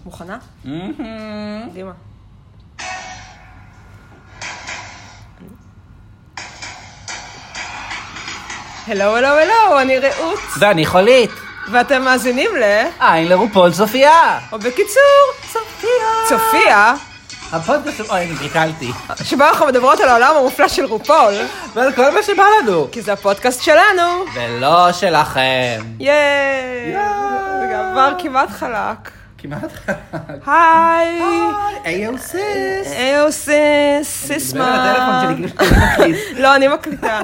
מוכנה? קדימה. הלו, הלו, הלו, אני רעות. ואני חולית. ואתם מאזינים עין לרופול צופיה. או בקיצור, צופיה. הפודקאסט, אוי, אני גריקלתי. שבה אנחנו מדברות על העולם המופלא של רופול. ועל כל מה שבא לנו. כי זה הפודקאסט שלנו. ולא שלכם. ייי. עבר כמעט חלק. כמעט חלק. היי. היי, סיס. היי, סיס. סיסמה. אני מדבר על הטלפון שלי, כאילו שאני מקליט. לא, אני מקליטה.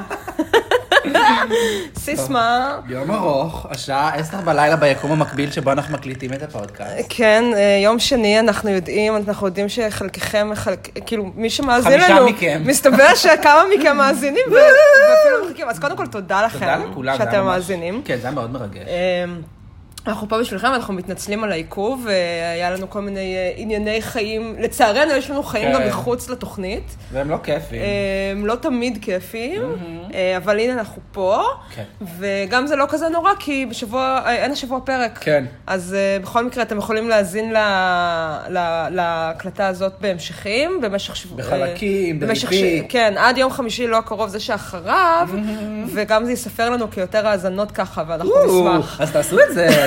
סיסמה. יום ארוך, השעה 10 בלילה ביקום המקביל שבו אנחנו מקליטים את הפודקאסט. כן, יום שני אנחנו יודעים שחלקכם, כאילו מי שמאזין לנו, 5 מכם. מסתבר שכמה מכם מאזינים ואפילו מחכים. אז קודם כל תודה לכם שאתם מאזינים. כן, זה היה מאוד מרגש. אנחנו פה בשבילכם, אנחנו מתנצלים על העיכוב, היה לנו כל מיני ענייני חיים, לצערנו יש לנו חיים גם מחוץ לתוכנית. והם לא כיפים. הם לא תמיד כיפים, אבל הנה אנחנו פה, כן. וגם זה לא כזה נורא, כי אין השבוע פרק. כן. אז בכל מקרה אתם יכולים להאזין להקלטה הזאת בהמשכים, במשך שבוע. בחלקים, בריבית. כן, עד יום חמישי לא הקרוב, זה שאחריו, וגם זה יספר לנו כיותר האזנות ככה, ואנחנו נשמח. אז תעשו את זה.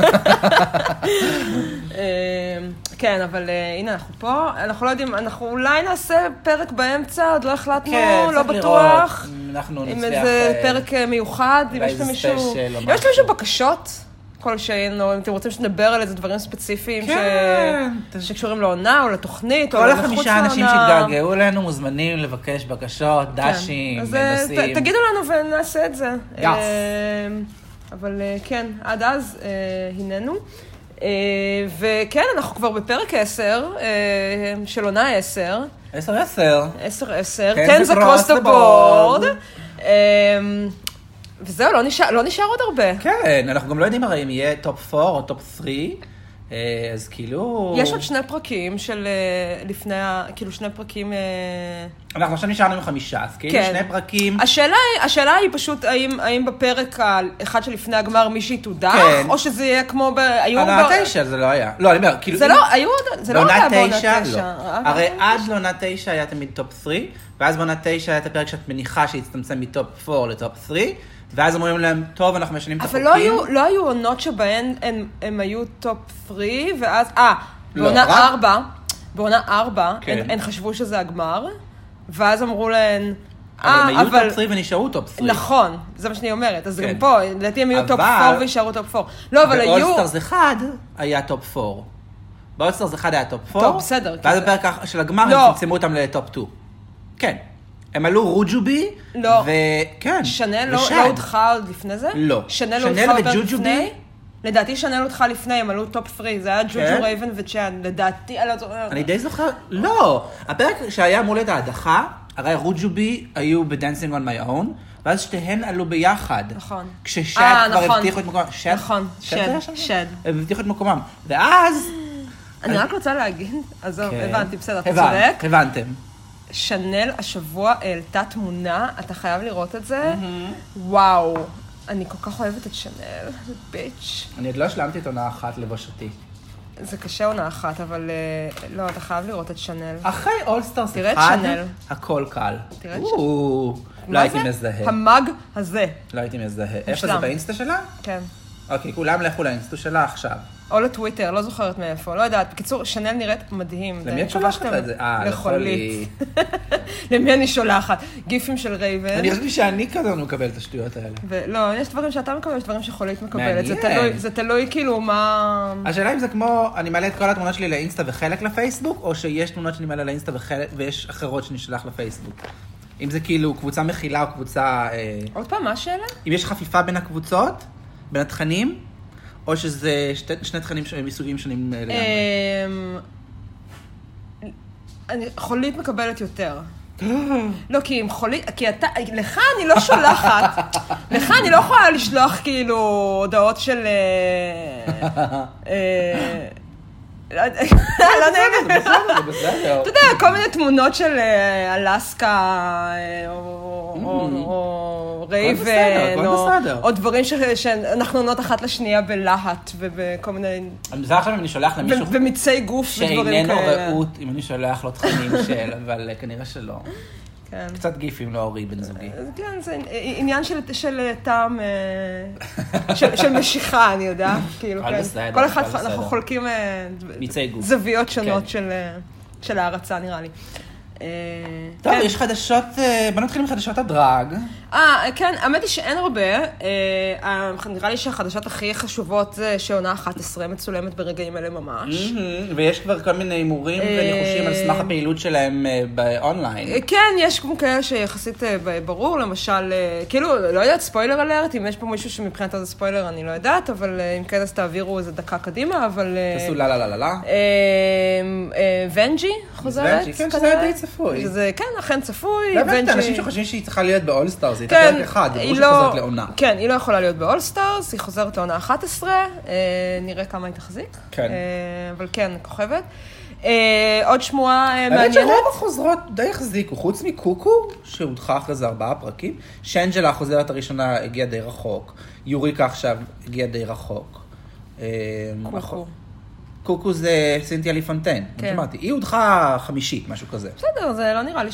כן, אבל הנה אנחנו פה, אנחנו לא יודעים, אנחנו אולי נעשה פרק באמצע, עוד לא החלטנו, לא בטוח. אנחנו נצליח. עם איזה פרק מיוחד, אם יש למישהו בקשות כלשהן, או אם אתם רוצים שנדבר על איזה דברים ספציפיים שקשורים לעונה או לתוכנית, כל 5 אנשים שהתגעגעו אלינו מוזמנים לבקש בקשות, דשים, נושאים. תגידו לנו ונעשה את זה. אבל כן, עד אז הננו. וכן, אנחנו כבר בפרק 10, של עונה 10. 10-10. 10-10. כן, זה cross the board. וזהו, לא נשאר עוד הרבה. כן, אנחנו גם לא יודעים הרי אם יהיה טופ 4 או טופ 3. אז כאילו... יש עוד 2 פרקים של לפני, כאילו 2 פרקים... אנחנו עכשיו נשארנו עם 5, אז כאילו 2 פרקים... השאלה היא פשוט, האם בפרק האחד שלפני הגמר מישהי תודח, או שזה יהיה כמו... עונה 9 זה לא היה. לא, אני אומר, כאילו... זה לא היה בעונה 9. הרי עד לעונה 9 היה תמיד טופ 3, ואז בעונה 9 היה את הפרק שאת מניחה שהצטמצם מטופ 4 לטופ 3, ואז אומרים להם, טוב, אנחנו משנים את החוקים. אבל לא היו עונות שבהן הם היו טופ 3, ואז, בעונה 4, הן חשבו שזה הגמר, ואז אמרו להן, אבל הם היו טופ 3 ונשארו טופ 3. נכון, זה מה שאני אומרת, אז גם פה, לדעתי הם היו טופ 4 וישארו טופ 4. לא, אבל היו... באולסטארס 1 היה טופ 4. באולסטארס 1 היה טופ 4. טוב, בסדר. ואז בפרק של הגמר הם צמצמו אותם לטופ 2. כן. הם עלו רוג'ובי, וכן. שנל לא הודחה עוד לפני זה? לא. שנל הודחה עוד לפני? לדעתי שנל הודחה לפני, הם עלו טופ 3, זה היה ג'וג'ו רייבן וצ'אן, לדעתי, אני די זוכר, לא. הפרק שהיה מול את ההדחה, הרי רוג'ובי היו ב-Dancing on my own, ואז שתיהן עלו ביחד. נכון. כששד כבר הבטיחו את מקומם. נכון, שד. הם הבטיחו את מקומם. ואז... אני רק רוצה להגיד, אז הבנתי, בסדר, אתה צודק. הבנתם. שנל השבוע העלתה תמונה, אתה חייב לראות את זה. וואו, אני כל כך אוהבת את שנל, זה ביץ'. אני עוד לא השלמתי את עונה 1 לבושתי. זה קשה עונה 1, אבל לא, אתה חייב לראות את שנל. אחרי אולסטארס 1, הכל קל. תראה את שנל. לא הייתי מזהה. המאג הזה. לא הייתי מזהה. איפה זה באינסטה שלה? כן. אוקיי, כולם לכו לאינסטה שלה עכשיו. או לטוויטר, לא זוכרת מאיפה, לא יודעת. בקיצור, שנל נראית מדהים. למי את שולחת את זה? לחולית. למי אני שולחת? גיפים של רייבן. אני חושבת שאני כזה מקבל את השטויות האלה. לא, יש דברים שאתה מקבל, יש דברים שחולית מקבלת. זה תלוי כאילו מה... השאלה אם זה כמו, אני מעלה את כל התמונות שלי לאינסטה וחלק לפייסבוק, או שיש תמונות שאני מעלה לאינסטה ויש אחרות שנשלח לפייסבוק. אם זה כאילו קבוצה מכילה או קבוצה... עוד פעם, מה השאלה? אם יש חפיפה בין הקבוצות, בין התכנים, או שזה שני תכנים מסוגים שונים לגמרי? חולית מקבלת יותר. לא, כי אם חולית, כי אתה, לך אני לא שולחת, לך אני לא יכולה לשלוח כאילו הודעות של... לא נהנה. בסדר. אתה יודע, כל מיני תמונות של אלסקה, או או רייבן, או דברים שאנחנו עונות אחת לשנייה בלהט, ובכל מיני... אני מזהה עכשיו אם אני שולח למישהו... ומיצי גוף ודברים כאלה. שאיננו ראות, אם אני שולח לו תכנים של, אבל כנראה שלא. קצת גיפים להורי בן זוגי. כן, זה עניין של טעם, של משיכה, אני יודעת. כל אחד, אנחנו חולקים זוויות שונות של הערצה, נראה לי. טוב, יש חדשות, בוא נתחיל עם חדשות הדרג. כן, האמת היא שאין הרבה. נראה לי שהחדשות הכי חשובות זה שעונה 11 מצולמת ברגעים אלה ממש. ויש כבר כל מיני הימורים וניחושים על סמך הפעילות שלהם באונליין. כן, יש כמו כאלה שיחסית ברור, למשל, כאילו, לא יודעת, ספוילר אלרט, אם יש פה מישהו שמבחינת זה ספוילר, אני לא יודעת, אבל אם כן, אז תעבירו איזה דקה קדימה, אבל... תעשו לה לה לה לה. ונג'י חוזרת. כן, שזה די צפוי. כן, אכן צפוי. לא באמת, אנשים שחושבים שהיא צריכה להיות באולסטארס, היא הייתה פרק אחד, היא לא חוזרת לעונה. כן, היא לא יכולה להיות באולסטארס, היא חוזרת לעונה 11, נראה כמה היא תחזיק. כן. אבל כן, כוכבת. עוד שמועה מעניינת. האמת שרוב החוזרות די החזיקו, חוץ מקוקו, שהודחה אחרי זה 4 פרקים, שאנג'לה החוזרת הראשונה הגיעה די רחוק, יוריקה עכשיו הגיעה די רחוק. קוקו. קוקו זה סינתיה ליפונטיין, שמעתי. היא הודחה 5, משהו כזה. בסדר, זה לא נראה לי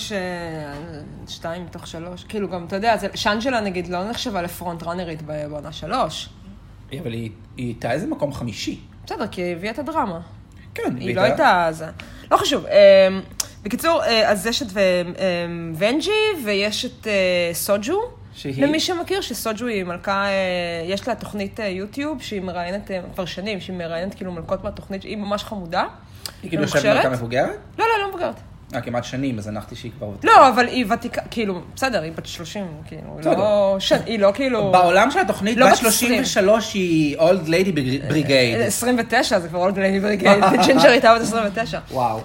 2 מתוך 3. כאילו גם, אתה יודע, שאנג'לה נגיד לא נחשבה לפרונט ראנרית בעונה 3. אבל היא הייתה איזה מקום 5. בסדר, כי היא הביאה את הדרמה. כן. היא לא הייתה... לא חשוב. בקיצור, אז יש את ונג'י ויש את סוג'ו. למי שמכיר שסוג'ו היא מלכה, יש לה תוכנית יוטיוב שהיא מראיינת כבר שנים, שהיא מראיינת כאילו מלכות מהתוכנית, היא ממש חמודה. היא כאילו יושבת מלכה מבוגרת? לא, לא מבוגרת. כמעט שנים, אז הנחתי שהיא כבר ותיקה. לא, אבל היא ותיקה, כאילו, בסדר, היא בת 30, כאילו, היא לא כאילו... בעולם של התוכנית, בת 33 היא Old Lady Brigade. 29, זה כבר Old Lady Brigade, ג'ינג'ר הייתה בת 29. וואו.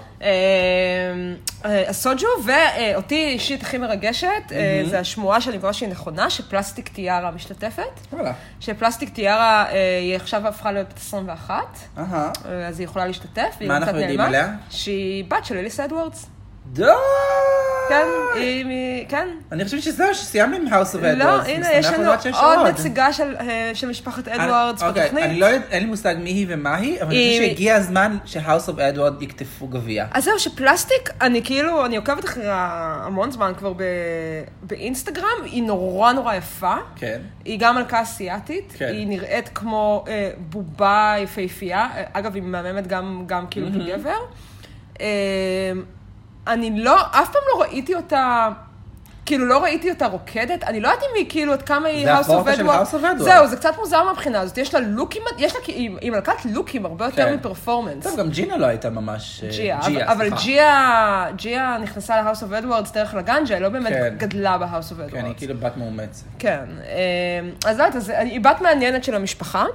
הסוג'ו, ואותי אישית הכי מרגשת, זה השמועה שאני מקווה שהיא נכונה, שפלסטיק טיארה משתתפת. שפלסטיק טיארה היא עכשיו הפכה להיות בת 21, אז היא יכולה להשתתף. מה אנחנו יודעים עליה? שהיא בת של אליס אדוורדס. די! כן, כן. אני חושב שזהו, שסיימנו עם House of Edwards. לא, הנה, יש לנו עוד נציגה של משפחת אדוארדס בתוכנית. אני לא יודעת, אין לי מושג מי היא ומה היא, אבל אני חושב שהגיע הזמן ש-House of Edwards יקטפו גביע. אז זהו, שפלסטיק, אני עוקבת אחרי המון זמן כבר באינסטגרם, היא נורא נורא יפה. כן. היא גם מלכה אסיאתית, היא נראית כמו בובה יפהפייה, אגב, היא מהממת גם כאילו כגבר. אני לא, אף פעם לא ראיתי אותה, כאילו לא ראיתי אותה רוקדת, אני לא יודעת אם היא כאילו, עד כמה היא House of Edwards. זהו, זה קצת מוזר מהבחינה הזאת, יש לה לוקים, היא מלכת לוקים הרבה יותר מפרפורמנס. טוב, גם ג'ינה לא הייתה ממש... אבל ג'יה נכנסה ל-House of Edwards דרך לגנג'ה, היא לא באמת גדלה ב-House of Edwards. כן, היא כאילו בת מאומצת. כן, אז לא יודעת, היא בת מעניינת של המשפחה,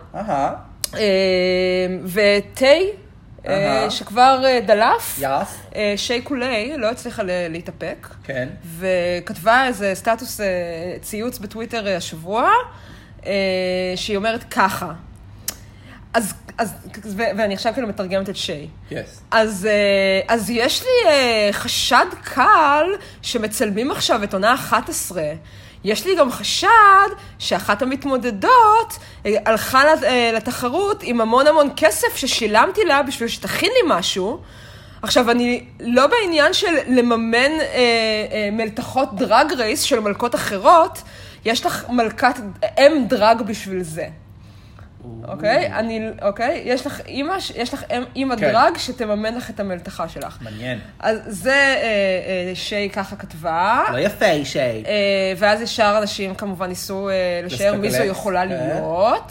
ותי, שכבר דלף, שי קולי, לא הצליחה להתאפק, וכתבה איזה סטטוס ציוץ בטוויטר השבוע, שהיא אומרת ככה, ואני עכשיו כאילו מתרגמת את שי. אז יש לי חשד קל שמצלמים עכשיו את עונה 11, יש לי גם חשד שאחת המתמודדות הלכה לתחרות עם המון כסף ששילמתי לה בשביל שתכין לי משהו. עכשיו, אני לא בעניין של לממן מלתחות דרג רייס של מלכות אחרות, יש לך מלכת דרג בשביל זה. אוקיי? יש לך אמא דרג שתממן לך את המלתחה שלך. מעניין. אז זה שי ככה כתבה. לא יפה, שי. ואז ישר אנשים כמובן ניסו לשער מי זו יכולה להיות.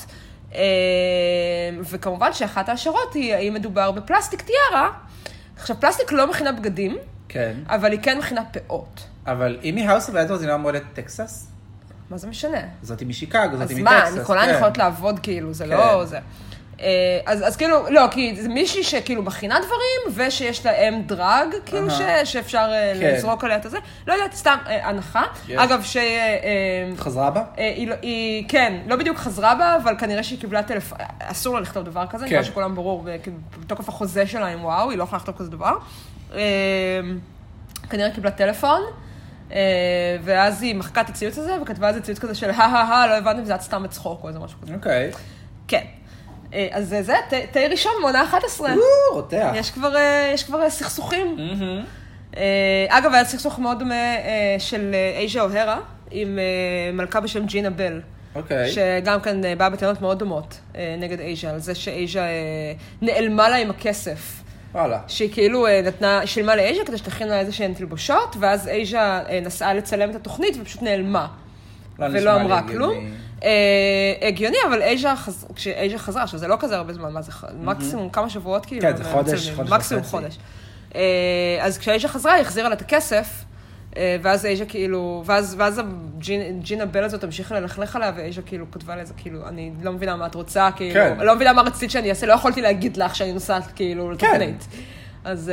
וכמובן שאחת ההשערות היא האם מדובר בפלסטיק טיארה. עכשיו, פלסטיק לא מכינה בגדים, אבל היא כן מכינה פאות. אבל אם היא House of Edwards היא לא אמורה להיות טקסס? מה זה משנה? זאת היא משיקגו, זאת היא מטקסס. אז מה, ניקולן יכולות לעבוד כאילו, זה לא זה. אז כאילו, לא, כי זה מישהי שכאילו מכינה דברים, ושיש לה אם דרג, כאילו שאפשר לזרוק עליה את זה. לא יודעת, סתם הנחה. אגב, חזרה בה? כן, לא בדיוק חזרה בה, אבל כנראה שהיא קיבלה טלפון, אסור לה לכתוב דבר כזה, נראה שכולם ברור, בתוקף החוזה שלה עם וואו, היא לא יכולה לכתוב כזה דבר. כנראה קיבלה טלפון. ואז היא מחקה את הציוץ הזה, וכתבה איזה ציוץ כזה של, לא הבנתם, זה היה סתם מצחוק, או איזה משהו כזה. אוקיי. כן. אז זה, תה ראשון מעונה 11. רותח. יש כבר סכסוכים. אגב, היה סכסוך מאוד דומה של אייז'ה אוהרה, עם מלכה בשם ג'ינה בל. אוקיי. שגם כאן באה בטענות מאוד דומות נגד אייז'ה, על זה שאייז'ה נעלמה לה עם הכסף. וואלה. שהיא כאילו שילמה לאייז'ה כדי שתכין לה איזושהי תלבושות, ואז אייז'ה נסעה לצלם את התוכנית ופשוט נעלמה. ולא אמרה כלום. הגיוני, אבל כשאייז'ה חזרה, עכשיו זה לא כזה הרבה זמן, מה זה מקסימום כמה שבועות כאילו. כן, זה חודש. מקסימום חודש. אז כשאייז'ה חזרה, היא החזירה לה את הכסף, ואז אייז'ה כאילו, ואז ג'ינה בל הזאת המשיכה ללכלך עליה, ואייז'ה כאילו כתבה לה איזה כאילו, אני לא מבינה מה את רוצה, כאילו, לא מבינה מה רצית שאני אעשה, לא יכולתי להגיד לך שאני נוסעת כאילו לתוכנית. אז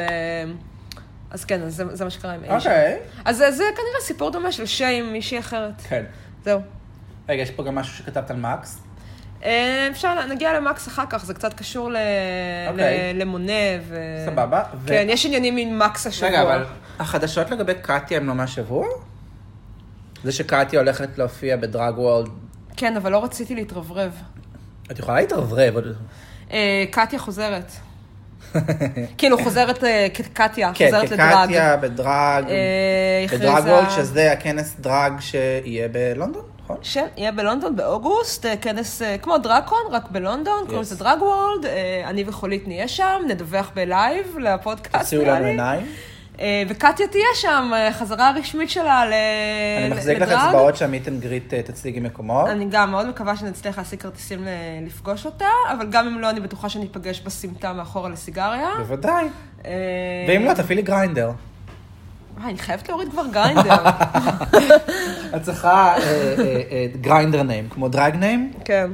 כן, זה מה שקרה עם אייז'ה. אז זה כנראה סיפור דומה של שי עם מישהי אחרת. כן. זהו. רגע, יש פה גם משהו שכתבת על מקס? אפשר, נגיע למקס אחר כך, זה קצת קשור למונה ו... סבבה. כן, יש עניינים עם מקס השבוע. רגע, אבל החדשות לגבי קטיה הם לא מהשבוע? זה שקטיה הולכת להופיע בדרג וורלד. כן, אבל לא רציתי להתרברב. את יכולה להתרברב? קטיה חוזרת. כאילו חוזרת כקטיה, כן, חוזרת לדרג. כן, כקטיה בדרג וורלד, שזה הכנס דרג שיהיה בלונדון, נכון? שיהיה בלונדון באוגוסט, כנס כמו דרקון, רק בלונדון, קוראים לזה דרג וורלד, אני וחולית נהיה שם, נדווח בלייב לפודקאסט. תציעו לנו עיניים. וקטיה תהיה שם, חזרה הרשמית שלה לדרג. אני מחזיק לך אצבעות שהמיט אנד גריט תציגי מקומות. אני גם מאוד מקווה שנצליח להשיג כרטיסים לפגוש אותה, אבל גם אם לא, אני בטוחה שאני אפגש בסמטה מאחורה לסיגריה. בוודאי. ואם לא, תפעילי גריינדר. אני חייבת להוריד כבר גריינדר. את צריכה גריינדר ניים, כמו דרג ניים? כן.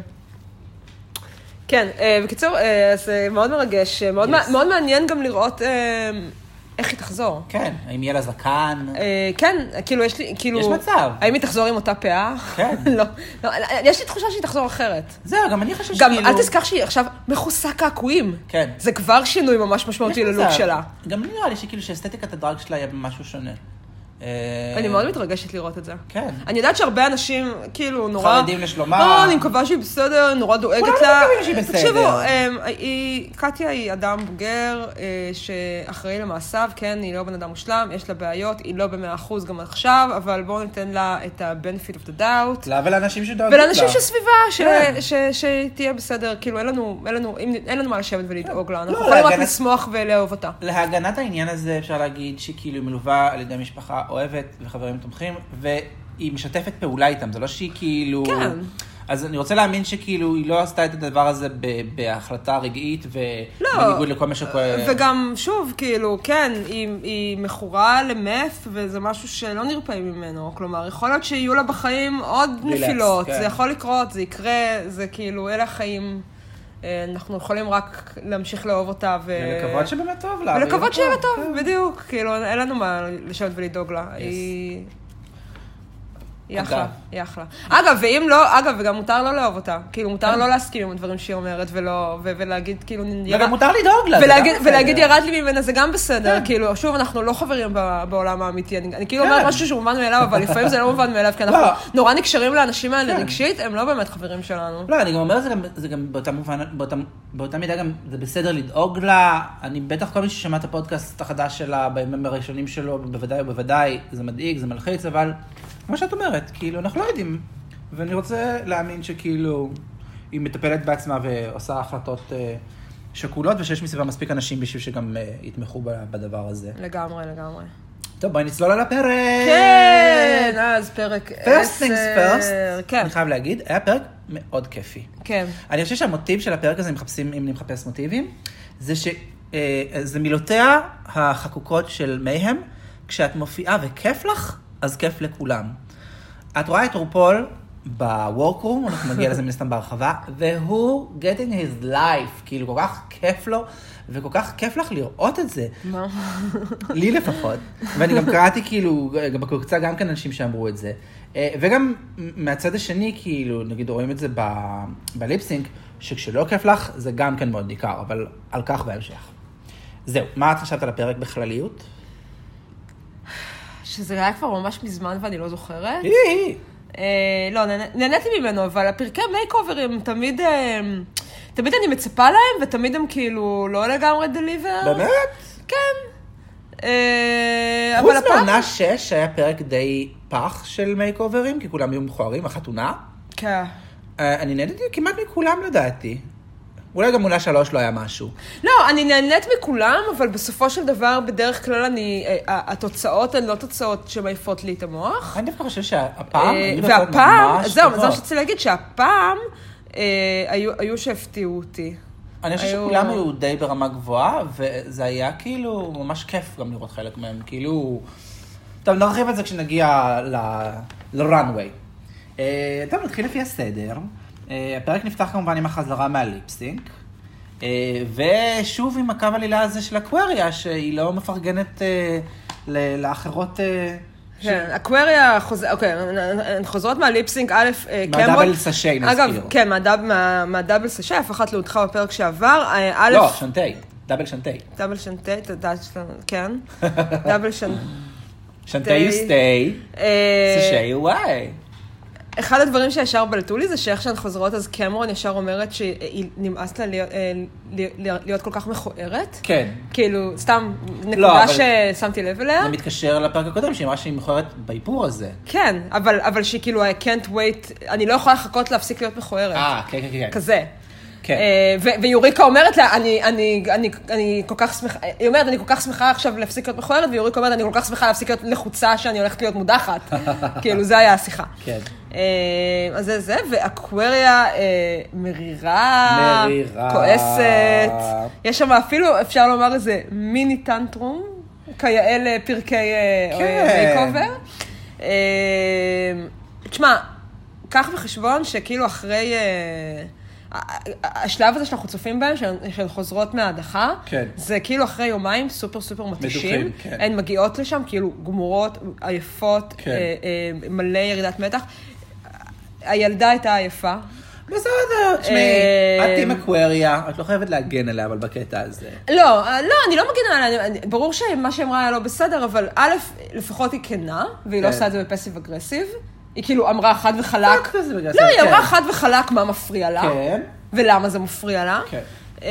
כן, בקיצור, זה מאוד מרגש, מאוד מעניין גם לראות איך היא תחזור. כן, האם יהיה לה זקן? כן, כאילו יש לי, כאילו... יש מצב. האם היא תחזור עם אותה פאה? כן. לא, יש לי תחושה שהיא תחזור אחרת. זהו, גם אני חושב שכאילו... גם אל תזכח שהיא עכשיו מכוסה קעקועים. כן. זה כבר שינוי ממש משמעותי ללוק שלה. גם נראה לי שכאילו שאסתטיקת הדרג שלה יהיה משהו שונה. אני מאוד מתרגשת לראות את זה. כן. אני יודעת שהרבה אנשים, כאילו, נורא... חרדים לשלומה. אני מקווה שהיא בסדר, נורא דואגת לה. כולנו מקווים שהיא בסדר. תקשיבו, קטיה היא אדם בוגר שאחראי למעשיו, כן, היא לא בן אדם מושלם, יש לה בעיות, היא לא ב100% גם עכשיו, אבל בואו ניתן לה את ה-benefit of the doubt. לה ולאנשים שדואגים לה. ולאנשים שסביבה, שתהיה בסדר, כאילו, אין לנו מה לשבת ולדאוג לה, אנחנו יכולים רק לשמוח ולאהוב אותה. להגנת העניין הזה אפשר להגיד שכאילו מלווה על ידי משפחה אוהבת וחברים תומכים, והיא משתפת פעולה איתם, זה לא שהיא כאילו... כן. אז אני רוצה להאמין שכאילו היא לא עשתה את הדבר הזה בהחלטה רגעית ובניגוד לכל מה שקורה. וגם, שוב, כאילו, כן, היא מכורה למeth, וזה משהו שלא נרפאים ממנו. כלומר, יכול להיות שיהיו לה בחיים עוד נפילות. זה יכול לקרות, זה יקרה, זה כאילו, אלה החיים. אנחנו יכולים רק להמשיך לאהוב אותה. ולקוות שבאמת טוב לה. ולקוות שבאמת טוב, בדיוק. כאילו, אין לנו מה לשבת ולדאוג לה. היא אחלה, היא אחלה. אגב, ואם לא, וגם מותר לא לאהוב אותה. כאילו, מותר לא להסכים עם הדברים שהיא אומרת, ולהגיד, כאילו... וגם מותר לדאוג לה. ולהגיד, ירד לי ממנה, זה גם בסדר. כאילו, שוב, אנחנו לא חברים בעולם האמיתי. אני כאילו אומרת משהו שהוא מובן מאליו, אבל לפעמים זה לא מובן מאליו, כי אנחנו נורא נקשרים לאנשים האלה רגשית, הם לא באמת חברים שלנו. לא, אני גם אומר, זה גם באותה מידה גם, זה בסדר לדאוג לה. אני בטח כל מי ששמע את הפודקאסט החדש שלה, בימים הראשונים שלו, בוודאי ובוודאי, זה מדאיג, זה מלחיץ, אבל כמו שאת אומרת, כאילו, אנחנו לא יודעים. ואני רוצה להאמין שכאילו, היא מטפלת בעצמה ועושה החלטות שקולות, ושיש מסביבה מספיק אנשים בשביל שגם יתמכו בדבר הזה. לגמרי, לגמרי. טוב, בואי נצלול על הפרק. כן, אז פרק 10. First things first. כן. אני חייב להגיד, היה פרק מאוד כיפי. כן. אני חושב שהמוטיב של הפרק הזה, אם אני מחפש מוטיבים, זה זה מילותיה החקוקות של מייהם, כשאת מופיעה וכיף לך, אז כיף לכולם. את רואה את רופול בוורקרום, אנחנו נגיע לזה מסתם בהרחבה, והוא getting his life, כאילו כל כך כיף לו, וכל כך כיף לך לראות את זה. מה? לי לפחות. ואני גם קראתי כאילו, בקבוצה גם כן אנשים שאמרו את זה. וגם מהצד השני, כאילו, נגיד רואים את זה בליפסינק, שכשלא כיף לך, זה גם כן מאוד ניכר, אבל על כך בהמשך. זהו, מה את חשבת על הפרק בכלליות? שזה היה כבר ממש מזמן ואני לא זוכרת. היא. לא, נהניתי ממנו, אבל הפרקי מייק-אוברים תמיד אני מצפה להם, ותמיד הם כאילו לא לגמרי דליבר. באמת? כן. חוץ מעונה 6 היה פרק די פח של מייק-אוברים, כי כולם היו מכוערים, החתונה. כן. אני נהניתי כמעט מכולם לדעתי. אולי גם עונה 3 לא היה משהו. לא, אני נהנית מכולם, אבל בסופו של דבר, בדרך כלל התוצאות הן לא תוצאות שמעיפות לי את המוח. אני דווקא חושב שהפעם... והפעם, זהו, זה מה שרציתי להגיד, שהפעם היו שהפתיעו אותי. אני חושב שכולם היו די ברמה גבוהה, וזה היה כאילו ממש כיף גם לראות חלק מהם. כאילו... טוב, נרחיב את זה כשנגיע לרנווי. טוב, נתחיל לפי הסדר. הפרק נפתח כמובן עם החזרה מהליפסינק, ושוב עם הקו עלילה הזה של אקווריה, שהיא לא מפרגנת לאחרות... כן, אקווריה, אוקיי, הן חוזרות מהליפסינק, א', קמרון... מהדאבל סשי, נזכיר. אגב, כן, מהדאבל סשי, אף אחת להודחה בפרק שעבר, לא, שנטי, דאבל שנטי. דאבל שנטי, כן, דאבל שנטי. שנטי סטי, סשי וואי. אחד הדברים שישר בלטו לי זה שאיך שהן חוזרות, אז קמרון ישר אומרת שהיא נמאס לה להיות כל כך מכוערת. כן. כאילו, סתם נקודה ששמתי לב אליה. זה מתקשר לפרק הקודם, שהיא אמרה שהיא מכוערת באיפור הזה. כן, אבל שהיא כאילו, I can't wait, אני לא יכולה לחכות להפסיק להיות מכוערת. כן, כן, כן. כזה. כן. ויוריקה אומרת לה, אני כל כך שמחה, היא אומרת, אני כל כך שמחה עכשיו להפסיק להיות מכוערת, ויוריקה אומרת, אני כל כך שמחה להפסיק להיות לחוצה שאני הולכת להיות מודחת. כאילו, זה היה השיחה. כן. אז זה, ואקווריה מרירה, כועסת. יש שם אפילו, אפשר לומר איזה מיני טנטרום, כיאה פרקי מייקובר. תשמע, קח בחשבון שכאילו אחרי... השלב הזה שאנחנו צופים בהם, שהן חוזרות מההדחה, זה כאילו אחרי יומיים סופר סופר מתישים. הן מגיעות לשם כאילו גמורות, עייפות, מלא ירידת מתח. הילדה הייתה עייפה. בסדר, תשמעי, את עם אקווריה, את לא חייבת להגן עליה, אבל בקטע הזה. לא, אני לא מגנה עליה, ברור שמה שאמרה היה לא בסדר, אבל א', לפחות היא כנה, והיא לא עושה את זה בפסיב אגרסיב. היא כאילו אמרה חד וחלק. לא, היא אמרה חד וחלק מה מפריע לה. כן. ולמה זה מפריע לה. כן.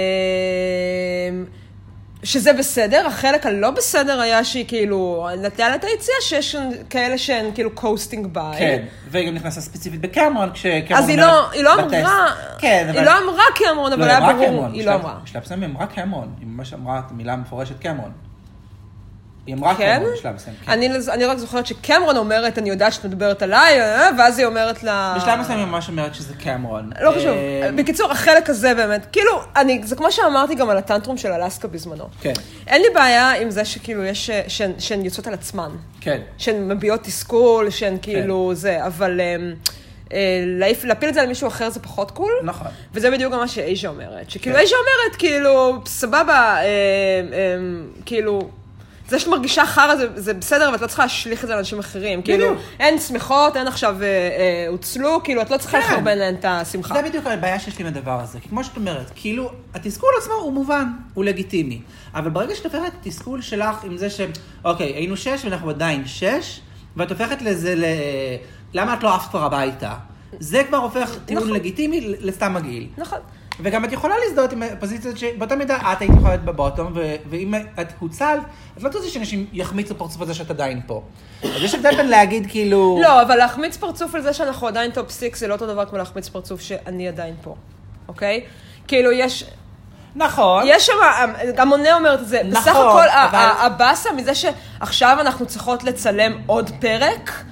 שזה בסדר. החלק הלא בסדר היה שהיא כאילו נתנה לה את היציאה שיש כאלה שהן כאילו קוסטינג ביי. כן. והיא גם נכנסה ספציפית בקמרון, כשקמרון אז היא לא אמרה, כן, אבל... היא לא אמרה קמרון, אבל היה ברור, היא לא אמרה. בשלב מסוים היא אמרה קמרון. היא ממש אמרה את המילה המפורשת קמרון. היא אמרה קמרון בשלב מסוים. אני רק זוכרת שקמרון אומרת, אני יודעת שאת מדברת עליי, ואז היא אומרת לה... בשלב מסוים היא ממש אומרת שזה קמרון. לא חשוב. בקיצור, החלק הזה באמת, כאילו, זה כמו שאמרתי גם על הטנטרום של אלסקה בזמנו. כן. אין לי בעיה עם זה שכאילו יש, שהן יוצאות על עצמן. כן. שהן מביעות תסכול, שהן כאילו זה, אבל... להפיל את זה על מישהו אחר זה פחות קול. נכון. וזה בדיוק גם מה שאישה אומרת. שכאילו, אישה אומרת, כאילו, סבבה, כאילו... זה שמרגישה חרא זה בסדר, אבל את לא צריכה להשליך את זה לאנשים אחרים. כאילו, הן שמחות, הן עכשיו הוצלו, כאילו, את לא צריכה לחרבן להן את השמחה. זה בדיוק הבעיה שיש לי מהדבר הזה. כי כמו שאת אומרת, כאילו, התסכול עצמו הוא מובן, הוא לגיטימי. אבל ברגע שאת הופכת את התסכול שלך עם זה אוקיי, היינו 6 ואנחנו עדיין 6, ואת הופכת לזה למה את לא עפת כבר הביתה? זה כבר הופך טיעון לגיטימי לסתם מגעיל. נכון. וגם את יכולה להזדהות עם הפוזיציות שבאותה מידה את היית יכולה להיות בבוטום, ואם את הוצלת, את לא תוציא שאנשים יחמיצו פרצוף על זה שאת עדיין פה. אז יש הבדל בין להגיד כאילו... לא, אבל להחמיץ פרצוף על זה שאנחנו עדיין טופ 6, זה לא אותו דבר כמו להחמיץ פרצוף שאני עדיין פה, אוקיי? כאילו יש... נכון. יש שם, גם מונה אומרת את זה, בסך הכל הבאסה מזה שעכשיו אנחנו צריכות לצלם עוד פרק,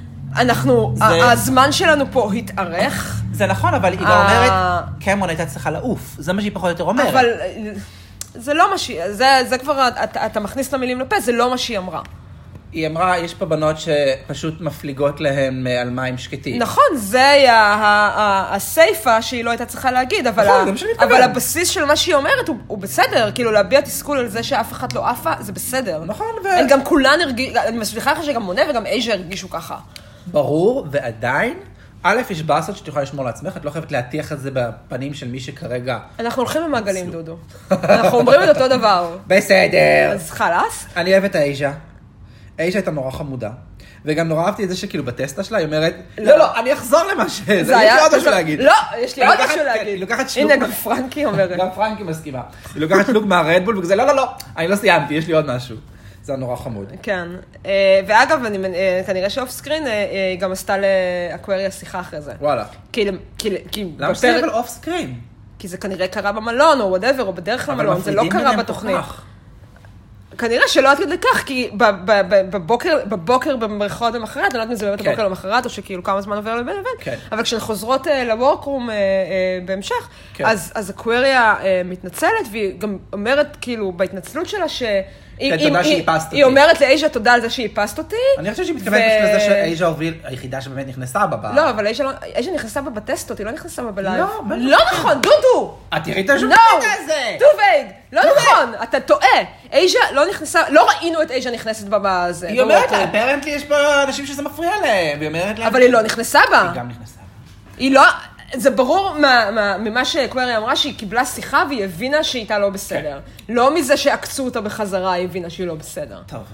הזמן שלנו פה התארך. זה נכון, אבל היא גם אומרת, קמרון הייתה צריכה לעוף. זה מה שהיא פחות או יותר אומרת. אבל זה לא מה שהיא, זה כבר, אתה מכניס למילים לפה, זה לא מה שהיא אמרה. היא אמרה, יש פה בנות שפשוט מפליגות להן על מים שקטים. נכון, זה היה הסייפה שהיא לא הייתה צריכה להגיד, אבל הבסיס של מה שהיא אומרת הוא בסדר, כאילו להביע תסכול על זה שאף אחד לא עפה, זה בסדר. נכון, הן גם כולן הרגישו, אני מסביחה לך שגם מונה וגם אייז'ה הרגישו ככה. ברור, ועדיין, א', יש באסות שאת יכולה לשמור לעצמך, את לא חייבת להטיח את זה בפנים של מי שכרגע... אנחנו הולכים במעגלים, דודו. אנחנו אומרים את אותו דבר. בסדר. אז חלס. אני אוהב את האישה. אייג'ה הייתה נורא חמודה. וגם נורא אהבתי את זה שכאילו בטסטה שלה, היא אומרת, לא, אני אחזור למה שזה, יש לי עוד משהו להגיד. לא, יש לי עוד משהו להגיד. היא לוקחת שלוק. הנה, גם פרנקי אומרת. גם פרנקי מסכימה. היא לוקחת שלוק מהרדבול, וכזה, לא, אני לא סיימתי, יש לי עוד משהו. זה נורא חמוד. כן. ואגב, כנראה שאוף סקרין, היא גם עשתה לאקווריה שיחה אחרי זה. וואלה. למה שזה אבל אוף סקרין? כי זה כנראה קרה במלון, או whatever, או בדרך למלון, זה לא קרה בתוכנית. כנראה שלא עד כדי כך, כי בבוקר במרכאות למחרת, אני לא יודעת אם זה באמת הבוקר למחרת, או שכאילו כמה זמן עובר לבין לבין, אבל כשהן חוזרות לוורקרום בהמשך, אז אקווריה מתנצלת, והיא גם אומרת כאילו בהתנצלות שלה היא אומרת לאייג'ה תודה על זה שהיא פסת אותי. אני חושב שהיא מתכוונת לזה שאייג'ה הוביל, היחידה שבאמת נכנסה בה. לא, אבל אייג'ה נכנסה בה בטסטות, היא לא נכנסה בה בלייב. לא נכון, דודו! את תראית את זה? דובייד, לא נכון, אתה טועה. אייג'ה לא נכנסה, לא ראינו את אייג'ה נכנסת בה בזה. היא אומרת לה, אפרנטלי יש פה אנשים שזה מפריע להם, והיא אומרת לה... אבל היא לא נכנסה בה. היא גם נכנסה בה. היא לא... זה ברור ממה שאקווריה אמרה שהיא קיבלה שיחה והיא הבינה שהיא הייתה לא בסדר. לא מזה שעקצו אותה בחזרה, היא הבינה שהיא לא בסדר. טוב.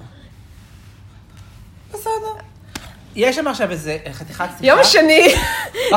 בסדר. יש שם עכשיו איזה חתיכת שיחה. יום שני, 10:15.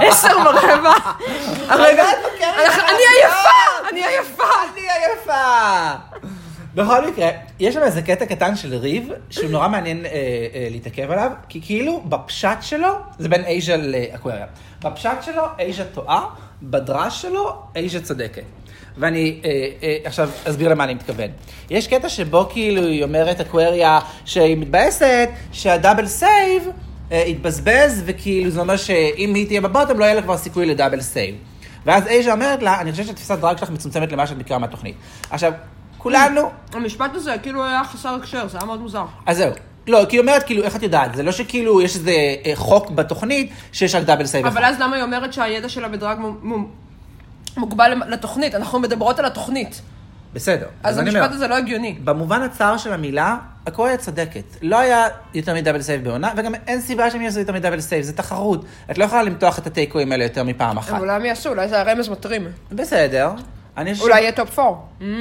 הרגע, אני עייפה. בכל מקרה, יש שם איזה קטע קטן של ריב, שהוא נורא מעניין להתעכב עליו, כי כאילו בפשט שלו, זה בין אייג'ה לאקווריה. בפשט שלו, אייג'ה טועה, בדרש שלו, אייג'ה צודקת. ואני עכשיו אסביר למה אני מתכוון. יש קטע שבו כאילו היא אומרת אקווריה שהיא מתבאסת, שהדאבל סייב יתבזבז, וכאילו זה אומר שאם היא תהיה בבוטום, לא יהיה לה כבר סיכוי לדאבל סייב. ואז אייג'ה אומרת לה, אני חושבת שתפיסת דרג שלך מצומצמת למה שאת מכירה מהתוכנית. עכשיו, כולנו... המשפט הזה כאילו היה חסר הקשר, זה היה מאוד מוזר. אז זהו. לא, כי היא אומרת, כאילו, איך את יודעת? זה לא שכאילו יש איזה חוק בתוכנית שיש רק דאבל סייב. אבל אז למה היא אומרת שהידע שלה בדרג מוגבל לתוכנית? אנחנו מדברות על התוכנית. בסדר. אז המשפט הזה לא הגיוני. במובן הצער של המילה, אקווריה צודקת. לא היה יותר מדאבל סייב בעונה, וגם אין סיבה שהם יעשו יותר מדאבל סייב, זה תחרות. את לא יכולה למתוח את הטייקויים האלה יותר מפעם אחת. אבל אולי הם יעשו, אולי זה הרמז מטרים. בסדר. אולי יהיה טופ 4.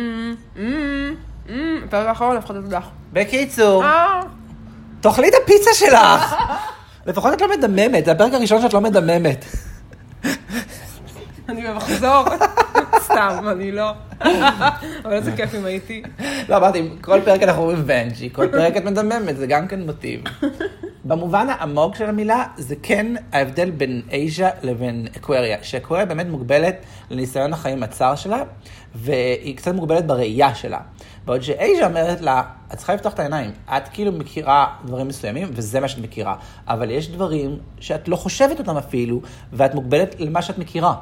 פרק האחרון, לפחות את הדח. בקיצור, תאכלי את הפיצה שלך. לפחות את לא מדממת, זה הפרק הראשון שאת לא מדממת. אני במחזור. סתם, אני לא. אבל איזה כיף אם הייתי. לא, אמרתי, כל פרק אנחנו אומרים ונג'י, כל פרק את מדממת, זה גם כן מוטיב. במובן העמוק של המילה, זה כן ההבדל בין אייג'ה לבין אקווריה, שאקווריה באמת מוגבלת לניסיון החיים הצער שלה, והיא קצת מוגבלת בראייה שלה. בעוד שאייג'ה אומרת לה, את צריכה לפתוח את העיניים, את כאילו מכירה דברים מסוימים, וזה מה שאת מכירה, אבל יש דברים שאת לא חושבת אותם אפילו, ואת מוגבלת למה שאת מכירה.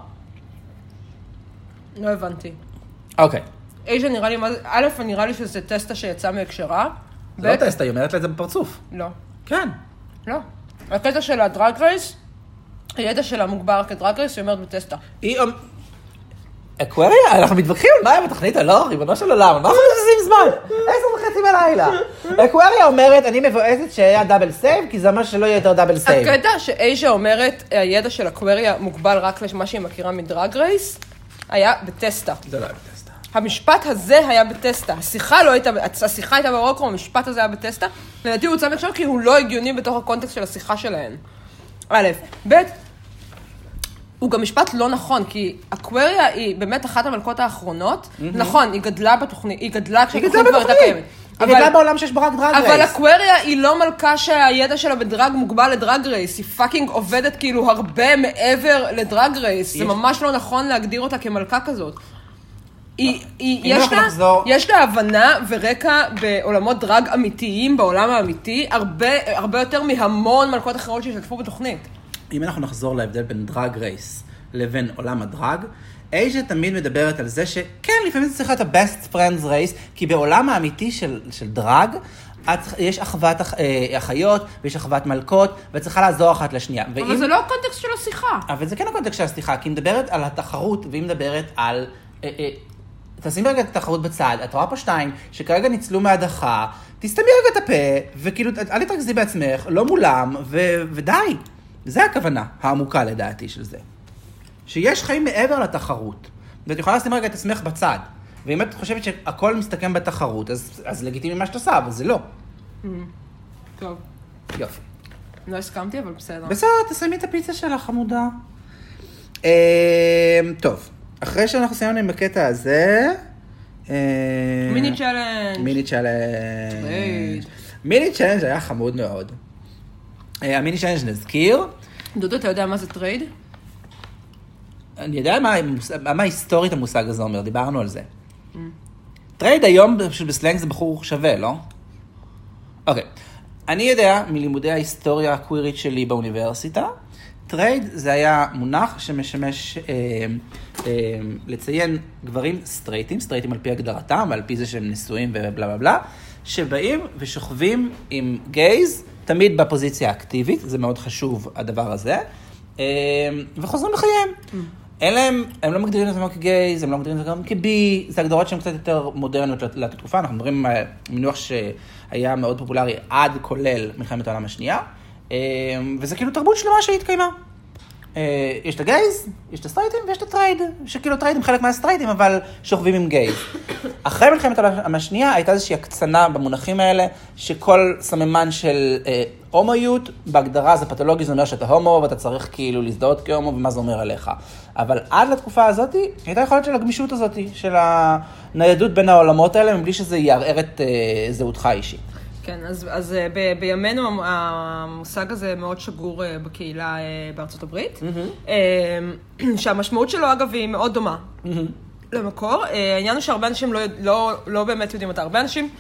לא הבנתי. אוקיי. אייג'ה נראה לי, נראה לי שזה טסטה שיצא מהקשרה. זה לא טסטה, היא אומרת לה את זה בפרצוף. לא. כן. לא. הקטע של הדרג רייס, הידע שלה מוגבר כדרג רייס, היא אומרת בטסטה. אקווריה, אנחנו מתווכחים על מה היה בתוכנית, לא, ריבונו של עולם, מה אנחנו עושים זמן? 10:30 בלילה. אקווריה אומרת, אני מבואסת שהיה דאבל סייב, כי זה אומר שלא יהיה יותר דאבל סייב. הקטע שאייג'ה אומרת, הידע של אקווריה מוגבל רק למה שהיא מכירה מדרג רייס, היה בטסטה. זה לא היה בטסטה. המשפט הזה היה בטסטה. השיחה הייתה ברוקרום, המשפט הזה היה בטסטה, ולדעתי הוא הוצא מהקשר כי הוא לא הגיוני בתוך הקונטקסט של השיחה שלהן. א', ב', הוא גם משפט לא נכון, כי אקווריה היא באמת אחת המלכות האחרונות. נכון, היא גדלה בתוכנית, היא גדלה כשהתוכנית כבר הייתה קיימת. היא גדלה בעולם שיש בו רק דרג רייס. אבל אקווריה היא לא מלכה שהידע שלה בדרג מוגבל לדרג רייס. היא פאקינג עובדת כאילו הרבה מעבר לדרג רייס. זה ממש לא נכון להגדיר אותה כמלכה כזאת. יש לה הבנה ורקע בעולמות דרג אמיתיים, בעולם האמיתי, הרבה יותר מהמון מלכות אחרות שהשתתפו בתוכנית. אם אנחנו נחזור להבדל בין דרג רייס לבין עולם הדרג, אייג'ה תמיד מדברת על זה שכן, לפעמים זה צריך להיות ה-best friends race, כי בעולם האמיתי של דרג, יש אחוות אחיות, ויש אחוות מלכות, וצריכה לעזור אחת לשנייה. אבל זה לא הקונטקסט של השיחה. אבל זה כן הקונטקסט של השיחה, כי היא מדברת על התחרות, והיא מדברת על... תשימי רגע את התחרות בצד, את רואה פה 2, שכרגע ניצלו מהדחה, תסתמי רגע את הפה, וכאילו, אל תתרכזי בעצמך, לא מולם, ודי. זה הכוונה העמוקה לדעתי של זה. שיש חיים מעבר לתחרות. ואת יכולה לשים רגע את עצמך בצד. ואם את חושבת שהכל מסתכם בתחרות, אז לגיטימי מה שאת עושה, אבל זה לא. טוב. יופי. לא הסכמתי, אבל בסדר. בסדר, תסיימי את הפיצה שלך, חמודה. טוב, אחרי שאנחנו סיימנו עם הקטע הזה... מיני צ'לנג'. מיני צ'לנג'. מיני צ'לנג' היה חמוד מאוד. המיני צ'לנג' נזכיר. דודו, אתה יודע מה זה טרייד? אני יודע מה היסטורית המושג הזה אומר, דיברנו על זה. טרייד היום, פשוט בסלנג זה בחור שווה, לא? אוקיי. אני יודע מלימודי ההיסטוריה הקווירית שלי באוניברסיטה, טרייד זה היה מונח שמשמש לציין גברים סטרייטים, סטרייטים על פי הגדרתם, ועל פי זה שהם נשואים ובלה בלה בלה, שבאים ושוכבים עם גייז, תמיד בפוזיציה אקטיבית, זה מאוד חשוב הדבר הזה, וחוזרים לחייהם. הם לא מגדירים את עצמם כגייז, הם לא מגדירים את עצמם כבי, זה הגדרות שהן קצת יותר מודרניות לתקופה, אנחנו מדברים על מינוח שהיה מאוד פופולרי עד כולל מלחמת העולם השנייה, וזה כאילו תרבות שלמה שהתקיימה. יש את הגייז, יש את הסטרייטים ויש את הטרייד, שכאילו טריידים חלק מהסטרייטים, אבל שוכבים עם גייז. אחרי מלחמת העולם השנייה הייתה איזושהי הקצנה במונחים האלה, שכל סממן של הומואיות, בהגדרה זה פתולוגי, זה אומר שאתה הומו, ואתה צריך כאילו להזדהות כהומו, ומה זה אומר עליך. אבל עד לתקופה הזאת, הייתה יכולת של הגמישות הזאת, של הניידות בין העולמות האלה, מבלי שזה יערער את זהותך האישית. כן, אז בימינו המושג הזה מאוד שגור בקהילה בארצות הברית, שהמשמעות שלו אגב היא מאוד דומה למקור. העניין הוא שהרבה אנשים לא באמת יודעים אותה. הרבה אנשים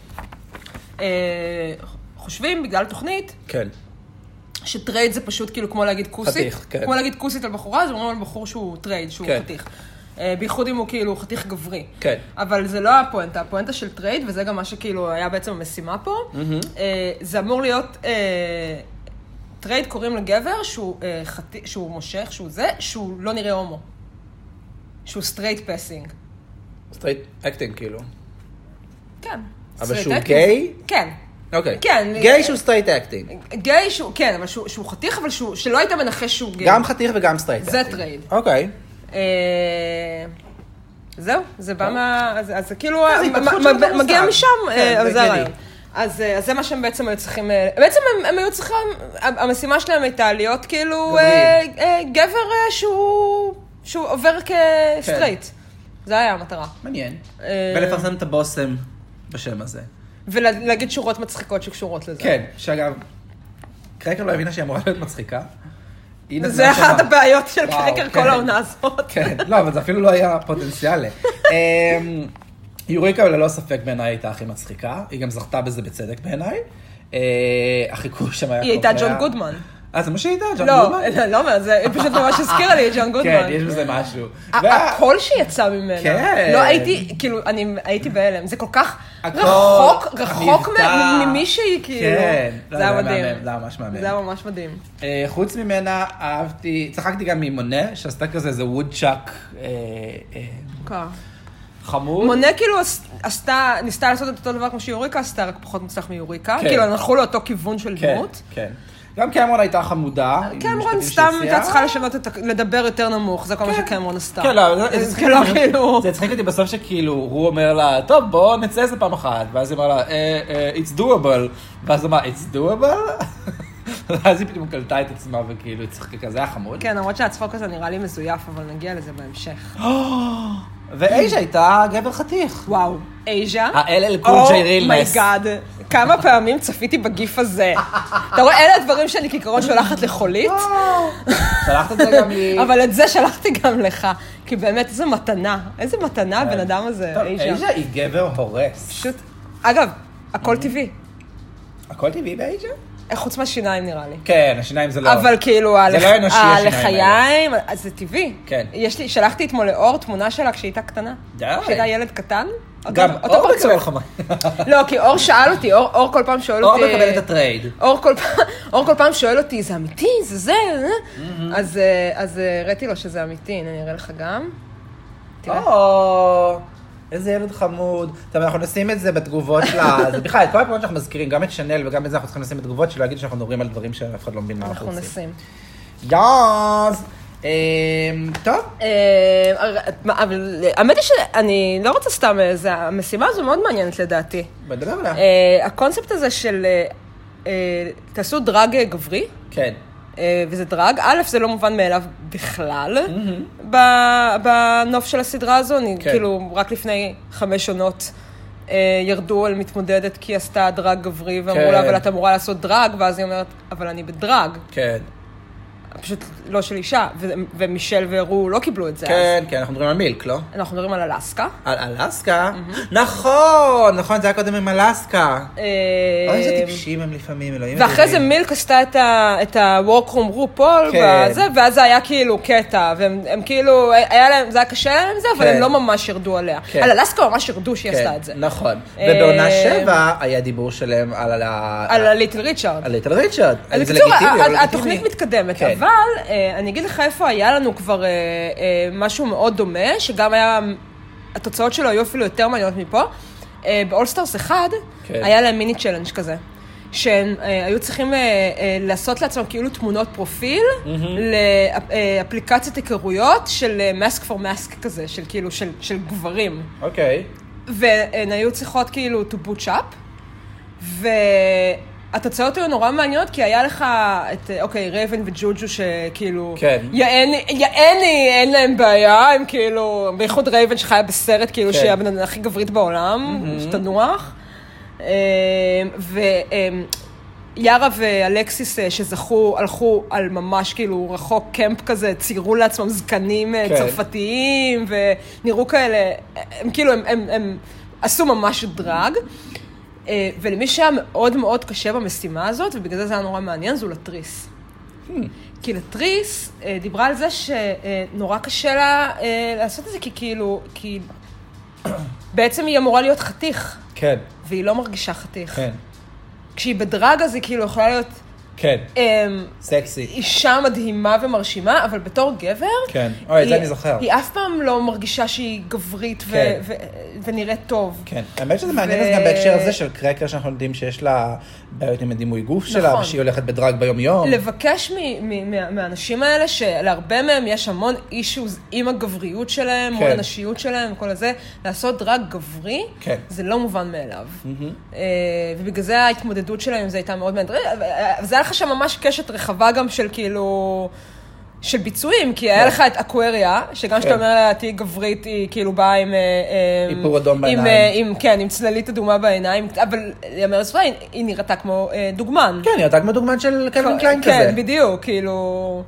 חושבים בגלל תוכנית, כן. שטרייד זה פשוט כאילו כמו להגיד כוסית. חתיך, כן. כמו להגיד כוסית על בחורה, זה אומרים על בחור שהוא טרייד, שהוא חתיך. בייחוד אם הוא כאילו חתיך גברי. כן. אבל זה לא הפואנטה, הפואנטה של טרייד, וזה גם מה שכאילו היה בעצם המשימה פה, זה אמור להיות, טרייד קוראים לגבר שהוא מושך, שהוא לא נראה הומו. שהוא סטרייט פסינג. סטרייט אקטינג כאילו. כן. אבל שהוא גיי? כן. אוקיי. כן. גיי שהוא סטרייט אקטינג. גיי שהוא, כן, אבל שהוא חתיך, אבל שלא היית מנחש שהוא גיי. גם חתיך וגם סטרייט אקטינג. זה טרייד. אוקיי. זהו, זה בא מה... אז זה כאילו מגיע משם, אבל זה הרעיון. אז זה מה שהם בעצם היו צריכים... בעצם הם היו צריכים... המשימה שלהם הייתה להיות כאילו גבר שהוא עובר כסטרייט. זה היה המטרה. מעניין. ולפרסם את הבוסם בשם הזה. ולהגיד שורות מצחיקות שקשורות לזה. כן, שאגב, קרקר לא הבינה שהיא אמורה להיות מצחיקה. זה אחת הבעיות של קרקר כל העונה הזאת. כן, לא, אבל זה אפילו לא היה פוטנציאלי. יוריקה ללא ספק בעיניי הייתה הכי מצחיקה, היא גם זכתה בזה בצדק בעיניי. החיקוי שם היה... היא הייתה ג'ון גודמן. זה מה שהיא הייתה, ג'ון גודמן? לא, זה פשוט ממש הזכירה לי את ג'ון גודמן. כן, יש בזה משהו. הקול שיצא ממנה. כן. לא הייתי, כאילו, אני הייתי בהלם. זה כל כך רחוק ממישהי, כאילו. כן. זה היה מדהים. זה היה ממש מהמם. זה היה ממש מדהים. חוץ ממנה, אהבתי, צחקתי גם ממונה, שעשתה כזה איזה וודצ'אק חמוד. מונה כאילו ניסתה לעשות את אותו דבר כמו שיוריקה, עשתה רק פחות מצליח מיוריקה. כאילו, הלכו לאותו כיוון של דמות. כן. גם קמרון הייתה חמודה. קמרון סתם הייתה צריכה לדבר יותר נמוך, זה כל מה שקמרון עשתה. כן, לא, זה הצחיק אותי בסוף שכאילו, הוא אומר לה, טוב, בוא נצא איזה פעם אחת, ואז היא אמרה לה, it's doable, ואז היא אמרה, it's doable? ואז היא פתאום קלטה את עצמה וכאילו, זה היה חמוד. כן, למרות שהצחוק הזה נראה לי מזויף, אבל נגיע לזה בהמשך. ואייז'ה הייתה גבר חתיך. וואו, אייז'ה. האלה לקול ג'יי רילנס. אומייגאד, כמה פעמים צפיתי בגיף הזה. אתה רואה, אלה הדברים שאני כעיקרון שולחת לחולית. שלחת את זה גם לי. אבל את זה שלחתי גם לך. כי באמת, איזו מתנה הבן אדם הזה, אייז'ה. אייז'ה היא גבר הורס. פשוט, אגב, הכל טבעי. הכל טבעי באייז'ה? חוץ מהשיניים נראה לי. כן, השיניים זה לא... אבל כאילו, זה לא אנושי הלחיים, זה טבעי. כן. שלחתי אתמול לאור תמונה שלה כשהיא הייתה קטנה. די. כשהייתה ילד קטן. גם אור מקבל חמה. לא, כי אור שאל אותי, אור כל פעם שואל אותי... אור מקבל את הטרייד. אור כל פעם שואל אותי, זה אמיתי? זה? אז ראיתי לו שזה אמיתי, הנה אני אראה לך גם. תראה. איזה ילד חמוד. טוב, אנחנו נשים את זה בתגובות זה בכלל, כל הפעמים שאנחנו מזכירים, גם את שנל וגם את זה אנחנו צריכים לשים בתגובות, שלא יגיד שאנחנו מדברים על דברים שאף אחד לא מבין מה אנחנו עושים. אנחנו נשים. יאז! טוב. אבל האמת היא שאני לא רוצה סתם, המשימה הזו מאוד מעניינת לדעתי. בדבר עליה. הקונספט הזה של תעשו דרג גברי. כן. וזה דרג. א', זה לא מובן מאליו בכלל, בנוף של הסדרה הזו. אני כאילו, רק לפני 5 עונות ירדו על מתמודדת כי עשתה דרג גברי, ואמרו לה, אבל את אמורה לעשות דרג, ואז היא אומרת, אבל אני בדרג. כן. פשוט לא של אישה, ומישל ורו לא קיבלו את זה. כן, כן, אנחנו מדברים על מילק, לא? אנחנו מדברים על אלסקה. על אלסקה? נכון, נכון, זה היה קודם עם אלסקה. איזה טיפשים הם לפעמים, אלוהים. ואחרי זה מילק עשתה את הוורקרום רופול, ואז זה היה כאילו קטע, והם כאילו, זה היה קשה להם עם זה, אבל הם לא ממש ירדו עליה. על אלסקה ממש ירדו שהיא עשתה את זה. נכון, ובעונה 7 היה דיבור שלהם על הליטל ריצ'ארד. על ליטל ריצ'ארד. בקיצור, התוכנית מתקדמת, אבל אני אגיד לך איפה היה לנו כבר משהו מאוד דומה, שגם היה, התוצאות שלו היו אפילו יותר מעניינות מפה. באולסטארס 1 היה להם מיני צ'לנג' כזה, שהם היו צריכים לעשות לעצמם כאילו תמונות פרופיל לאפליקציית היכרויות של מאסק פור מאסק כזה, של כאילו של גברים. אוקיי. והן היו צריכות כאילו to boot up, התוצאות היו נורא מעניינות, כי היה לך את, רייבן וג'וג'ו שכאילו, יעני, אין להם בעיה, הם כאילו, בייחוד רייבן שחיה בסרט, כאילו שהיא הבן הכי גברית בעולם, שתנוח. ויארה ואלקסיס שזכו, הלכו על ממש כאילו רחוק קמפ כזה, ציירו לעצמם זקנים צרפתיים, ונראו כאלה, הם כאילו, הם עשו ממש דרג. ולמי שהיה מאוד מאוד קשה במשימה הזאת, ובגלל זה היה נורא מעניין, זו לטריס. כי לטריס דיברה על זה שנורא קשה לה לעשות את זה, כי בעצם היא אמורה להיות חתיך. כן. והיא לא מרגישה חתיך. כן. כשהיא בדרג אז היא כאילו יכולה להיות... כן, סקסי. אישה מדהימה ומרשימה, אבל בתור גבר, כן, אוי, את זה אני זוכר. היא אף פעם לא מרגישה שהיא גברית ונראית טוב. כן, האמת שזה מעניין אז גם בהקשר הזה של קרקר, שאנחנו יודעים שיש לה בעיות עם הדימוי גוף שלה, ושהיא הולכת בדרג ביום יום. לבקש מהאנשים האלה, שלהרבה מהם יש המון אישוז עם הגבריות שלהם, מול הנשיות שלהם וכל הזה, לעשות דרג גברי, זה לא מובן מאליו. ובגלל זה ההתמודדות שלהם זה הייתה מאוד מעניינת. וזה היה לך שם ממש קשת רחבה גם של כאילו, של ביצועים, כי היה לך את אקווריה, שגם שאתה אומר לה, תהי גברית, היא כאילו באה עם... איפור אדום בעיניים. כן, עם צללית אדומה בעיניים, אבל יאמר ספרי, היא נראתה כמו דוגמן. כן, היא נראתה כמו דוגמן של קלווין קליין כזה. כן, בדיוק, כאילו...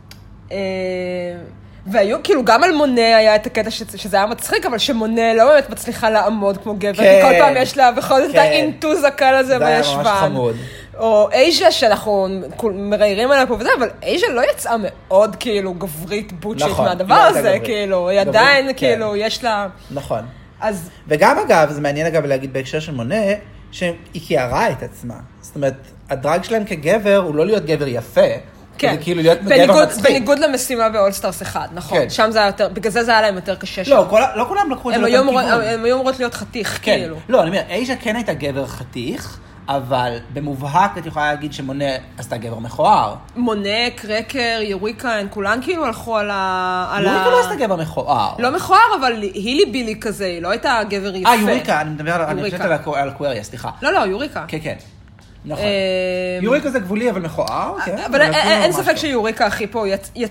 והיו, כאילו, גם על מונה היה את הקטע שזה היה מצחיק, אבל שמונה לא באמת מצליחה לעמוד כמו גבר, כי כל פעם יש לה בכל זאת את האינטוז הקל הזה בישבן. זה היה ממש חמוד. או אייז'ה שאנחנו מראיירים עליה פה וזה, אבל אייז'ה לא יצאה מאוד כאילו גברית בוטשית מהדבר הזה, כאילו, היא עדיין כאילו, יש לה... נכון. וגם אגב, זה מעניין אגב להגיד בהקשר של מונה, שהיא קיירה את עצמה. זאת אומרת, הדרג שלהם כגבר הוא לא להיות גבר יפה, כן, כאילו להיות גבר מצחיק. בניגוד למשימה באולסטארס 1, נכון. שם זה היה יותר, בגלל זה היה להם יותר קשה שם. לא כולם לקחו את זה באותן כיוון. הם היו אמורות להיות חתיך, כאילו. לא, אני אומר, אייז'ה כן הייתה גבר חתיך, אבל במובהק את יכולה להגיד שמונה עשתה גבר מכוער. מונה, קרקר, יוריקה, הן כולן כאילו הלכו על יוריקה לא עשתה גבר מכוער. לא מכוער, אבל הילי בילי כזה, היא לא הייתה גבר יפה. יוריקה, אני מדבר על אקווריה, סליחה. לא, יוריקה. כן, כן. נכון. יוריקה זה גבולי, אבל מכוער, כן. אבל אין ספק שיוריקה הכי פה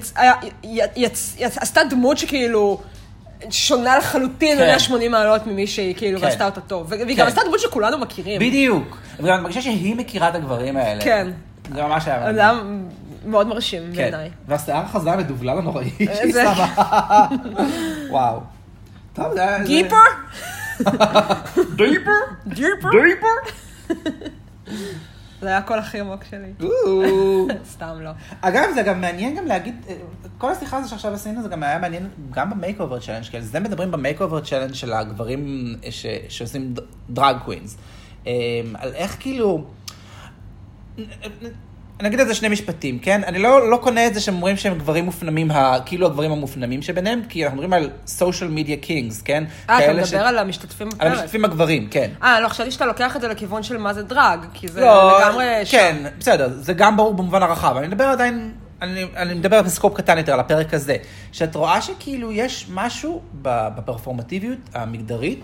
עשתה דמות שכאילו שונה לחלוטין 180 מעלות ממי שהיא כאילו ועשתה אותה טוב. והיא גם עשתה דמות שכולנו מכירים. בדיוק. וגם אני מרגישה שהיא מכירה את הגברים האלה. כן. זה ממש היה. זה היה מאוד מרשים בעיניי. והשיער חזרה מדובלה לנוראית שהיא שמה. וואו. טוב, זה... גיפר? דיפר? דיפר? זה היה הכל הכי עמוק שלי. סתם לא. אגב, זה גם מעניין גם להגיד, כל השיחה הזו שעכשיו עשינו, זה גם היה מעניין גם במייק-אובר צ'לנג', כי על זה מדברים במייק-אובר צ'לנג' של הגברים שעושים דרג קווינס. על איך כאילו... אני אגיד את זה 2 משפטים, כן? אני לא קונה את זה שהם אומרים שהם גברים מופנמים, כאילו הגברים המופנמים שביניהם, כי אנחנו מדברים על social media kings, כן? אתה מדבר על המשתתפים בפרק. על המשתתפים הגברים, כן. לא, חשבתי שאתה לוקח את זה לכיוון של מה זה דרג, כי זה לגמרי... כן, בסדר, זה גם ברור במובן הרחב. אני מדבר עדיין, אני מדבר בסקופ קטן יותר על הפרק הזה, שאת רואה שכאילו יש משהו בפרפורמטיביות המגדרית,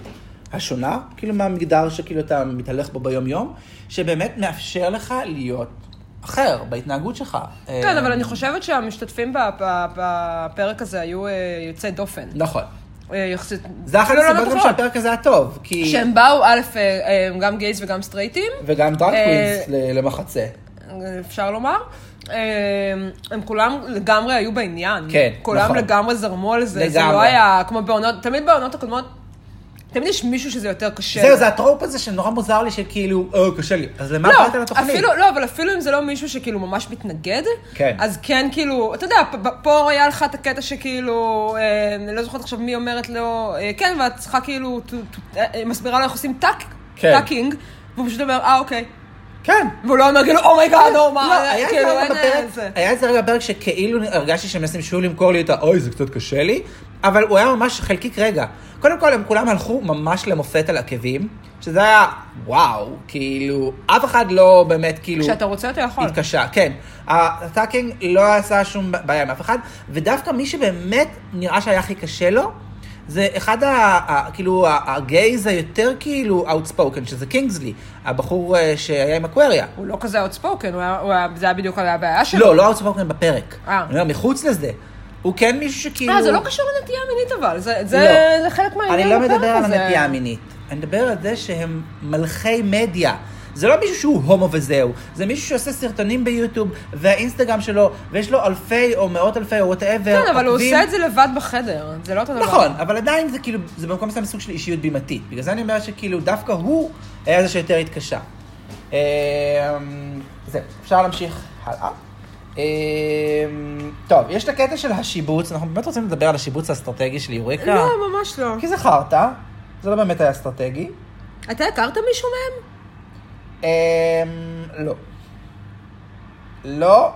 השונה, כאילו מהמגדר שכאילו אתה מתהלך בו ביום יום, שבאמת מאפשר לך להיות אחר בהתנהגות שלך. כן, אבל אני חושבת שהמשתתפים בפרק הזה היו יוצאי דופן. נכון. יחסית... זה אחת הסיבות גם שהפרק הזה היה טוב, כי... שהם באו, א', גם גייז וגם סטרייטים. וגם דרג קווינס למחצה. אפשר לומר. הם כולם לגמרי היו בעניין. כן, נכון. כולם לגמרי זרמו על זה. זה לא היה כמו בעונות, תמיד בעונות הקודמות, תמיד יש מישהו שזה יותר קשה. זהו, זה הטרופ הזה שנורא מוזר לי שכאילו, קשה לי. אז למה באת לתוכנית? לא, אבל אפילו אם זה לא מישהו שכאילו ממש מתנגד, כן. אז כן, כאילו, אתה יודע, פה היה לך את הקטע שכאילו, אני לא זוכרת עכשיו מי אומרת לו, כן, ואת צריכה כאילו, מסבירה לו איך עושים טאקינג, והוא פשוט אומר, אוקיי. כן. והוא לא אומר, כאילו, אומייגאד, מה, כאילו, היה איזה רגע בפרק שכאילו הרגשתי שהם מנסים שוב למכור לי את אוי, זה קצת קשה לי, אבל הוא היה ממש חלקיק רגע. קודם כל, הם כולם הלכו ממש למופת על עקבים, שזה היה, וואו, כאילו, אף אחד לא באמת, כאילו... כשאתה רוצה, אתה יכול. התקשה, כן. הטאקינג לא עשה שום בעיה עם אף אחד, ודווקא מי שבאמת נראה שהיה הכי קשה לו, זה אחד כאילו, הגייז היותר כאילו outspoken, שזה קינגסלי, הבחור שהיה עם אקווריה. הוא לא כזה outspoken, זה היה בדיוק הבעיה שלו. לא outspoken בפרק. אני אומר, מחוץ לזה. הוא כן מישהו שכאילו... זה לא קשור לנטייה מינית אבל, זה חלק מהעניין. אני לא מדבר על הנטייה המינית, אני מדבר על זה שהם מלכי מדיה. זה לא מישהו שהוא הומו וזהו, זה מישהו שעושה סרטונים ביוטיוב, והאינסטגרם שלו, ויש לו אלפי או מאות אלפי או whatever. כן, אבל הוא עושה את זה לבד בחדר, זה לא אותו דבר. נכון, אבל עדיין זה כאילו, זה במקום מסוים סוג של אישיות בימתית. בגלל זה אני אומר שכאילו דווקא הוא היה זה שיותר התקשה. זהו, אפשר להמשיך הלאה. טוב, יש את הקטע של השיבוץ, אנחנו באמת רוצים לדבר על השיבוץ האסטרטגי של יוריקה. לא, ממש לא. כי זה חרטה, זה לא באמת היה אסטרטגי. אתה הכרת מישהו מהם? לא. לא.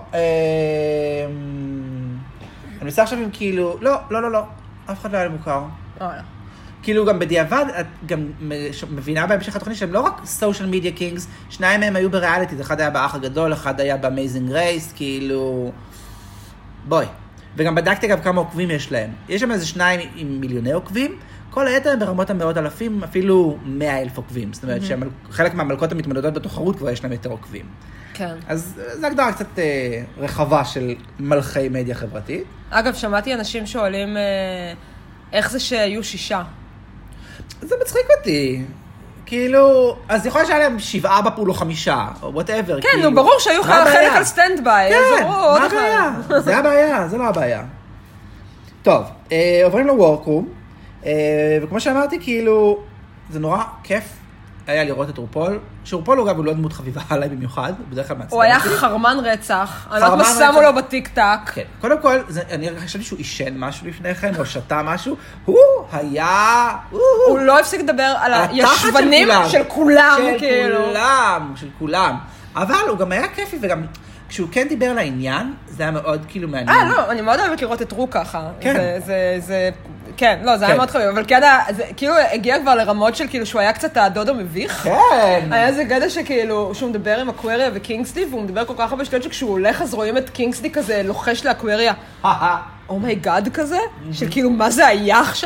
אני מנסה עכשיו עם כאילו, לא. אף אחד לא היה מוכר. כאילו גם בדיעבד, את גם מבינה בהמשך התוכנית שהם לא רק סושיאל מדיה קינגס, שניים מהם היו בריאליטי, אחד היה באח הגדול, אחד היה באמייזינג רייס, כאילו... בואי. וגם בדקתי גם כמה עוקבים יש להם. יש שם איזה שניים עם מיליוני עוקבים, כל היתר הם ברמות המאות אלפים, אפילו 100,000 עוקבים. זאת אומרת שחלק מהמלכות המתמודדות בתחרות כבר יש להם יותר עוקבים. כן. אז זו הגדרה קצת רחבה של מלכי מדיה חברתית. אגב, שמעתי אנשים שואלים איך זה שהיו 6. זה מצחיק אותי. כאילו, אז יכול להיות שהיה להם 7 בפול או 5, או whatever. כן, נו, ברור שהיו חלק על סטנד-ביי. כן, מה הבעיה? זה הבעיה, זה לא הבעיה. טוב, עוברים לוורקרום, וכמו שאמרתי, כאילו, זה נורא כיף היה לראות את רופול, שרופול אגב הוא לא דמות חביבה עליי במיוחד, בדרך כלל מעצבן. הוא היה חרמן רצח, אנחנו שמו לו בטיק טק. כן, קודם כל, אני חשבתי שהוא אישן משהו לפני כן, או שתה משהו, הוא היה... הוא לא הפסיק לדבר על הישבנים של כולם, כאילו. של כולם. אבל הוא גם היה כיפי, וגם כשהוא כן דיבר על העניין, זה היה מאוד כאילו מעניין. לא, אני מאוד אוהבת לראות את רו ככה. זה... כן, לא, זה היה מאוד חביב, אבל כאילו הגיע כבר לרמות של כאילו שהוא היה קצת הדודו מביך. כן. היה איזה גדע שכאילו, שהוא מדבר עם אקווריה וקינגסלי, והוא מדבר כל כך הרבה שטויות שכשהוא הולך אז רואים את קינגסלי כזה לוחש לאקווריה. אומייגאד כזה, של כאילו מה זה היה עכשיו?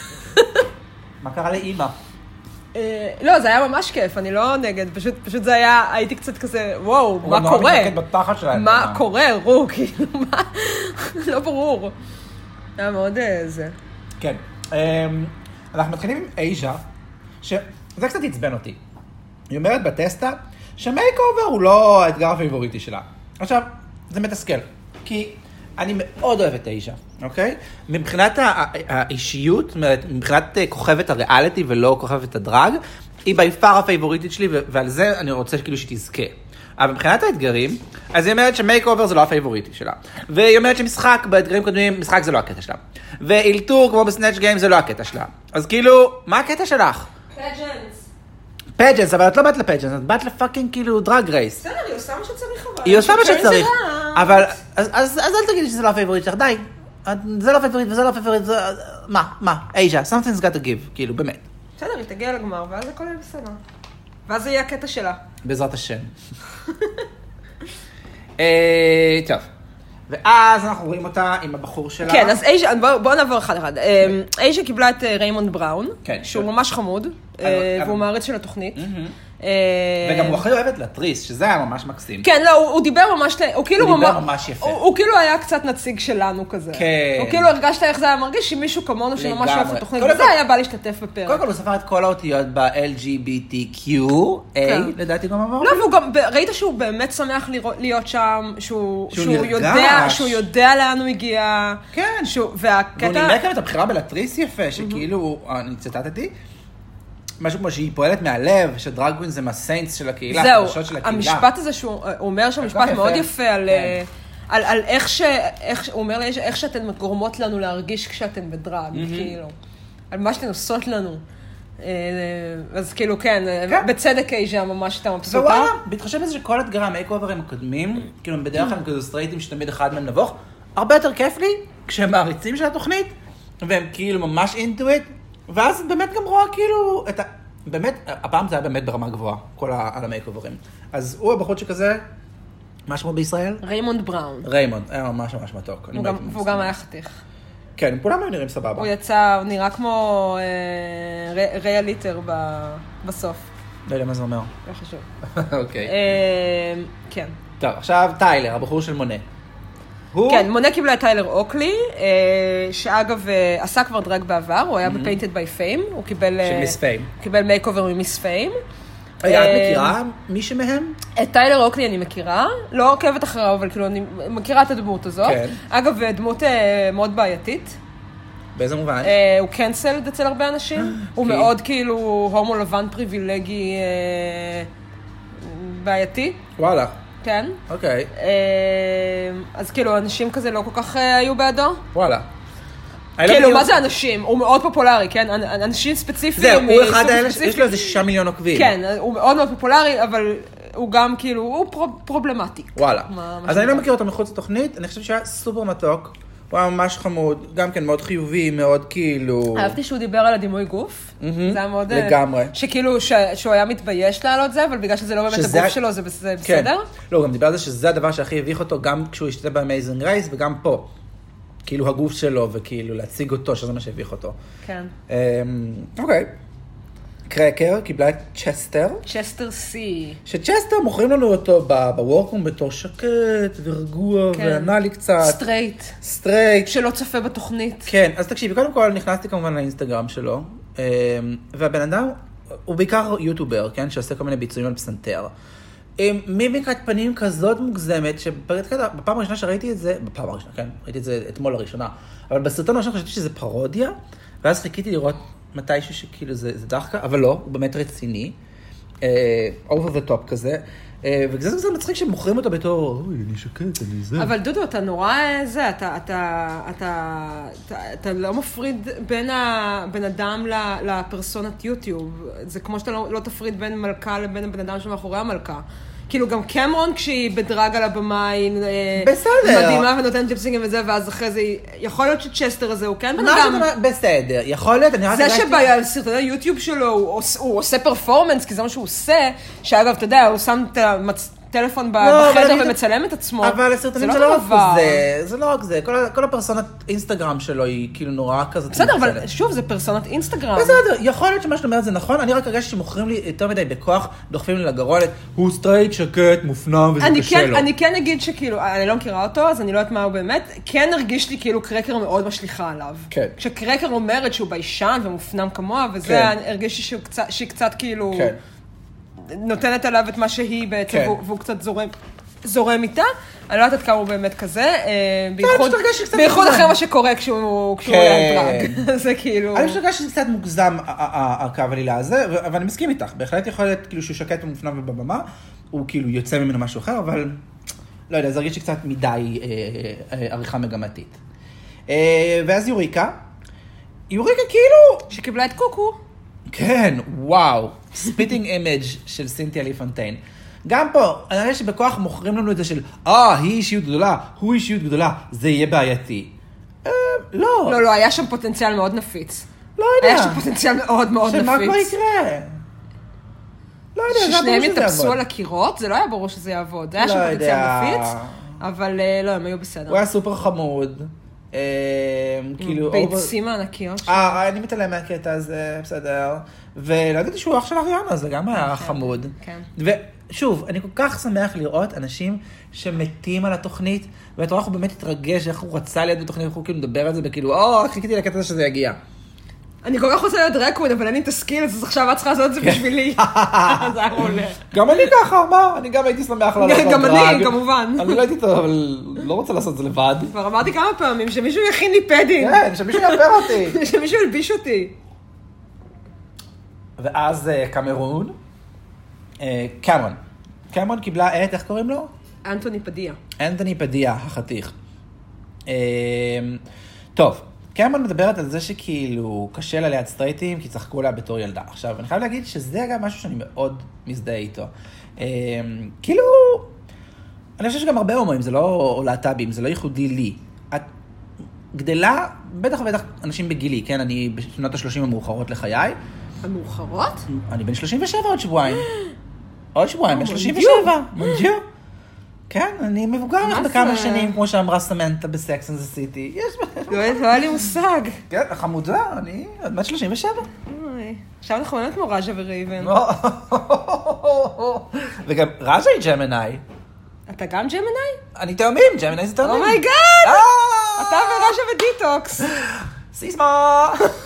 מה קרה לאמא? לא, זה היה ממש כיף, אני לא נגד, פשוט זה היה, הייתי קצת כזה, וואו, מה קורה? מה קורה, רו, כאילו, מה? לא ברור. היה מאוד זה. כן. אנחנו מתחילים עם אייז'ה, שזה קצת עצבן אותי. היא אומרת בטסטה, שמייק אובר הוא לא האתגר הפייבוריטי שלה. עכשיו, זה מתסכל, כי אני מאוד אוהב את אייז'ה, אוקיי? מבחינת האישיות, זאת אומרת, מבחינת כוכבת הריאליטי ולא כוכבת הדרג, היא ביפר הפייבוריטית שלי, ועל זה אני רוצה כאילו שתזכה. אבל מבחינת האתגרים, אז היא אומרת שמייק אובר זה לא הפייבוריטי שלה. והיא אומרת שמשחק, באתגרים קודמים, משחק זה לא הקטע שלה. ואילתור, כמו בסנאצ' גיים, זה לא הקטע שלה. אז כאילו, מה הקטע שלך? פג'נס, אבל את לא באת לפג'נס, את באת לפאקינג כאילו דרג רייס. בסדר, היא עושה מה שצריך אבל. היא עושה מה שצריך. אבל, אז אל תגידי שזה לא הפייבוריט שלך, די. זה לא הפייבוריט וזה לא הפייבוריט, מה? אייז'ה, something's got to give, כאילו, באמת. בסדר, היא תגיע לגמר, ואז הכל יהיה בסדר. ואז זה יהיה הקטע שלה. בעזרת השם. טוב. ואז אנחנו רואים אותה עם הבחור שלה. כן, אז אייז'ה, בואו נעבור אחד. אייז'ה קיבלה את ריימונד בראון, שהוא ממש חמוד. והוא מעריץ של התוכנית. וגם הוא הכי אוהבת להתריס, שזה היה ממש מקסים. כן, לא, הוא דיבר ממש, הוא דיבר ממש יפה. הוא כאילו היה קצת נציג שלנו כזה. כן. הוא כאילו הרגשת איך זה היה מרגיש, עם מישהו כמונו שממש אוהב את התוכנית, וזה היה בא להשתתף בפרק. קודם כל הוא ספר את כל האותיות ב-LGBTQA, לדעתי גם אמר. לא, וגם ראית שהוא באמת שמח להיות שם, שהוא יודע לאן הוא הגיע. כן. והקטע... והוא נימק גם את הבחירה בלהתריס יפה, שכאילו, אני ציטטתי, משהו כמו שהיא פועלת מהלב, שדרג קווין זה מהסיינטס של הקהילה, זהו, המשפט הזה שהוא אומר שם משפט מאוד יפה על איך הוא אומר לי, איך שאתן גורמות לנו להרגיש כשאתן בדרג, כאילו, על מה שאתן עושות לנו. אז כאילו כן, בצדק אישה ממש הייתה מבסוטה. ווואלה, בהתחשב בזה שכל אתגרי המייק-אוברים הקודמים, כאילו הם בדרך כלל כזה סטרייטים שתמיד אחד מהם נבוך, הרבה יותר כיף לי כשהם מעריצים של התוכנית, והם כאילו ממש into it, ואז באמת גם רואה כאילו, באמת, הפעם זה היה באמת ברמה גבוהה, כל על המייק-אוברים. אז הוא הבחור שכזה, מה שמו בישראל? ריימונד בראון. ריימונד, היה ממש ממש מתוק. והוא גם היה חתיך. כן, כולם היו נראים סבבה. הוא יצא, הוא נראה כמו ריי ליטר בסוף. לא יודע מה זה אומר. לא חשוב. אוקיי. כן. טוב, עכשיו טיילר, הבחור של מונה. כן, מונה קיבלה את טיילר אוקלי, שאגב עשה כבר דרג בעבר, הוא היה ב-Painted by Fame, הוא קיבל... של מיס פיים. קיבל מייק-אובר ממיס פיים. את מכירה מישהו מהם? את טיילר אוקלי אני מכירה, לא עוקבת אחריו, אבל כאילו אני מכירה את הדמות הזאת. אגב, דמות מאוד בעייתית. באיזה מובן? הוא קנסלד אצל הרבה אנשים, הוא מאוד כאילו הומו לבן פריבילגי בעייתי. וואלה. כן. אוקיי. אז כאילו, אנשים כזה לא כל כך היו בעדו. וואלה. כאילו, מה זה אנשים? הוא מאוד פופולרי, כן? אנשים ספציפיים. זהו, הוא אחד האלה, יש לו איזה 6 מיליון עוקבים. כן, הוא מאוד מאוד פופולרי, אבל הוא גם כאילו, הוא פרובלמטי. וואלה. אז אני לא מכיר אותו מחוץ לתוכנית, אני חושב שהיה סופר מתוק. הוא היה ממש חמוד, גם כן מאוד חיובי, מאוד כאילו... אהבתי שהוא דיבר על הדימוי גוף. זה היה מאוד... לגמרי. שכאילו, שהוא היה מתבייש לעלות זה, אבל בגלל שזה לא באמת הגוף שלו, זה בסדר? לא, הוא גם דיבר על זה שזה הדבר שהכי הביך אותו, גם כשהוא השתתף באמייזינג רייס, וגם פה. כאילו הגוף שלו, וכאילו להציג אותו, שזה מה שהביך אותו. כן. אוקיי. קרקר קיבלה את צ'סטר. צ'סטר סי. שצ'סטר מוכרים לנו אותו בוורקום בתור שקט ורגוע וענה לי קצת. סטרייט. שלא צפה בתוכנית. כן, אז תקשיבי, קודם כל נכנסתי כמובן לאינסטגרם שלו, והבן אדם הוא בעיקר יוטובר, כן, שעושה כל מיני ביצועים על פסנתר. מימיקת פנים כזאת מוגזמת, שבפעם הראשונה שראיתי את זה, בפעם הראשונה, כן, ראיתי את זה אתמול לראשונה, אבל בסרטון הראשון חשבתי שזה פרודיה, ואז חיכיתי לראות מתישהו שכאילו זה דחקה, אבל לא, הוא באמת רציני, over the top כזה, וזה מצחיק שמוכרים אותו בתור, אוי, אני שקט, אני זה. אבל דודו, אתה נורא זה, אתה לא מפריד בין הבן אדם לפרסונת יוטיוב, זה כמו שאתה לא תפריד בין מלכה לבין הבן אדם שמאחורי המלכה. כאילו גם קמרון כשהיא בדרג על הבמה, היא מדהימה ונותנת טיפסינגים וזה, ואז אחרי זה, יכול להיות שצ'סטר הזה הוא כן בן אדם. בסדר, יכול להיות, אני רק זה שבעיה על סרטוני יוטיוב שלו, הוא עושה פרפורמנס, כי זה מה שהוא עושה, שאגב, אתה יודע, הוא שם את טלפון בחדר ומצלם את עצמו. אבל הסרטונים זה לא רק זה, זה לא רק זה, כל הפרסונת אינסטגרם שלו היא כאילו נורא כזאת. בסדר, אבל שוב, זה פרסונת אינסטגרם. בסדר, יכול להיות שמה שאת אומרת זה נכון, אני רק הרגשתי שמוכרים לי יותר מדי בכוח, דוחפים לי לגרולת, הוא סטרייט, שקט, מופנם, וזה קשה לו. אני כן אגיד שכאילו, אני לא מכירה אותו, אז אני לא יודעת מה הוא באמת, כן הרגיש לי כאילו קרקר מאוד משליחה עליו. כן. כשקרקר אומרת שהוא ביישן ומופנם כמוה, וזה הרגיש שהיא קצת כאילו נותנת עליו את מה שהיא בעצם, והוא קצת זורם איתה. אני לא יודעת כמה הוא באמת כזה, בייחוד אחרי מה שקורה כשהוא היה דרג. זה כאילו... אני חושב שזה קצת מוגזם, הקו העלילה הזה, אבל אני מסכים איתך. בהחלט יכול להיות כאילו שהוא שקט ומופנם ובבמה, הוא כאילו יוצא ממנו משהו אחר, אבל לא יודע, זה הרגיש שקצת מדי עריכה מגמתית. ואז יוריקה כאילו... שקיבלה את קוקו. כן, וואו. ספיטינג אימג' של סינתיה לי פונטיין. גם פה, אני חושב שבכוח מוכרים לנו את זה של, היא אישיות גדולה, הוא אישיות גדולה, זה יהיה בעייתי. לא. לא, היה שם פוטנציאל מאוד נפיץ. לא יודע. היה שם פוטנציאל מאוד מאוד נפיץ. שמה כבר יקרה? לא יודע, ששניהם יטפסו על הקירות, זה לא היה ברור שזה יעבוד. היה שם פוטנציאל נפיץ, אבל לא, הם היו בסדר. הוא היה סופר חמוד. ביצים הענקיות. אני מתעלם מהקטע הזה, בסדר. ולא ידעתי שהוא אח של אריאנה, זה גם היה חמוד. כן. ושוב, אני כל כך שמח לראות אנשים שמתים על התוכנית, ואתה רואה, הוא באמת התרגש, איך הוא רצה להיות בתוכנית, איך הוא כאילו מדבר על זה, וכאילו, חיכיתי לקטע שזה יגיע. אני כל כך רוצה להיות דרקווין, אבל אני תסכיל, אז עכשיו את צריכה לעשות את זה בשבילי. זה היה עולה. גם אני ככה, מה? אני גם הייתי שמח לעלות על דרג. גם אני, כמובן. אני לא הייתי טוב, אבל לא רוצה לעשות את זה לבד. כבר אמרתי כמה פעמים, שמישהו יכין לי פדים. כן, שמישהו יאפר אותי. שמישהו ילביש אותי. ואז קמרון, קמרון קיבלה את, איך קוראים לו? אנטוני פדיה. אנטוני פדיה, החתיך. טוב, קמרון מדברת על זה שכאילו קשה לה ליד סטרייטים, כי צחקו לה בתור ילדה. עכשיו, אני חייב להגיד שזה גם משהו שאני מאוד מזדהה איתו. כאילו, אני חושב שגם הרבה הומואים, זה לא להט"בים, זה לא ייחודי לי. את גדלה, בטח ובטח אנשים בגילי, כן? אני בשנות ה-30 המאוחרות לחיי. המאוחרות? אני בן 37 עוד שבועיים. עוד שבועיים, בן 37. מונדיו. כן, אני מבוגר לך בכמה שנים, כמו שאמרה סמנטה בסקס אנד דה סיטי. לא היה לי מושג. כן, חמודה, אני עוד בת 37. עכשיו אנחנו באמת כמו רג'ה ורייבן. וגם רג'ה היא ג'מנאי. אתה גם ג'מנאי? אני תאומים, ג'מנאי זה תאומים. אומייגאד! אתה ורג'ה ודיטוקס. סיסמה!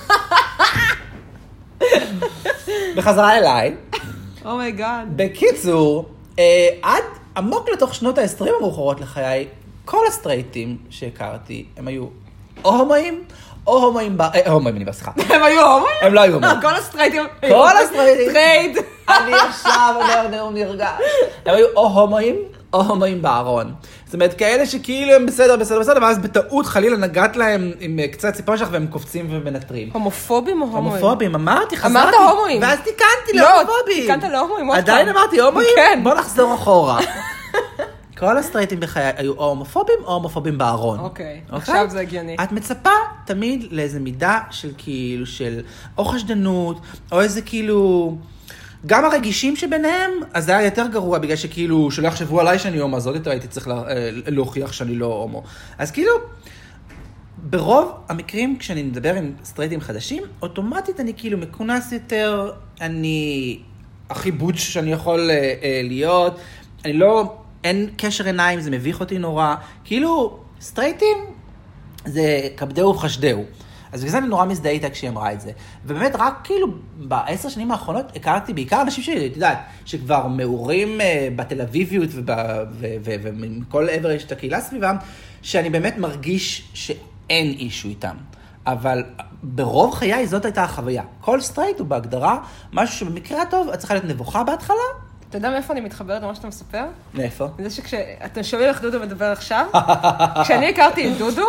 בחזרה אליי. אומייגאד. בקיצור, עד עמוק לתוך שנות ה-20 המאוחרות לחיי, כל הסטרייטים שהכרתי, הם היו או הומואים, או הומואים הומואים, אני בסליחה. הם היו הומואים? הם לא היו הומואים. כל הסטרייטים. כל הסטרייטים. טרייד. אני עכשיו אומר נאום נרגש. הם היו או הומואים, או הומואים בארון. זאת אומרת, כאלה שכאילו הם בסדר, ואז בטעות חלילה נגעת להם עם קצת ציפור שלך, והם קופצים ומנטרים. הומופובים או הומואים? הומופובים, אמרתי, חזרתי. אמרת הומואים. ואז תיקנתי להומופובים. תיקנת להומואים, עדיין אמרתי הומואים? כן. בוא נחזור אחורה. כל הסטרייטים בחיי היו או הומופובים או הומופובים בארון. אוקיי, עכשיו זה הגיוני. את מצפה תמיד לאיזה מידה של כאילו, של או חשדנות, או איזה כאילו, גם הרגישים שביניהם, אז זה היה יותר גרוע, בגלל שכאילו, שלא יחשבו עליי שאני הומו, אז עוד יותר הייתי צריך להוכיח שאני לא הומו. אז כאילו, ברוב המקרים, כשאני מדבר עם סטרייטים חדשים, אוטומטית אני כאילו מקונס יותר, אני הכי בוץ' שאני יכול להיות, אני לא, אין קשר עיניים, זה מביך אותי נורא, כאילו, סטרייטים זה כבדהו וחשדהו. אז בגלל זה אני נורא מזדהה איתה כשהיא אמרה את זה. ובאמת רק כאילו ב10 שנים האחרונות הכרתי בעיקר אנשים שאת יודעת, שכבר מעורים בתל אביביות ומכל עבר יש את הקהילה סביבם, שאני באמת מרגיש שאין אישו איתם. אבל ברוב חיי זאת הייתה החוויה. כל סטרייט הוא בהגדרה משהו שבמקרה הטוב את צריכה להיות נבוכה בהתחלה. אתה יודע מאיפה אני מתחברת למה שאתה מספר? מאיפה? זה שכשאתה שומע לך דודו מדבר עכשיו, כשאני הכרתי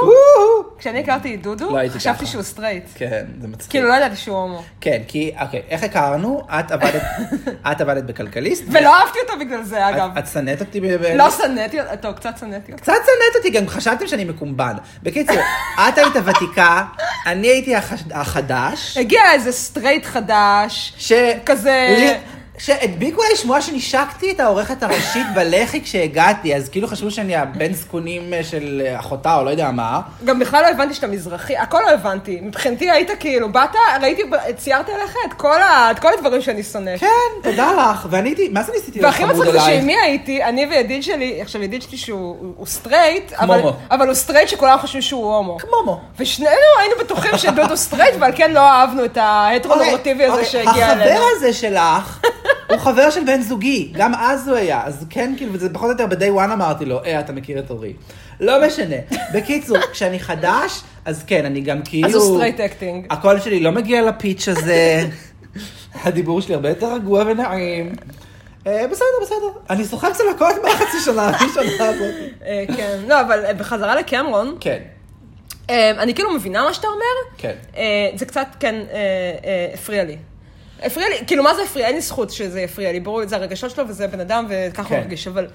את דודו, חשבתי שהוא סטרייט. כן, זה מצחיק. כאילו לא ידעתי שהוא הומו. כן, כי, אוקיי, איך הכרנו? את עבדת בכלכליסט. ולא אהבתי אותו בגלל זה, אגב. את שנאת אותי לא שנאתי, טוב, קצת שנאתי. קצת שנאת אותי, גם חשבתם שאני מקומבן. בקיצור, את היית הוותיקה, אני הייתי החדש. הגיע איזה סטרייט חדש, כזה... שהדביקו לה לשמוע שנשקתי את העורכת הראשית בלחי כשהגעתי, אז כאילו חשבו שאני הבן זקונים של אחותה, או לא יודע מה. גם בכלל לא הבנתי שאתה מזרחי, הכל לא הבנתי. מבחינתי היית כאילו, באת, ראיתי, ציירתי עליך את כל הדברים שאני שונאת. כן, תודה לך. ואני הייתי, מה זה ניסיתי להיות חמוד והכי עליי? מצחיק שעימי הייתי, אני וידיד שלי, עכשיו ידיד שלי שהוא סטרייט, כמומו. אבל הוא סטרייט שכולם חושבים שהוא הומו. כמומו. ושנינו היינו בטוחים שדודו סטרייט, ועל כן לא אהבנו את ההטרונורמטיבי הזה שהגיע אלינו. החבר הזה שלך, הוא חבר של בן זוגי, גם אז הוא היה, אז כן, כאילו, וזה פחות או יותר ב-day one אמרתי לו, אתה מכיר את אורי. לא משנה. בקיצור, כשאני חדש, אז כן, אני גם כאילו... אז הוא סטרייט אקטינג. הקול שלי לא מגיע לפיץ' הזה, הדיבור שלי הרבה יותר רגוע ונעים. בסדר. אני שוחק אצל הכל מהחצי שנה הזאת. כן, לא, אבל בחזרה לקמרון, כן. אני כאילו מבינה מה שאתה אומר. כן. זה קצת, כן, הפריע לי. הפריע לי, כאילו מה זה הפריע? אין לי זכות שזה יפריע לי, ברור, זה הרגשות שלו וזה בן אדם וככה הוא מרגיש, אבל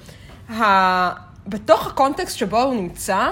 בתוך הקונטקסט שבו הוא נמצא,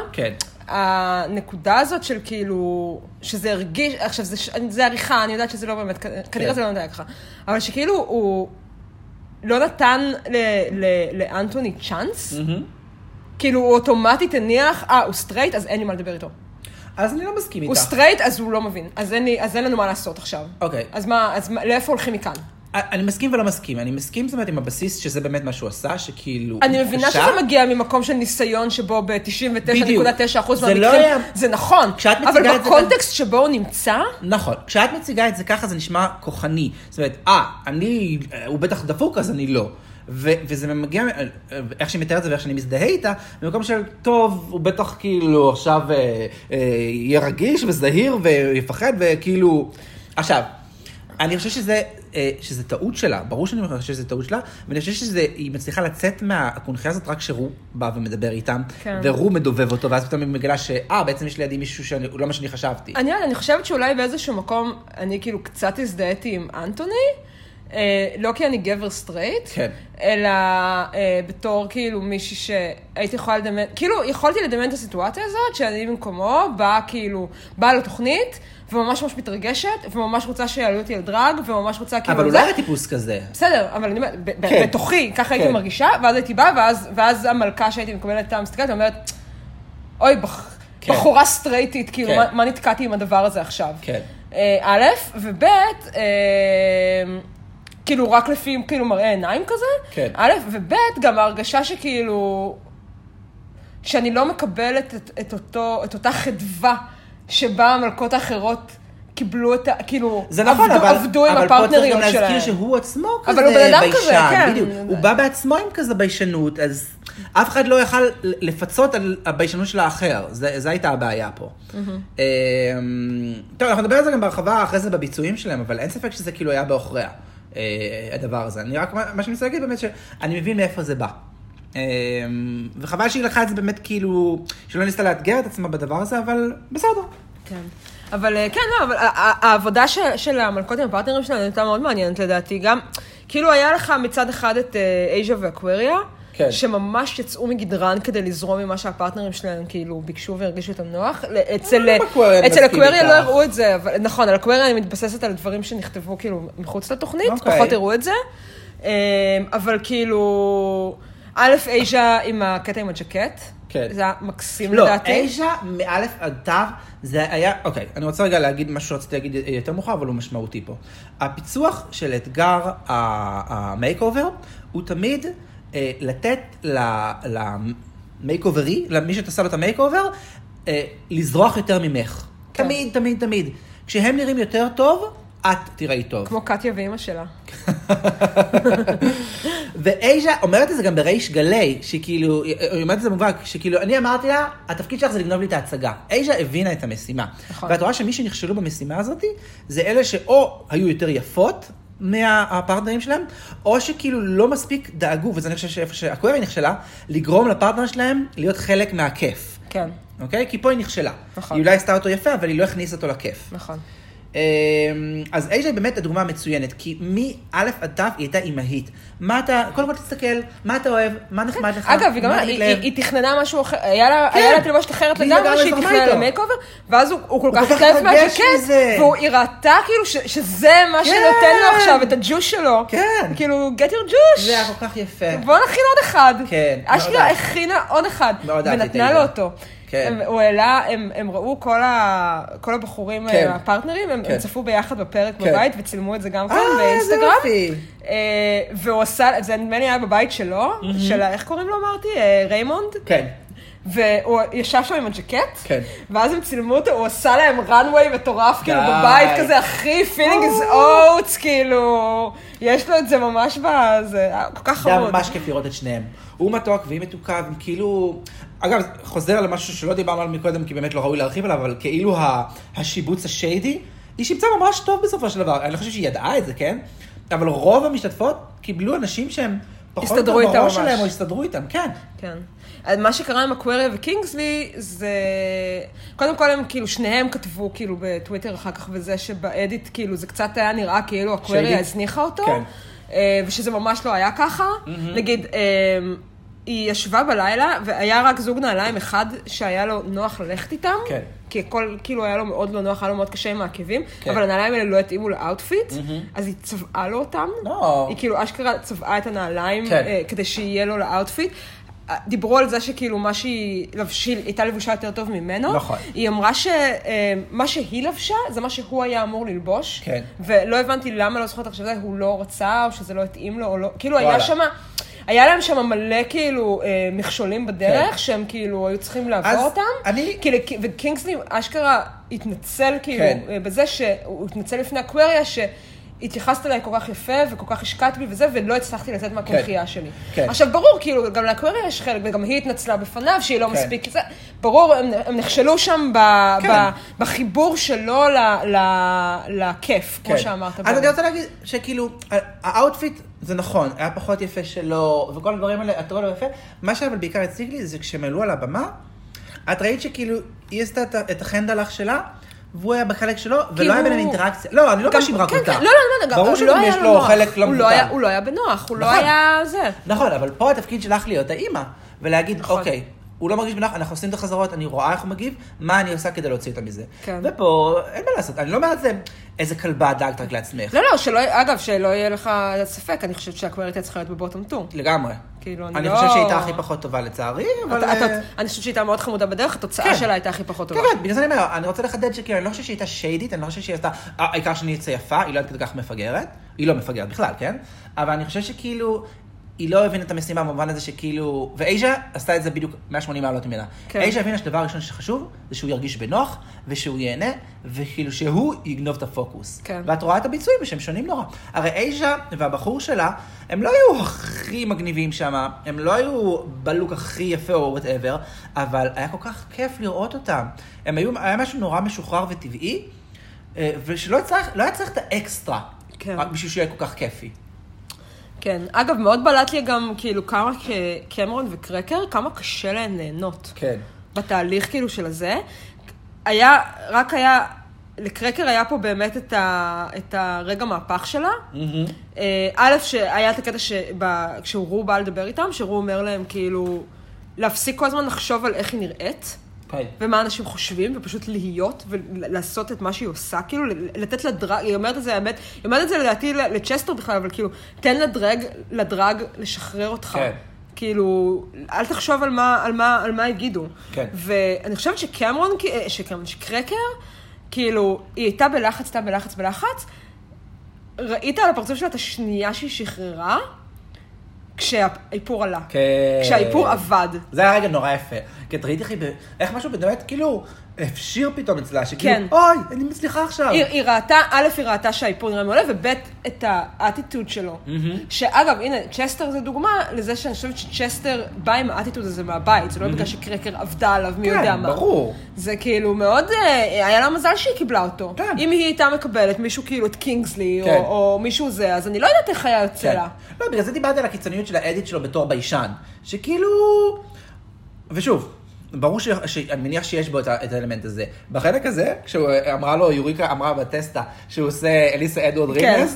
הנקודה הזאת של כאילו, שזה הרגיש, עכשיו זה עריכה, אני יודעת שזה לא באמת, כנראה זה לא נדע ככה, אבל שכאילו הוא לא נתן לאנטוני צ'אנס, כאילו הוא אוטומטית הניח, הוא סטרייט, אז אין לי מה לדבר איתו. אז אני לא מסכים איתך. הוא סטרייט, אז הוא לא מבין. אז אין לנו מה לעשות עכשיו. אוקיי. אז לאיפה הולכים מכאן? אני מסכים ולא מסכים. אני מסכים, זאת אומרת, עם הבסיס שזה באמת מה שהוא עשה, שכאילו... אני מבינה שזה מגיע ממקום של ניסיון שבו ב-99.9% מהמקרים, זה נכון, אבל בקונטקסט שבו הוא נמצא... נכון. כשאת מציגה את זה ככה, זה נשמע כוחני. זאת אומרת, הוא בטח דפוק, אז אני לא. וזה מגיע, איך שהיא מתארת את זה ואיך שאני מזדהה איתה, במקום של, טוב, הוא בטח כאילו עכשיו יהיה רגיש וזהיר ויפחד וכאילו... עכשיו, אני חושב שזה טעות שלה, ברור שאני חושב שזה טעות שלה, ואני חושב שהיא מצליחה לצאת מהקונחייה הזאת רק שרו בא ומדבר איתם, ורו מדובב אותו, ואז פתאום היא מגלה בעצם יש לידי מישהו שהוא לא מה שאני חשבתי. אני חושבת שאולי באיזשהו מקום, אני כאילו קצת הזדהיתי עם אנטוני, לא כי אני גבר סטרייט, אלא בתור כאילו מישהי שהייתי יכולה לדמיין, כאילו יכולתי לדמיין את הסיטואציה הזאת, שאני במקומו באה לתוכנית, וממש ממש מתרגשת, וממש רוצה שיעלו אותי על דרג, וממש רוצה כאילו... אבל אולי היה טיפוס כזה. בסדר, אבל אני אומרת, בתוכי, ככה הייתי מרגישה, ואז הייתי באה, ואז המלכה שהייתי מקבלת את המסתכלת, אומרת, אוי, בחורה סטרייטית, כאילו, מה נתקעתי עם הדבר הזה עכשיו? א', וב', כאילו, רק לפי, כאילו, מראה עיניים כזה, א', וב', גם ההרגשה שכאילו, שאני לא מקבלת את אותה חדווה, שבה המלכות האחרות קיבלו את כאילו, עבדו עם הפרטנריות שלהם. אבל פה צריך גם להזכיר שהוא עצמו כזה ביישן, בדיוק. הוא בא בעצמו עם כזה ביישנות, אז אף אחד לא יכל לפצות על הביישנות של האחר. זו הייתה הבעיה פה. טוב, אנחנו נדבר על זה גם בהרחבה אחרי זה בביצועים שלהם, אבל אין ספק שזה כאילו היה באחריה, הדבר הזה. אני רק, מה שאני רוצה להגיד באמת שאני מבין מאיפה זה בא. וחבל שהיא לקחה את זה באמת כאילו, שלא ניסתה לאתגר את עצמה בדבר הזה, אבל בסדר. כן. אבל כן, לא, אבל העבודה של המלכות עם הפרטנרים שלנו הייתה מאוד מעניינת לדעתי. גם, כאילו היה לך מצד אחד את אייז'ה ואקווריה, שממש יצאו מגדרן כדי לזרום ממה שהפרטנרים שלהם כאילו ביקשו והרגישו אותם נוח. אצל אקווריה לא הראו את זה, אבל נכון, על אקווריה אני מתבססת על דברים שנכתבו כאילו מחוץ לתוכנית, פחות הראו את זה. אבל כאילו... אייז'ה עם הקטע עם הג'קט, זה היה מקסים לדעתי. לא, אייז'ה מאלף עד תו, זה היה, אוקיי, אני רוצה רגע להגיד משהו שרציתי להגיד יותר מאוחר, אבל הוא משמעותי פה. הפיצוח של אתגר המייק-אובר, הוא תמיד לתת למייק-אוברי, למי שתעשה לו את המייק-אובר, לזרוח יותר ממך. תמיד, תמיד, תמיד. כשהם נראים יותר טוב, את תראי טוב. כמו קטיה ואמא שלה. ואייז'ה אומרת את זה גם בריש גלי, שכאילו, היא אומרת את זה מובהק, שכאילו, אני אמרתי לה, התפקיד שלך זה לגנוב לי את ההצגה. אייז'ה הבינה את המשימה. ואת רואה שמי שנכשלו במשימה הזאת, זה אלה שאו היו יותר יפות מהפרטנרים שלהם, או שכאילו לא מספיק דאגו, וזה אני חושב שאיפה שהאקווריה נכשלה, לגרום לפרטנר שלהם להיות חלק מהכיף. כן. אוקיי? כי פה היא נכשלה. נכון. היא אולי עשתה אותו יפה, אבל היא לא הכניסה אותו לכיף. נכון. אז אייז'ה היא באמת הדוגמה המצוינת, כי מא' עד ת' היא הייתה אימהית. מה אתה, קודם כל תסתכל, מה אתה אוהב, מה נחמד לך, אגב, היא תכננה משהו אחר, היה לה תלבושת אחרת לגמרי שהיא תכננה למייקאובר, ואז הוא כל כך התלהב מהג'קט, והיא ראתה כאילו שזה מה שנותן לו עכשיו, את הג'וש שלו. כן. כאילו, get your juice. זה היה כל כך יפה. בוא נכין עוד אחד. כן. אשכרה הכינה עוד אחד, ונתנה לו אותו. הוא העלה, הם ראו כל הבחורים, הפרטנרים, הם צפו ביחד בפרק בבית, וצילמו את זה גם כאן באינסטגרם. והוא עשה, זה נדמה לי היה בבית שלו, של, איך קוראים לו אמרתי? ריימונד? כן. והוא ישב שם עם הג'קט, ואז הם צילמו אותו, הוא עשה להם runway מטורף, כאילו בבית כזה, אחי, feeling is oats, כאילו, יש לו את זה ממש בזה, כל כך חמוד. זה היה ממש כיף לראות את שניהם. הוא מתוק והיא מתוקה, כאילו, אגב, חוזר למשהו שלא דיברנו על מקודם, כי באמת לא ראוי להרחיב עליו, אבל כאילו השיבוץ השיידי, היא שיבצה ממש טוב בסופו של דבר. אני חושב שהיא ידעה את זה, כן? אבל רוב המשתתפות קיבלו אנשים שהם פחות בראש שלהם, או הסתדרו איתם, כן. כן. מה שקרה עם אקווריה וקינגסלי, זה... קודם כל הם כאילו, שניהם כתבו כאילו בטוויטר אחר כך, וזה שבאדיט כאילו, זה קצת היה נראה כאילו אקווריה הזניחה אותו, ושזה ממש לא היה ככה. נגיד, היא ישבה בלילה, והיה רק זוג נעליים אחד שהיה לו נוח ללכת איתם, כי הכל כאילו היה לו מאוד לא נוח, היה לו מאוד קשה עם העקבים, אבל הנעליים האלה לא התאימו לאוטפיט, אז היא צבעה לו אותם, היא כאילו אשכרה צבעה את הנעליים כדי שיהיה לו לאוטפיט. דיברו על זה שכאילו מה שהיא הייתה לבושה יותר טוב ממנו. נכון. היא אמרה שמה שהיא לבשה, זה מה שהוא היה אמור ללבוש. כן. ולא הבנתי למה לא זוכרת עכשיו זה, הוא לא רצה, או שזה לא התאים לו, או לא. כאילו היה להם שם מלא כאילו מכשולים בדרך, שהם כאילו היו צריכים לעבור אותם. וקינגסלי אשכרה התנצל כאילו בזה שהוא התנצל לפני אקווריה, התייחסת אליי כל כך יפה, וכל כך השקעת בי וזה, ולא הצלחתי לצאת מהקונחייה שלי. עכשיו, ברור, כאילו, גם לאקווריה יש חלק, וגם היא התנצלה בפניו, שהיא לא מספיק, ברור, הם נכשלו שם בחיבור שלו לכיף, כמו שאמרת. אז אני רוצה להגיד שכאילו, האוטפיט זה נכון, היה פחות יפה שלו, וכל הדברים האלה, את רואה לו יפה, מה אבל בעיקר הציג לי, זה כשהם עלו על הבמה, את ראית שכאילו, היא עשתה את החנדלח שלה, והוא היה בחלק שלו, ולא היה ביניהם אינטראקציה. לא, אני לא קשים רק אותה. ברור שגם יש לו חלק לא מבוטל. הוא לא היה בנוח, הוא לא היה זה. נכון, אבל פה התפקיד שלך להיות האמא, ולהגיד, אוקיי, הוא לא מרגיש בנוח, אנחנו עושים את החזרות, אני רואה איך הוא מגיב, מה אני עושה כדי להוציא אותה מזה. ופה, אין מה לעשות, אני לא אומרת זה, איזה כלבה דאגת רק לעצמך. לא, אגב, שלא יהיה לך ספק, אני חושבת שהאקווריה צריכה להיות בבוטום 2. לגמרי. אני חושב שהיא הייתה הכי פחות טובה לצערי, אבל... אני חושבת שהיא הייתה מאוד חמודה בדרך, התוצאה שלה הייתה הכי פחות טובה. כן, בגלל זה אני אומר, אני רוצה לחדד שכאילו, אני לא חושב שהיא הייתה שיידית, אני לא חושב שהיא עשתה, העיקר שאני אצא יפה, היא לא עד כדי כך מפגרת, היא לא מפגרת בכלל, כן? אבל אני חושב שכאילו, היא לא הבינה את המשימה במובן הזה שכאילו, ואייז'ה עשתה את זה בדיוק 180 מעלות ממנה. אייז'ה הבינה שדבר הראשון שחשוב, זה שהוא ירגיש בנוח, ושהוא ייהנה, וכאילו שהוא יגנוב את הפוקוס. ואת רואה את הביצועים, ושהם שונים נורא. הרי אייז'ה והבחור שלה, הם לא היו הכי מגניבים שם, הם לא היו בלוק הכי יפה או whatever, אבל היה כל כך כיף לראות אותם. היה משהו נורא משוחרר וטבעי, ושלא היה צריך את האקסטרה, רק בשביל שיהיה כל כך כיפי. כן, אגב, מאוד בלט לי גם, כאילו, כמה קמרון וקרקר, כמה קשה להן ליהנות. כן. בתהליך, כאילו, של הזה. לקרקר היה פה באמת את הרגע מהפך שלה. א', שהיה את הקטע כשהוא רו בא לדבר איתם, שהוא אומר להם, כאילו, להפסיק כל הזמן לחשוב על איך היא נראית. ומה אנשים חושבים, ופשוט להיות ולעשות את מה שהיא עושה, כאילו, לתת לדרג, היא אומרת את זה, האמת, היא אומרת את זה לדעתי לצ'סטר בכלל, אבל כאילו, תן לדרג לשחרר אותך. כאילו, אל תחשוב על מה יגידו. ואני חושבת שקרקר, כאילו, היא הייתה בלחץ, ראית על הפרצוף שלה את השנייה שהיא שחררה, כשהאיפור עלה. כשהאיפור עבד. זה היה רגע נורא יפה. כי את ראיתי איך משהו בדמת, כאילו, הפשיר פתאום אצלה, שכאילו, אוי, אני מצליחה עכשיו. היא ראתה שהאיפור נראה מעולה, וב' את האטיטוד שלו. שאגב, הנה, צ'סטר זה דוגמה לזה שאני חושבת שצ'סטר בא עם האטיטוד הזה מהבית, זה לא בגלל שקרקר עבדה עליו, מי יודע מה. כן, ברור. זה כאילו מאוד, היה לה מזל שהיא קיבלה אותו. אם היא הייתה מקבלת מישהו כאילו את קינגסלי, או מישהו זה, אז אני לא יודעת איך היה יוצא לה. לא, בגלל זה דיברתי על הקיצוניות של האדיט שלו בתור ביישן, שכאילו, ושוב, ברור שאני מניח שיש בו את האלמנט הזה. בחלק הזה, כשהוא אמרה לו, יוריקה אמרה בטסטה, שהוא עושה אליסה אדוארד רימס,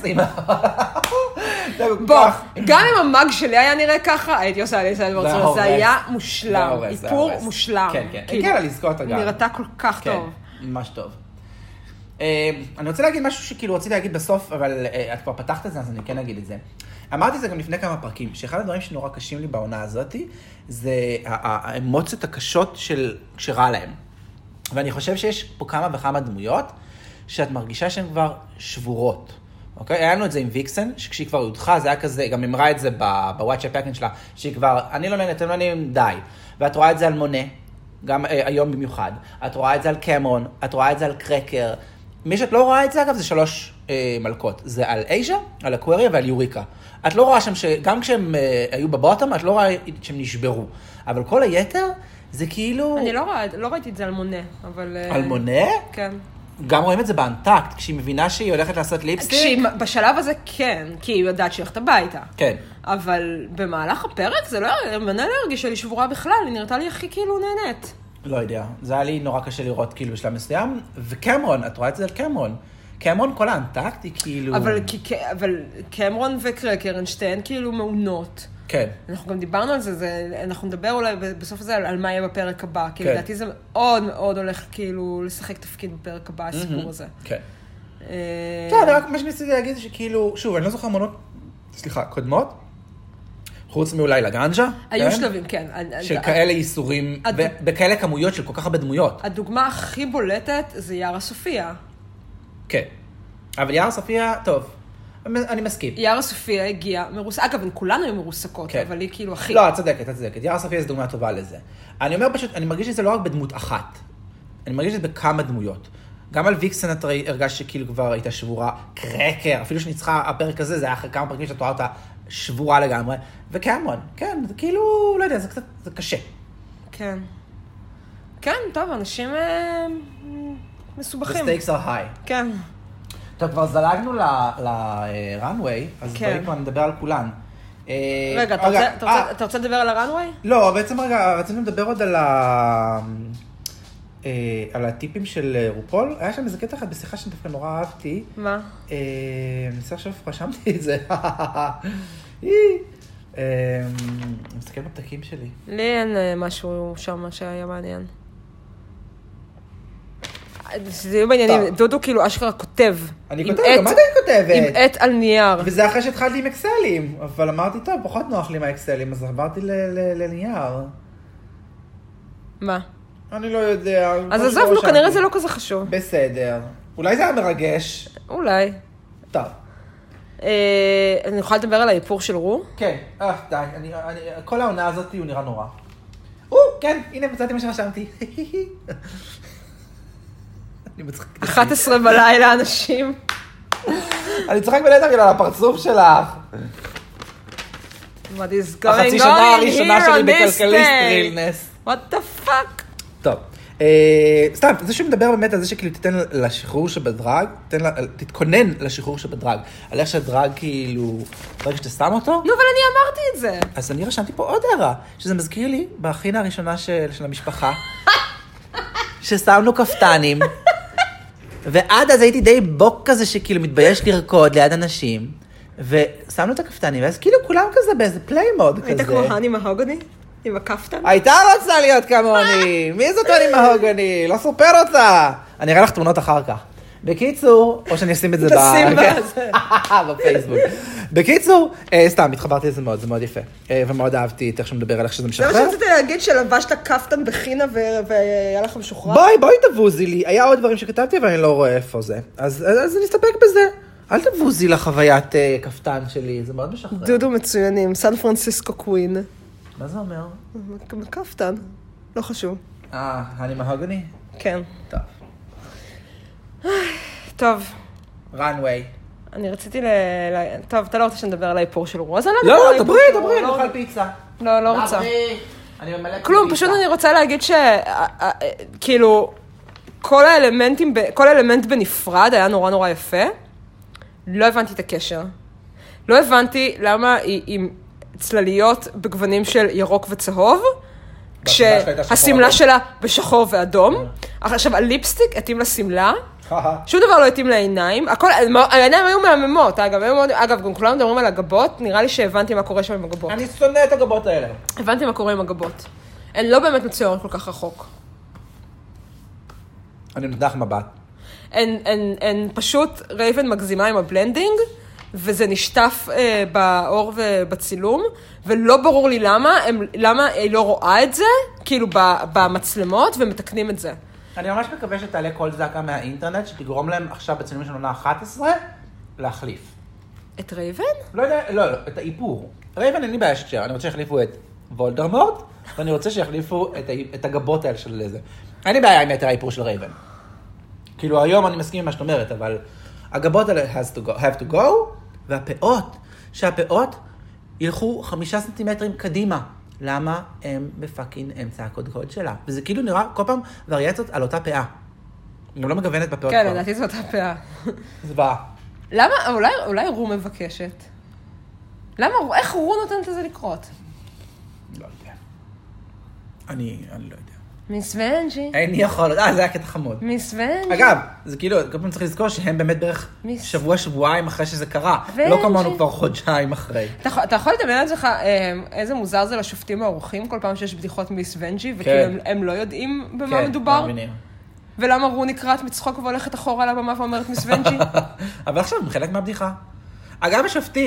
בוא, גם אם המאג שלי היה נראה ככה, הייתי עושה אליסה אדוארד רימס, זה היה מושלם, איפור מושלם. כן, כן, כן, לזכור את הגל. נראתה כל כך טוב. ממש טוב. אני רוצה להגיד משהו שכאילו רציתי להגיד בסוף, אבל את כבר פתחת את זה, אז אני כן אגיד את זה. אמרתי את זה גם לפני כמה פרקים, שאחד הדברים שנורא קשים לי בעונה הזאת, זה האמוציות הקשות שרע להם. ואני חושב שיש פה כמה וכמה דמויות, שאת מרגישה שהן כבר שבורות. אוקיי? היה לנו את זה עם ויקסן, שכשהיא כבר יודחה, זה היה כזה, גם אמרה את זה בוואטש הפקנט שלה, שהיא כבר, אני לא נהנית, אתם לא נהנים, די. ואת רואה את זה על מונה, גם היום במיוחד. את רואה את זה על קמרון, את רואה את זה על קרקר. מי שאת לא רואה את זה, אגב, זה 3 מלכות. זה על אייז'ה, על אקווריה ועל יוריקה. את לא רואה שם שגם כשהם היו בבוטום, את לא רואה שהם נשברו. אבל כל היתר, זה כאילו... אני לא ראיתי את זה על מונה, אבל... על מונה? כן. גם רואים את זה באנטקט, כשהיא מבינה שהיא הולכת לעשות ליפסטיק. בשלב הזה כן, כי היא יודעת שהיא הולכת הביתה. כן. אבל במהלך הפרק זה לא... מנה לא הרגישה לי שבורה בכלל, היא נראתה לי הכי כאילו נהנית. לא יודע, זה היה לי נורא קשה לראות כאילו בשלב מסוים, וקמרון, את רואה את זה על קמרון. קמרון, כל האנטקט היא כאילו... אבל קמרון וקרקר הן שתיהן כאילו מעונות. כן. אנחנו גם דיברנו על זה, אנחנו נדבר אולי בסוף הזה על מה יהיה בפרק הבא, כי לדעתי זה מאוד מאוד הולך כאילו לשחק תפקיד בפרק הבא, הסיפור הזה. כן. כן, רק מה שניסיתי להגיד זה שכאילו, שוב, אני לא זוכר מונות, קודמות, חוץ מאולי לגנג'ה. היו שלבים, כן. של כאלה איסורים, בכאלה כמויות של כל כך הרבה דמויות. הדוגמה הכי בולטת זה יערה סופיה. כן. אבל יערה סופיה, טוב. אני מסכים. יערה סופיה הגיעה מרוסקת, אגב, כולנו היו מרוסקות, כן. אבל היא כאילו הכי... לא, את צודקת. יערה סופיה זו דוגמה טובה לזה. אני אומר פשוט, אני מרגיש שזה לא רק בדמות אחת. אני מרגיש שזה בכמה דמויות. גם על ויקסן את הרגש שכאילו כבר הייתה שבורה, קרקר, אפילו שניצחה הפרק הזה, זה היה אחרי כמה פרקים שאתה רואה אותה שבורה לגמרי. וקמרון, כן, זה כאילו, לא יודע, זה קצת, זה קשה. כן. כן, טוב, אנשים מסובכים. The stakes are high. כן. טוב, כבר זלגנו לרנווי, אז בואי כבר נדבר על כולן. רגע, אתה רוצה לדבר על הרנווי? לא, בעצם רגע, רצינו לדבר עוד על הטיפים של רופול. היה שם איזה קטע אחד בשיחה שאני דווקא נורא אהבתי. מה? ניסה עכשיו רשמתי את זה. אני מסתכל בפתקים שלי. לי אין משהו שם שהיה מעניין. זה יהיו בעניינים, דודו כאילו אשכרה כותב. אני כותב, גם את כותבת. עם עט על נייר. וזה אחרי שהתחלתי עם אקסלים, אבל אמרתי, טוב, פחות נוח לי עם האקסלים, אז עברתי לנייר. מה? אני לא יודע. אז עזבנו, כנראה זה לא כזה חשוב. בסדר. אולי זה היה מרגש. אולי. טוב. אני יכולה לדבר על האיפור של רו? כן. די. כל העונה הזאת הוא נראה נורא. כן, הנה מצאתי מה שרשמתי. אני מצחק. 11 בלילה, אנשים. אני צוחק בלטר על הפרצוף שלך. What is going on החצי שנה הראשונה שלי בכלכליסט רילנס. What the fuck? טוב. סתם, זה שמדבר באמת על זה שכאילו תיתן לשחרור שבדרג, תתכונן לשחרור שבדרג, על איך שהדרג כאילו, ברגע שאתה שם אותו. נו, אבל אני אמרתי את זה. אז אני רשמתי פה עוד הערה, שזה מזכיר לי בהכינה הראשונה של המשפחה, ששמנו כפתנים, ועד אז הייתי די בוק כזה שכאילו מתבייש לרקוד ליד אנשים, ושמנו את הכפתנים, ואז כאילו כולם כזה באיזה פליי מוד כזה. היית כמו הני מהוגני? עם הכפתן? הייתה רוצה להיות כמוני. מי זאת הני מהוגני? לא סופר אותה. אני אראה לך תמונות אחר כך. בקיצור, או שאני אשים את זה בפייסבוק. בקיצור, סתם, התחברתי לזה מאוד, זה מאוד יפה. ומאוד אהבתי את איך שמדבר על איך שזה משחרר. זה מה שרציתי להגיד שלבשת כפתן בחינה והיה לך משוחרר? בואי תבוזי לי. היה עוד דברים שכתבתי ואני לא רואה איפה זה. אז נסתפק בזה. אל תבוזי לחוויית כפתן שלי, זה מאוד משחרר. דודו מצוינים, סן פרנסיסקו קווין. מה זה אומר? כפתן, לא חשוב. הני מהוגני? כן. טוב. טוב. runway. אני רציתי טוב, אתה לא רוצה שנדבר על האיפור של רו, אז אני לא, דברי, נאכל פיצה. לא רוצה. אני ממלא פיצה. כלום, פשוט אני רוצה להגיד כאילו, כל האלמנט בנפרד היה נורא נורא יפה. לא הבנתי את הקשר. לא הבנתי למה היא עם צלליות בגוונים של ירוק וצהוב, כשהסמלה שלה בשחור ואדום. עכשיו, הליפסטיק התאים לסמלה, שום דבר לא התאים לעיניים. העיניים היו מהממות, אגב, גם כולם מדברים על הגבות, נראה לי שהבנתי מה קורה שם עם הגבות. אני שונא את הגבות האלה. הבנתי מה קורה עם הגבות. הן לא באמת מצוירות כל כך רחוק. אני נותח מבט. הן פשוט רייבן מגזימה עם הבלנדינג, וזה נשטף באור ובצילום, ולא ברור לי למה היא לא רואה את זה, כאילו במצלמות, ומתקנים את זה. אני ממש מקווה שתעלה כל זעקה מהאינטרנט, שתגרום להם עכשיו בצילומים של עונה 11, להחליף. את רייבן? לא יודע, לא, את האיפור. רייבן אין לי בעיה שתשאר, אני רוצה שיחליפו את וולדמורט, ואני רוצה שיחליפו את הגבות האלה של זה. אין לי בעיה עם יתר האיפור של רייבן. כאילו היום אני מסכים עם מה שאת אומרת, אבל הגבות האלה have to go, והפאות, שהפאות ילכו 5 סנטימטרים קדימה. למה הם בפאקינג אמצע הקודקוד שלה? וזה כאילו נראה כל פעם וריאציות על אותה פאה. היא לא מגוונת בפאות. כן, לדעתי זו אותה פאה. זוועה. למה? אולי רו מבקשת. למה? איך רו נותנת לזה לקרות? לא יודע. אני לא יודע. מיס ונג'י. אני יכול, זה היה קטע חמוד. מיס ונג'י. אגב, זה כאילו, כל פעם צריך לזכור שהם באמת בערך שבועיים אחרי שזה קרה. לא כמונו כבר חודשיים אחרי. אתה יכול לדמיין על זה איזה מוזר זה לשופטים האורחים, כל פעם שיש בדיחות מיס ונג'י, וכאילו הם לא יודעים במה מדובר? ולמה רו נקראת מצחוק והולכת אחורה על הבמה ואומרת מיס ונג'י? אבל עכשיו, חלק מהבדיחה. אגב, השופטים,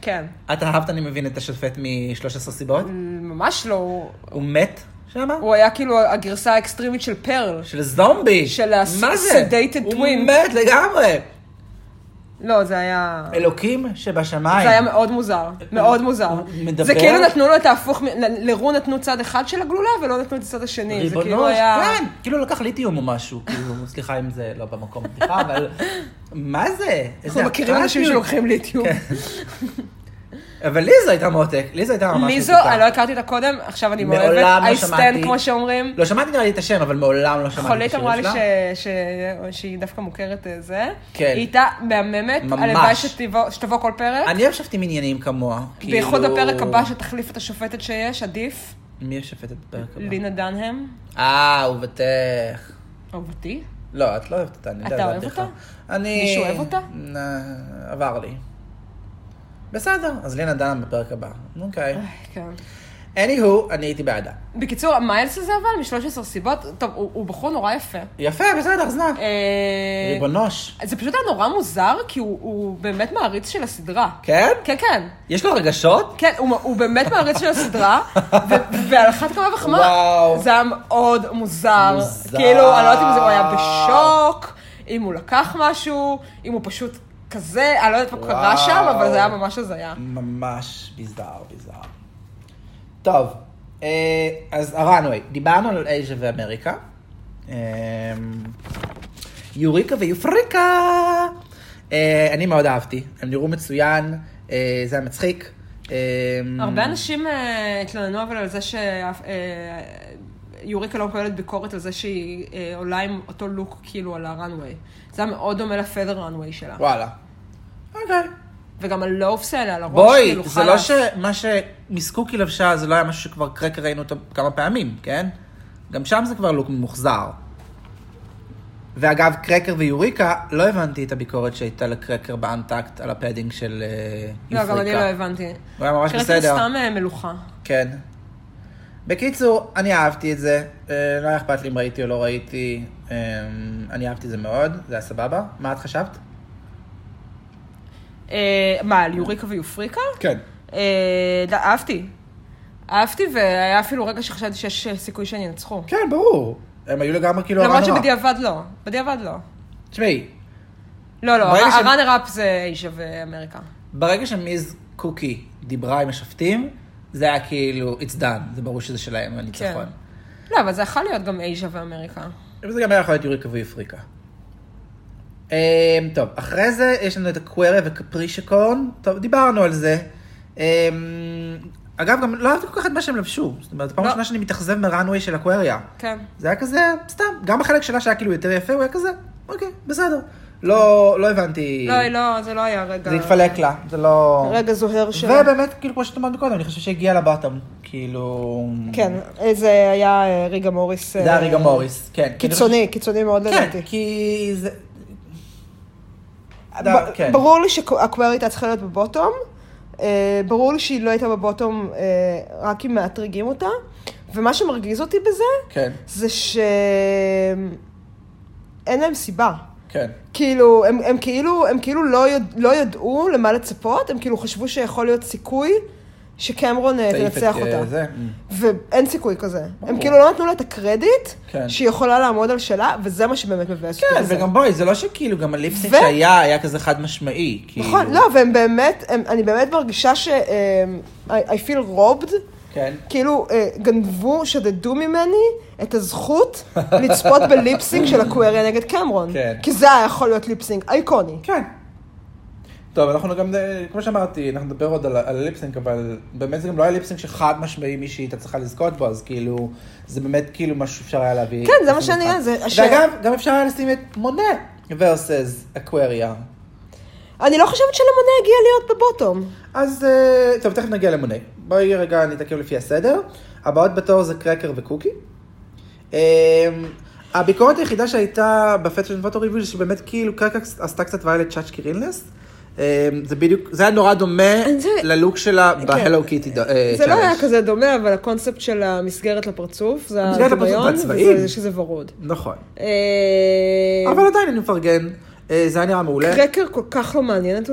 כן. את אהבת, אני מבין, את השופט מ-13 סיבות? ממש לא. הוא מת שמה? הוא היה כאילו הגרסה האקסטרימית של פרל. של זומבי. של הסדייטד טווין. הוא מת לגמרי. לא, זה היה... אלוקים שבשמיים. זה היה מאוד מוזר, מאוד מוזר. מדבר... זה כאילו נתנו לו את ההפוך, לרו נתנו צד אחד של הגלולה, ולא נתנו את הצד השני. זה כאילו היה... כן, כאילו לקח ליטיום או משהו, כאילו, סליחה אם זה לא במקום בדיחה, אבל... מה זה? אנחנו מכירים אנשים שלוקחים ליטיום. אבל ליזו הייתה מותק, ליזו הייתה ממש ליזו, אני לא הכרתי אותה קודם, עכשיו אני מאוהבת. מעולם לא I שמעתי. stand, כמו שאומרים. לא שמעתי נראה לי את השם, אבל מעולם לא שמעתי את חולית השירים אמרה לי שלה. שהיא דווקא מוכרת זה. כן. היא הייתה מהממת, הלוואי שתבוא כל פרק. אני אוהב שופטים עניינים כמוה. בייחוד בפרק הבא שתחליף את השופטת שיש, עדיף. מי השופטת בפרק הבא? לינה דנהם. אהובתך. אהובתי? לא, את לא אוהבת אותה. אתה אוהב אותה? מישהו אוהב אותה? עבר לי. בסדר, אז לינה דנהם בפרק הבא. אוקיי. כן. anywho, אני הייתי בעדה. בקיצור, המיילס הזה אבל, מ-13 סיבות, טוב, הוא בחור נורא יפה. יפה, בסדר, אז נע. ריבונוש. זה פשוט היה נורא מוזר, כי הוא באמת מעריץ של הסדרה. כן? כן, כן. יש לו רגשות? כן, הוא באמת מעריץ של הסדרה, ועל אחת כמה וכמה, זה היה מאוד מוזר. כאילו, אני לא יודעת אם הוא היה בשוק, אם הוא לקח משהו, אם הוא פשוט כזה, אני לא יודעת מה קרה שם, אבל זה היה ממש הזיה. ממש ביזר. טוב, אז הרנווי, דיברנו על אייז'ה ואמריקה. יוריקה ויופריקה. אני מאוד אהבתי, הם נראו מצוין, זה היה מצחיק. הרבה אנשים התלוננו אבל על זה שיוריקה לא מקבלת ביקורת על זה שהיא עולה עם אותו לוק כאילו על הרנווי. זה היה מאוד דומה לפדר רנווי שלה. וואלה. אוקיי. וגם הלובס האלה, על הראש, בואי, זה לא שמה שמסקוקי לבשה, זה לא היה משהו שכבר קרקר ראינו אותו כמה פעמים, כן? גם שם זה כבר לוק ממוחזר. ואגב, קרקר ויוריקה, לא הבנתי את הביקורת שהייתה לקרקר באנטקט על הפדינג של יופריקה. לא, גם אני לא הבנתי. הוא היה ממש בסדר. קרקר סתם מלוכה. כן. בקיצור, אני אהבתי את זה. לא היה אכפת לי אם ראיתי או לא ראיתי. אני אהבתי את זה מאוד, זה היה סבבה. מה את חשבת? מה, על יוריקה ויופריקה? כן. אהבתי, והיה אפילו רגע שחשבתי שיש סיכוי שאני אנצחו. כן, ברור. הם היו לגמרי כאילו למרות שבדיעבד לא. תשמעי. לא, הראנר-אפ זה אייז'ה ואמריקה. ברגע שמיז קוקי דיברה עם השופטים, זה היה כאילו, it's done, זה ברור שזה שלהם, הניצחון. לא, אבל זה יכול להיות גם אייז'ה ואמריקה. וזה גם היה יכול להיות יוריקה ויופריקה. טוב, אחרי זה יש לנו את הקווירה וקפרישקורן. טוב, דיברנו על זה. אגב, גם לא אהבתי כל כך את מה שהם לבשו. זאת אומרת, פעם ראשונה שאני מתאכזב מרנווי של הקוויריה. כן. זה היה כזה, סתם. גם בחלק שלה שהיה כאילו יותר יפה, הוא היה כזה, אוקיי, בסדר. לא הבנתי. לא, זה לא היה רגע... זה התפלק לה, זה לא... רגע זוהר שלה. ובאמת, כאילו, כמו שאתה אמרת קודם, אני חושב שהגיע לבטם. כאילו... כן, זה היה ריגה מוריס. זה היה ריגה מוריס, כן. קיצוני מאוד לדעתי. כן, כי זה... ברור לי שהקווירה הייתה צריכה להיות בבוטום, ברור לי שהיא לא הייתה בבוטום רק אם מאתרגים אותה, ומה שמרגיז אותי בזה, זה שאין להם סיבה. כן. כאילו, הם כאילו לא ידעו למה לצפות, הם כאילו חשבו שיכול להיות סיכוי שקמרון תנצח אותה. ואין סיכוי כזה. הם כאילו לא נתנו לה את הקרדיט שהיא יכולה לעמוד על שלה, וזה מה שבאמת מבאס אותי. כן, וגם בואי, זה לא שכאילו גם הליפסינג שהיה כזה חד משמעי. נכון, לא, והם באמת, אני באמת מרגישה I feel robbed, כאילו גנבו, שדדו ממני את הזכות לצפות בליפסינג של הקוויריה נגד קמרון. כי זה היה יכול להיות ליפסינג אייקוני. כן. טוב, אנחנו גם, כמו שאמרתי, אנחנו נדבר עוד על הליפסינג, אבל באמת זה גם לא היה ליפסינג שחד משמעי מישהי הייתה צריכה לזכות בו, אז כאילו, זה באמת כאילו משהו שאפשר היה להביא. כן, זה מה שאני היה. ואגב, גם אפשר היה לשים את מונה versus אקוויריה. אני לא חושבת שלמונה הגיע להיות בבוטום. אז, טוב, תכף נגיע למונה. בואי רגע נתעכב לפי הסדר. הבאות בתור זה קרקר וקוקי. הביקורת היחידה שהייתה בפט פוטו ריוויו, זה שבאמת כאילו קרקר עשתה קצת ויילט צ'אצ'קי רינלס. זה בדיוק, זה היה נורא דומה ללוק שלה בהלו קיטי צ'אלנג'. זה לא היה כזה דומה, אבל הקונספט של המסגרת לפרצוף, זה הדמיון, וזה שזה ורוד. נכון. אבל עדיין אני מפרגן, זה היה נראה מעולה. קרקר כל כך לא מעניינת אותי,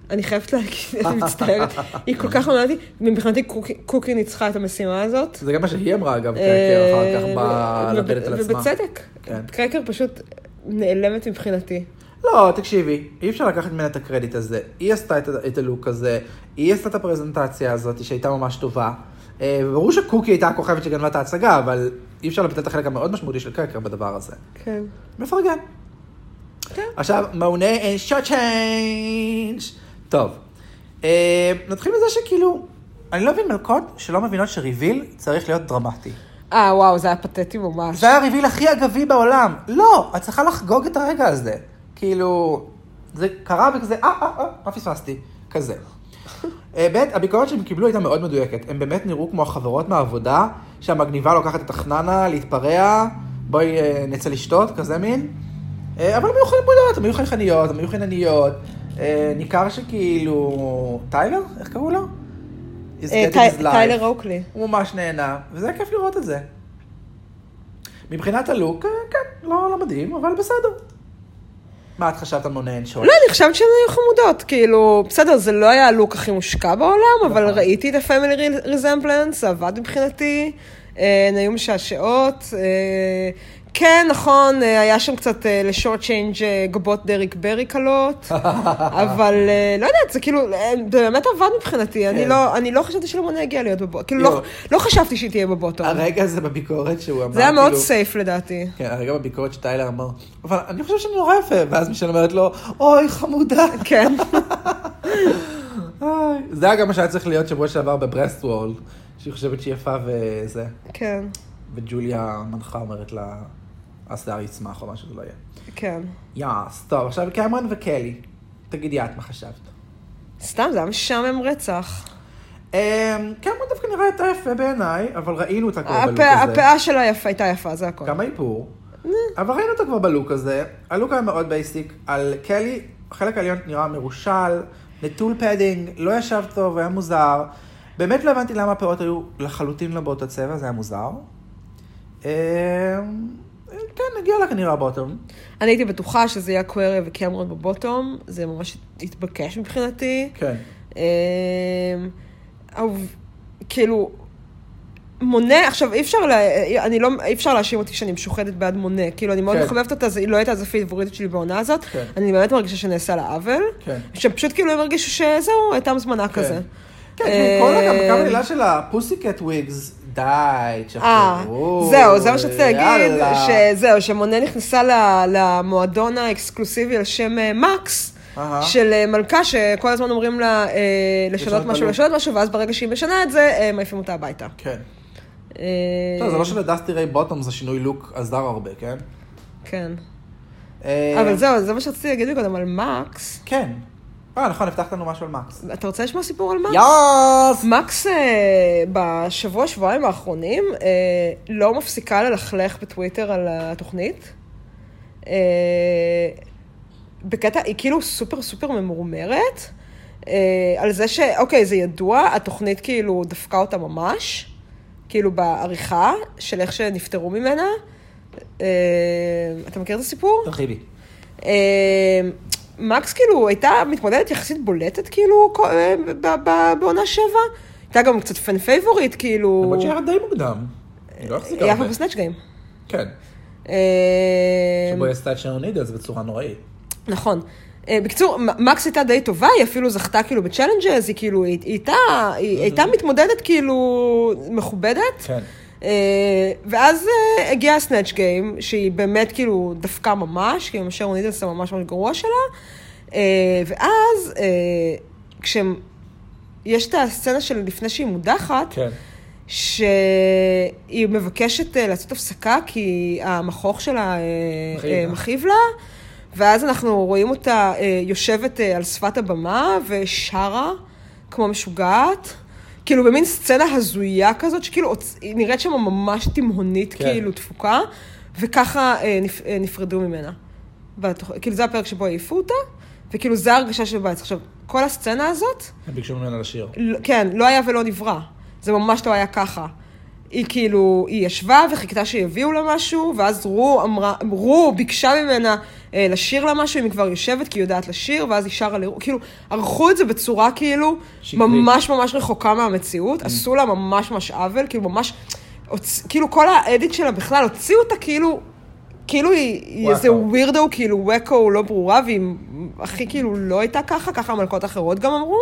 אני חייבת להגיד, אני מצטערת, היא כל כך אמרתי, מבחינתי קוקי ניצחה את המשימה הזאת. זה גם מה שהיא אמרה, אגב, קרקר אחר כך באה לרדת על עצמה. ובצדק, קרקר פשוט נעלמת מבחינתי. לא, תקשיבי, אי אפשר לקחת ממנה את הקרדיט הזה. היא עשתה את הלוק הזה, היא עשתה את הפרזנטציה הזאת שהייתה ממש טובה. וברור שקוקי הייתה הכוכבת שגנבה את ההצגה, אבל אי אפשר לבטל את החלק המאוד משמעותי של קרקר בדבר הזה. כן. מפרגן. כן. עכשיו, מעונה short change. טוב, נתחיל מזה שכאילו, אני לא מבין מלכות שלא מבינות שריביל צריך להיות דרמטי. וואו, זה היה פתטי ממש. זה היה הריביל הכי אגבי בעולם. לא, את צריכה לחגוג את הרגע הזה. כאילו, זה קרה וכזה, מה פספסתי? כזה. בית, הביקורת שהם קיבלו הייתה מאוד מדויקת. הם באמת נראו כמו החברות מהעבודה, שהמגניבה לוקחת את החננה, להתפרע, בואי נצא לשתות, כזה מין. אבל הם היו חלמודות, הם היו חייכניות, הם היו חינניות. ניכר שכאילו, טיילר? איך קראו לו? טיילר אוקלי. הוא ממש נהנה, וזה היה כיף לראות את זה. מבחינת הלוק, כן, לא מדהים, אבל בסדר. מה את חשבת על מונה אין שולט? לא, אני חושבת שהן היו חמודות, כאילו, בסדר, זה לא היה הלוק הכי מושקע בעולם, אבל ראיתי את ה-Family Resemblance, זה עבד מבחינתי, הן היו משעשעות, כן, נכון, היה שם קצת לשורט צ'יינג' גבות דריק ברי קלות, אבל לא יודעת, זה כאילו, באמת עבד מבחינתי, אני לא חשבתי שלמונה הגיע להיות בבוטום, כאילו לא חשבתי שהיא תהיה בבוטום. הרגע הזה בביקורת שהוא אמר, זה היה מאוד סייף לדעתי. כן, הרגע בביקורת שטיילר אמר, אבל אני חושב שאני נורא יפה, ואז מישל אומרת לו, אוי, חמודה. כן. זה היה גם מה שהיה צריך להיות שבוע שעבר בברסט וורלד, שהיא חושבת שהיא יפה וזה. כן. וג'וליה מנחה אומרת לה, השיער יצמח או משהו, זה לא יהיה. כן. יאס, טוב, עכשיו קמרון וקלי. תגידי את, מה חשבת? סתם, זה היה משעמם רצח. קמרון דווקא נראה יותר יפה בעיניי, אבל ראינו אותה כבר בלוק הזה. הפאה שלה הייתה יפה, זה הכל. גם האיפור. אבל ראינו אותה כבר בלוק הזה. הלוק היה מאוד בייסיק. על קלי, החלק העליון נראה מרושל, נטול פדינג, לא ישב טוב, היה מוזר. באמת לא הבנתי למה הפאות היו לחלוטין לא באותו צבע, זה היה מוזר. כן, נגיע לה כנראה הבוטום. אני הייתי בטוחה שזה יהיה קווירי וקמרון בבוטום, זה ממש התבקש מבחינתי. כן. כאילו, מונה, עכשיו אי אפשר להאשים אותי שאני משוחדת בעד מונה, כאילו אני מאוד מחבבת אותה, היא לא הייתה אז הפיבוריטית שלי בעונה הזאת, אני באמת מרגישה שנעשה לה עוול, שפשוט כאילו הם הרגישו שזהו, הייתה מזמנה כזה. כן, כל כמה מילה של הפוסיקט וויגס, די, תשחררו. זהו, זה מה שרציתי להגיד, שזהו, שמונה נכנסה למועדון האקסקלוסיבי על שם מקס, של מלכה שכל הזמן אומרים לה לשנות משהו, ואז ברגע שהיא משנה את זה, מעיפים אותה הביתה. כן. טוב, זה לא שלדסטי ריי בוטום, זה שינוי לוק עזר הרבה, כן? כן. אבל זהו, זה מה שרציתי להגיד קודם על מקס. כן. נכון, הבטחת לנו משהו על מקס. אתה רוצה לשמוע סיפור על מקס? יאס! מקס שבועיים האחרונים לא מפסיקה ללכלך בטוויטר על התוכנית. בקטע, היא כאילו סופר ממורמרת, על זה אוקיי, זה ידוע, התוכנית כאילו דפקה אותה ממש, כאילו בעריכה של איך שנפטרו ממנה. אתה מכיר את הסיפור? תרחיבי. מקס כאילו הייתה מתמודדת יחסית בולטת כאילו בעונה 7. הייתה גם קצת פן פייבורית כאילו. למרות שהיא די מוקדם. היא היה פה בסנאצ' גיים. כן. שבו היא עשתה את שנוניד אז בצורה נוראית. נכון. בקיצור, מקס הייתה די טובה, היא אפילו זכתה כאילו בצ'לנג'ז, היא כאילו, היא הייתה מתמודדת כאילו מכובדת. כן. ואז הגיע הסנאצ' גיים, שהיא באמת כאילו דפקה ממש, כי משה רוניד עשה ממש גרוע שלה, ואז כשיש את הסצנה של לפני שהיא מודחת, כן. שהיא מבקשת לעשות הפסקה, כי המחוך שלה מכאיב לה, ואז אנחנו רואים אותה יושבת על שפת הבמה ושרה כמו משוגעת, כאילו במין סצנה הזויה כזאת, שכאילו היא נראית שם ממש תימהונית, כאילו תפוקה, וככה נפרדו ממנה. כאילו זה הפרק שבו העיפו אותה, וכאילו זה הרגשה של בית. עכשיו, כל הסצנה הזאת... הם ביקשו ממנה לשיר. כן, לא היה ולא נברא. זה ממש לא היה ככה. היא כאילו, היא ישבה וחיכתה שיביאו לה משהו, ואז רו ביקשה ממנה לשיר לה משהו, אם היא כבר יושבת, כי היא יודעת לשיר, ואז היא שרה, כאילו, ערכו את זה בצורה כאילו, ממש ממש רחוקה מהמציאות, עשו לה ממש ממש עוול, כאילו ממש, כאילו כל האדיט שלה בכלל, הוציאו אותה כאילו היא איזה ווירדו, כאילו ווקו לא ברורה, והיא הכי כאילו לא הייתה ככה המלכות האחרות גם אמרו,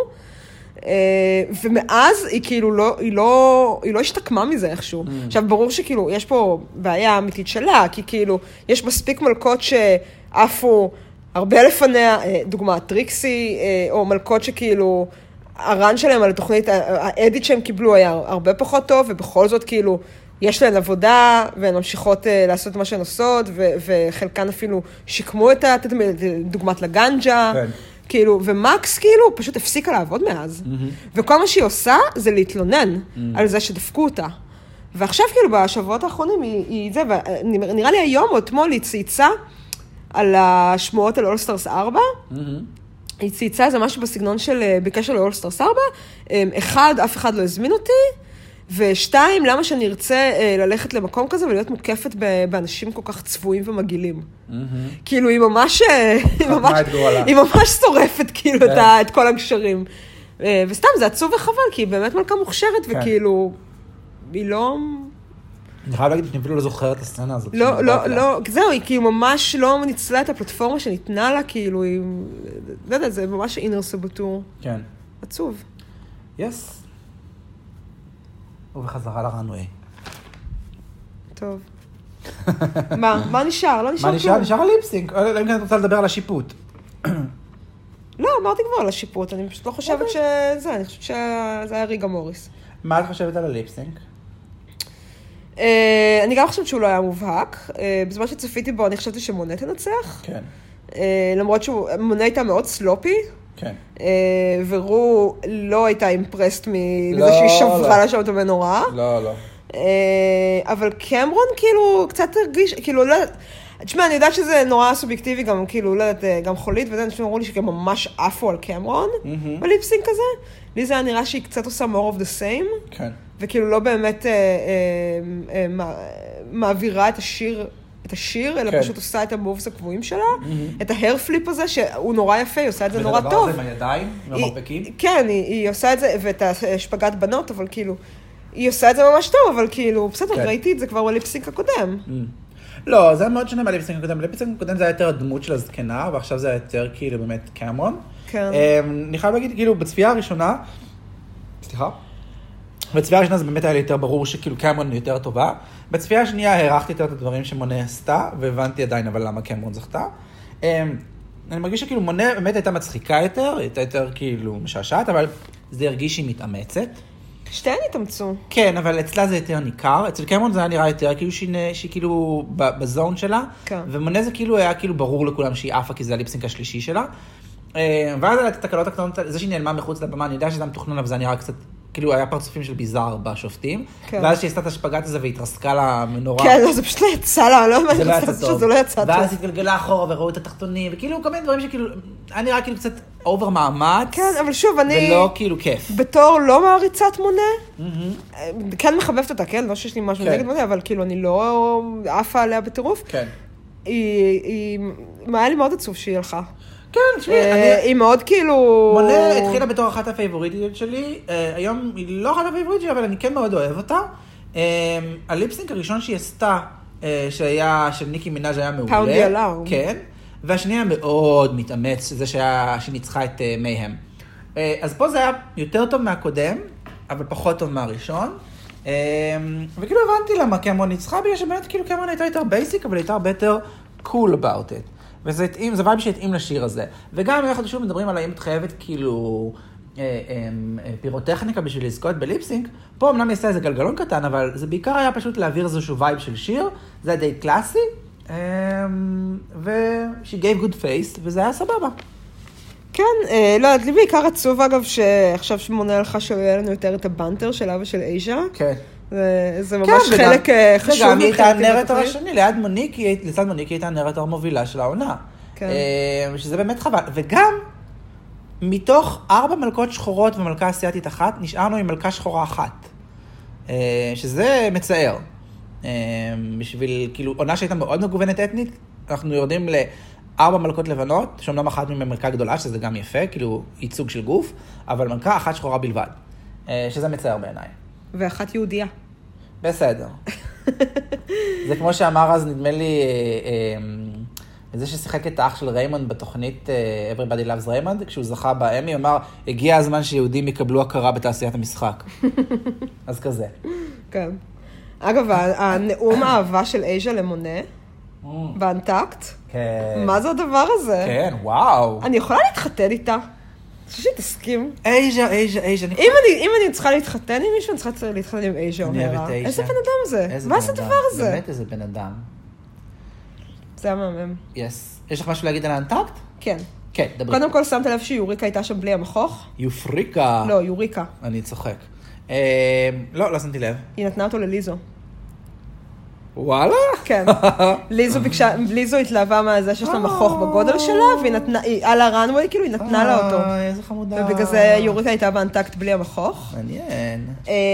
ומאז היא כאילו היא לא השתקמה מזה איכשהו. עכשיו, ברור שכאילו יש פה בעיה אמיתית שלה, כי כאילו יש מספיק מלכות שעפו הרבה לפניה, דוגמה טריקסי, או מלכות שכאילו הרן שלהם על התוכנית, האדיט שהם קיבלו היה הרבה פחות טוב, ובכל זאת כאילו יש להן עבודה, והן ממשיכות לעשות מה שהן עושות, וחלקן אפילו שיקמו את דוגמת לגנג'ה, כאילו, ומקס כאילו פשוט הפסיקה לעבוד מאז. וכל מה שהיא עושה זה להתלונן על זה שדפקו אותה. ועכשיו כאילו בשבועות האחרונים היא זה, ונראה לי היום או אתמול היא צייצה על השמועות על אולסטרס 4, היא צייצה איזה משהו בסגנון של, בקשר לאולסטרס 4, אחד, אף אחד לא הזמין אותי, ושתיים, למה שאני ארצה ללכת למקום כזה ולהיות מוקפת באנשים כל כך צבועים ומגילים. כאילו, היא ממש שורפת כאילו את כל הגשרים. וסתם, זה עצוב וחבל, כי היא באמת מלכה מוכשרת, וכאילו, היא לא... אני חייב להגיד, אני אפילו לא זוכרת את הסצנה הזאת. לא, זהו, היא כאילו ממש לא ניצלה את הפלטפורמה שניתנה לה, כאילו, היא... לא יודע, זה ממש אינר סבוטור. כן. עצוב. יס. ובחזרה לרנווי. טוב. מה נשאר? לא נשאר כלום. מה נשאר הליפסינק? לא אם אני רוצה לדבר על השיפוט. לא, אמרתי כבר על השיפוט. אני פשוט לא חושבת שזה, אני חושבת שזה היה ריגה מוריס. מה את חושבת על הליפסינק? אני גם חושבת שהוא לא היה מובהק. בזמן שצפיתי בו, אני חשבתי שמונה תנצח. כן. למרות שמונה הייתה מאוד סלופי. כן. ורו לא הייתה אימפרסט מזה שהיא שברה לה שם את המנורה. לא. אבל קמרון כאילו קצת הרגיש, כאילו לא... תשמע, אני יודעת שזה נורא סובייקטיבי, גם כאילו, לא יודעת, גם חולית, וזה אנשים אמרו לי שגם ממש עפו על קמרון בליפסינג כזה. לי זה היה נראה שהיא קצת עושה more of the same. כן. וכאילו לא באמת מעבירה את השיר, אלא פשוט עושה את המובס הקבועים שלה, את ההר פליפ הזה, שהוא נורא יפה, היא עושה את זה נורא טוב. ודבר הזה עם הידיים, והמרפקים? כן, היא עושה את זה, ואת השפגת בנות, אבל כאילו, היא עושה את זה ממש טוב, אבל כאילו, בסדר, ראיתי את זה כבר בליפסינק הקודם. לא, זה מאוד שונה מהליפסינק הקודם. בליפסינק הקודם זה היה יותר הדמות של הזקנה, ועכשיו זה היה יותר כאילו באמת קמרון. כן. אני חייב להגיד, כאילו, בצפייה הראשונה, סליחה? בצפייה הראשונה זה באמת היה לי יותר ברור שכאילו קמרון יותר טובה. בצפייה השנייה הערכתי יותר את הדברים שמונה עשתה, והבנתי עדיין אבל למה קמרון זכתה. אני מרגיש שכאילו מונה באמת הייתה מצחיקה יותר, הייתה יותר כאילו משעשעת, אבל זה הרגיש שהיא מתאמצת. שתיהן התאמצו. כן, אבל אצלה זה יותר ניכר. אצל קמרון זה היה נראה יותר כאילו שהיא כאילו בזון שלה, כן. ומונה זה כאילו היה כאילו ברור לכולם שהיא עפה, כי זה הליפסינק השלישי שלה. ואז על התקלות הקטנות, זה שהיא נעלמה מחוץ לבמה, אני יודע שזה מתוכנן, אבל זה נראה קצת, כאילו היה פרצופים של ביזאר בשופטים, ואז שהיא עשתה את השפגת הזה והתרסקה למנורה. כן, זה פשוט לא יצא לה, לא אומרת שזה לא יצא טוב. ואז התגלגלה אחורה וראו את התחתונים, וכאילו כל מיני דברים שכאילו, היה נראה כאילו קצת אובר מאמץ, כן, אבל שוב, אני... ולא כאילו כיף. בתור לא מעריצת מונה, כן מחבבת אותה, כן? לא שיש לי משהו נגד מונה, אבל כאילו אני לא עפה עליה בטירוף. כן. היה לי מאוד עצוב שהיא הלכה. כן, תשמעי, היא מאוד כאילו... מונה התחילה בתור אחת הפייבוריטיות שלי, היום היא לא אחת הפייבוריטיות שלי, אבל אני כן מאוד אוהב אותה. הליפסינק הראשון שהיא עשתה, שהיה, של ניקי מינאז' היה מעולה. פאונדי אלארם. כן, והשני היה מאוד מתאמץ, זה שהיא ניצחה את מייהם. אז פה זה היה יותר טוב מהקודם, אבל פחות טוב מהראשון. וכאילו הבנתי למה קמרון ניצחה, בגלל שבאמת כאילו קמרון הייתה יותר בייסיק, אבל הייתה הרבה יותר cool about it. וזה התאים, זה וייב שהתאים לשיר הזה. וגם אנחנו שוב מדברים על האם את חייבת כאילו פירוטכניקה בשביל לזכות בליפסינק. פה אמנם יעשה איזה גלגלון קטן, אבל זה בעיקר היה פשוט להעביר איזשהו וייב של שיר. זה היה די קלאסי. ו-she gave good face, וזה היה סבבה. כן, לא, לי בעיקר עצוב אגב, שעכשיו שמונה לך שיהיה לנו יותר את הבנטר שלה ושל אייז'ה. כן. זה ממש חלק חשוב. וגם היא הייתה הנרטור השני, לצד מוניקי הייתה הנרטור המובילה של העונה. שזה באמת חבל. וגם, מתוך 4 מלכות שחורות ומלכה אסיאתית אחת, נשארנו עם מלכה שחורה אחת. שזה מצער. בשביל, כאילו, עונה שהייתה מאוד מגוונת אתנית, אנחנו יורדים 4 מלכות לבנות, שאומנם אחת מהן מלכה גדולה, שזה גם יפה, כאילו ייצוג של גוף, אבל מלכה אחת שחורה בלבד, שזה מצער בעיניי. ואחת יהודייה. בסדר. זה כמו שאמר אז, נדמה לי, זה ששיחק את האח של ריימונד בתוכנית Everybody Loves Raymond, כשהוא זכה באמי, הוא אמר, הגיע הזמן שיהודים יקבלו הכרה בתעשיית המשחק. אז כזה. כן. אגב, הנאום האהבה של אייז'ה למונה, באנטקט, כן. מה זה הדבר הזה? כן, וואו. אני יכולה להתחתן איתה. אני חושבת שתסכים. אייז'ה. אם אני צריכה להתחתן עם מישהו, אני צריכה להתחתן עם אייז'ה אומרה. אני אוהבת אייז'ה. איזה בן אדם זה? מה זה הדבר הזה? באמת איזה בן אדם. זה המאמם. יס. יש לך משהו להגיד על האנטקט? כן. כן, דברי. קודם כל שמת לב שיוריקה הייתה שם בלי המכוך? יופריקה. לא, יוריקה. אני צוחק. לא שמתי לב. היא נתנה אותו לליזו. וואלה? כן. ליזו התלהבה מהזה שיש לה מכוך בגודל שלה, והיא נתנה, על הרנווי, כאילו, היא נתנה לה אותו. איזה חמודה. ובגלל זה יוריקה הייתה באנטקט בלי המכוך. מעניין.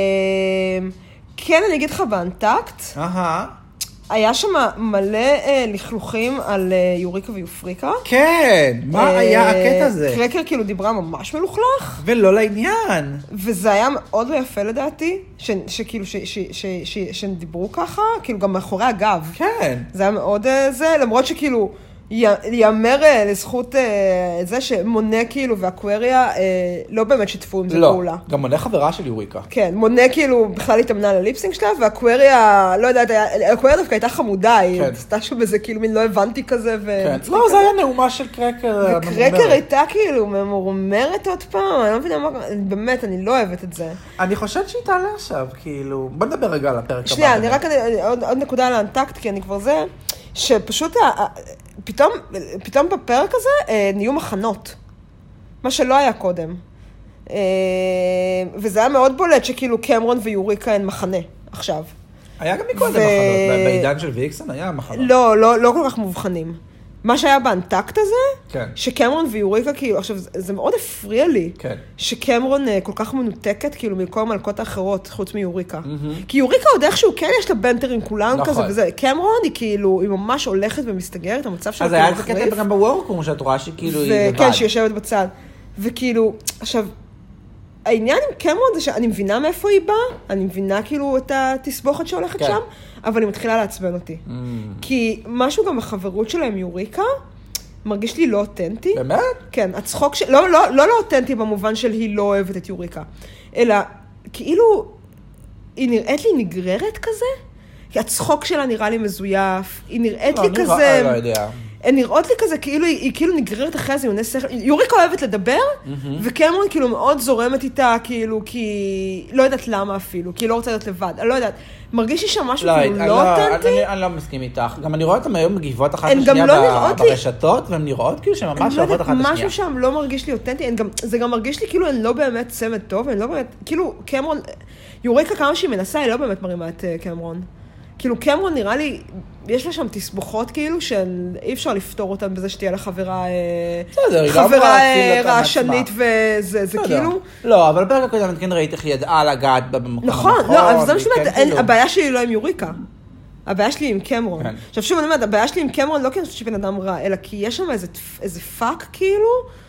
כן, אני אגיד לך באנטקט, היה שם מלא לכלוכים על יוריקה ויופריקה. כן, מה היה הקטע הזה? קרקר כאילו דיברה ממש מלוכלך. ולא לעניין. וזה היה מאוד לא יפה לדעתי, שכאילו, שדיברו ככה, כאילו גם מאחורי הגב. כן. זה היה מאוד זה, למרות שכאילו, יאמר לזכות זה שמונה כאילו ואקווריה לא באמת שיתפו עם זה פעולה. לא, גם מונה חברה של יוריקה. כן, מונה כאילו בכלל התאמנה לליפסינג שלה, ואקווריה, לא יודעת, אקווריה דווקא הייתה חמודה, היא עשתה שם בזה כאילו מין לא הבנתי כזה. לא, זה היה נאומה של קרקר. וקרקר הייתה כאילו ממורמרת עוד פעם, אני לא מבינה מה, באמת, אני לא אוהבת את זה. אני חושבת שהיא תעלה עכשיו, כאילו, בוא נדבר רגע על הפרק הבא. שנייה, אני רק עוד נקודה על האנטקט, כי אני כבר זה, שפשוט פתאום בפרק הזה נהיו מחנות, מה שלא היה קודם. וזה היה מאוד בולט שכאילו קמרון ויוריקה הן מחנה עכשיו. היה גם מקודם מחנות, בעידן של ויקסון היה מחנות. לא כל כך מובחנים. מה שהיה באנטקט הזה, שקמרון ויוריקה, כאילו, עכשיו, זה מאוד הפריע לי, שקמרון כל כך מנותקת, כאילו, מכל המלכות האחרות, חוץ מיוריקה. כי יוריקה עוד איכשהו, כן, יש לה בנטר עם כולם כזה, וזה, קמרון היא כאילו, היא ממש הולכת ומסתגרת, המצב שלה כאילו מחריף. אז היה את הקטע גם בוורקום, שאת רואה שכאילו היא לבד. כן, שהיא יושבת בצד. וכאילו, עכשיו, העניין עם קמרון זה שאני מבינה מאיפה היא באה, אני מבינה כאילו את התסבוכת שהולכת שם, אבל היא מתחילה לעצבן אותי. כי משהו גם בחברות שלה עם יוריקה, מרגיש לי לא אותנטי. באמת? כן, הצחוק לא אותנטי במובן של היא לא אוהבת את יוריקה, אלא כאילו, היא נראית לי נגררת כזה, כי הצחוק שלה נראה לי מזויף, היא נראית לי כזה... לא יודע. הן נראות לי כזה, כאילו, היא כאילו נגררת אחרי זה, היא עונה שכל. יוריקה אוהבת לדבר, וקמרון כאילו מאוד זורמת איתה, כאילו, כי לא יודעת למה אפילו, כי היא לא רוצה להיות לבד, אני לא יודעת. מרגיש לי שם משהו כאילו לא אותנטי. אני לא מסכים איתך. גם אני רואה אותם היום מגיבות אחת לשנייה ברשתות, והן נראות כאילו שממש אוהבות אחת לשנייה. משהו שם לא מרגיש לי אותנטי, זה גם מרגיש לי כאילו הן לא באמת צמד טוב, הן לא באמת, כאילו, קמרון, יוריקה כמה שהיא מנסה, היא לא באמת מרימה את קמרון. כאילו, קמרון נראה לי, יש לה שם תסבוכות כאילו, שאי אפשר לפתור אותן בזה שתהיה לה חברה רעשנית וזה כאילו... לא, אבל בפרק הקודם כן ראית איך היא ידעה לגעת במקום נכון, לא, אבל זה מה שאומרת, הבעיה שלי לא עם יוריקה. הבעיה שלי עם קמרון. עכשיו שוב, אני אומרת, הבעיה שלי עם קמרון לא כי אני חושבת שבן אדם רע, אלא כי יש שם איזה פאק כאילו,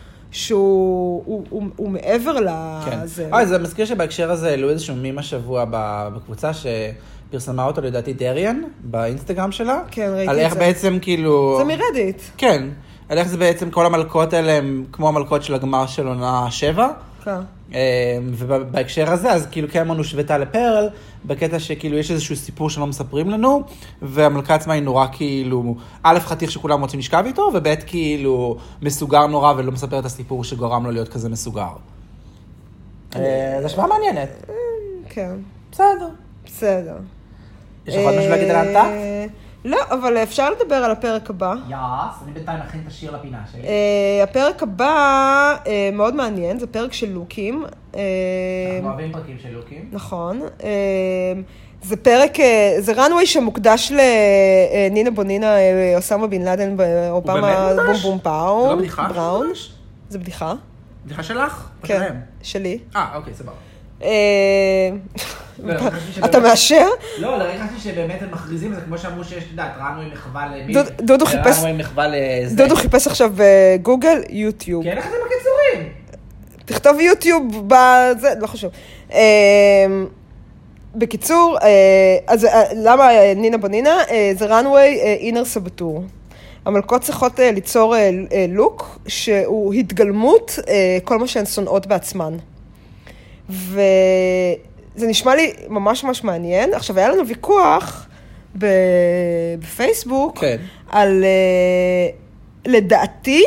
שהוא מעבר לזה. זה מזכיר שבהקשר הזה העלו איזשהו מים השבוע בקבוצה פרסמה אותו לדעתי דריאן, באינסטגרם שלה. כן, ראיתי את זה. על איך בעצם כאילו... זה מרדיט. כן. על איך זה בעצם כל המלכות האלה הם כמו המלכות של הגמר של עונה 7. כן. ובהקשר הזה, אז כאילו קמרון הושוותה לפרל, בקטע שכאילו יש איזשהו סיפור שלא מספרים לנו, והמלכה עצמה היא נורא כאילו, א' חתיך שכולם רוצים לשכב איתו, וב' כאילו מסוגר נורא ולא מספר את הסיפור שגורם לו להיות כזה מסוגר. זו השוואה מעניינת. כן. בסדר. יש לך עוד משהו להגיד על האנטקט? לא, אבל אפשר לדבר על הפרק הבא. אני בינתיים מכין את השיר לפינה שלי. הפרק הבא מאוד מעניין, זה פרק של לוקים. אנחנו אוהבים פרקים של לוקים. נכון. זה פרק, זה רנווי שמוקדש לנינה בונינה, אוסמה בן לאדן, אובמה בום בום פאו. זה לא בדיחה? בראון. זה בדיחה. בדיחה שלך? כן, שלי. אוקיי, סבבה. אתה מאשר? לא, לרגע חשבתי שבאמת הם מכריזים, זה כמו שאמרו שיש, יודעת, ראנווי מחווה למי? דודו חיפש עכשיו בגוגל, יוטיוב. כן, איך זה בקיצורים? תכתוב יוטיוב בזה, לא חשוב. בקיצור, אז למה נינה בנינה? זה ראנווי אינר סבתור. המלכות צריכות ליצור לוק שהוא התגלמות כל מה שהן שונאות בעצמן. וזה נשמע לי ממש ממש מעניין. עכשיו, היה לנו ויכוח בפייסבוק כן. על, לדעתי,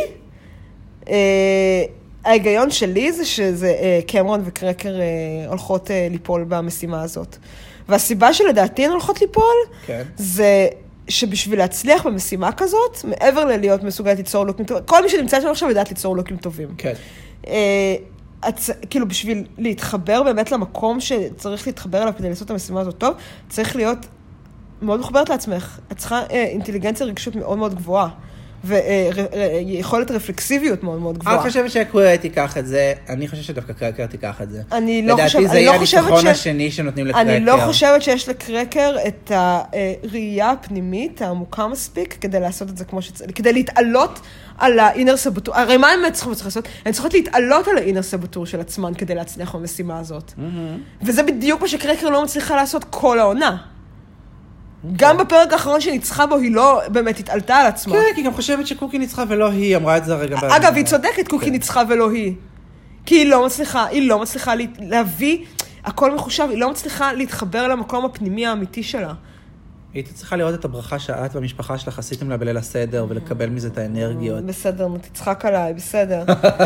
ההיגיון שלי זה שזה קמרון וקרקר הולכות ליפול במשימה הזאת. והסיבה שלדעתי הן הולכות ליפול, כן. זה שבשביל להצליח במשימה כזאת, מעבר ללהיות מסוגלת ליצור לוקים טובים, כל מי שנמצא שם עכשיו יודעת ליצור לוקים טובים. כן. כאילו בשביל להתחבר באמת למקום שצריך להתחבר אליו כדי לעשות את המשימה הזאת טוב, צריך להיות מאוד מחוברת לעצמך. את צריכה אינטליגנציה רגשות מאוד מאוד גבוהה. ויכולת רפלקסיביות מאוד מאוד גבוהה. אני חושבת שהקוויריה תיקח את זה, אני חושבת שדווקא קרקר תיקח את זה. אני לא חושבת... לדעתי זה יהיה הניצחון השני שנותנים לקרקר. אני לא חושבת שיש לקרקר את הראייה הפנימית העמוקה מספיק כדי לעשות את זה כמו שצריך, כדי להתעלות על האינר סבוטור. הרי מה הם צריכות לעשות? הן צריכות להתעלות על האינר סבוטור של עצמן כדי להצליח במשימה הזאת. וזה בדיוק מה שקרקר לא מצליחה לעשות כל העונה. גם בפרק האחרון שניצחה בו, היא לא באמת התעלתה על עצמה. כן, כי גם חושבת שקוקי ניצחה ולא היא, אמרה את זה הרגע. אגב, היא צודקת, קוקי ניצחה ולא היא. כי היא לא מצליחה להביא, הכל מחושב, היא לא מצליחה להתחבר למקום הפנימי האמיתי שלה. היא צריכה לראות את הברכה שאת והמשפחה שלך עשיתם לה בליל הסדר, ולקבל מזה את האנרגיות. בסדר, תצחק עליי, בסדר.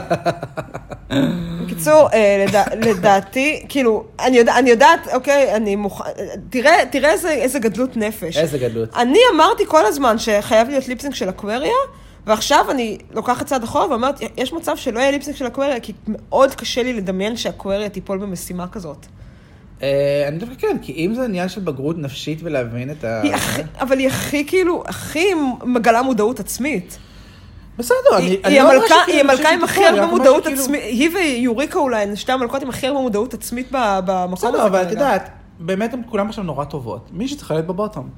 בקיצור, לדעתי, כאילו, אני יודעת, אוקיי, תראה איזה גדלות נפש. איזה גדלות. אני אמרתי כל הזמן שחייב להיות ליפסינג של אקווריה, ועכשיו אני לוקחת צעד אחורה ואומרת, יש מצב שלא יהיה ליפסינג של אקווריה, כי מאוד קשה לי לדמיין שאקווריה תיפול במשימה כזאת. אני דווקא כן, כי אם זה עניין של בגרות נפשית ולהבין את ה... אבל היא הכי מגלה מודעות עצמית. בסדר, היא המלכה עם הכי הרבה מודעות עצמית, היא ויוריקה אולי, שתי המלכות עם הכי הרבה מודעות עצמית במקום הזה. בסדר, אבל את יודעת, באמת הם כולם עכשיו נורא טובות. מי שצריכה להיות בבוטום.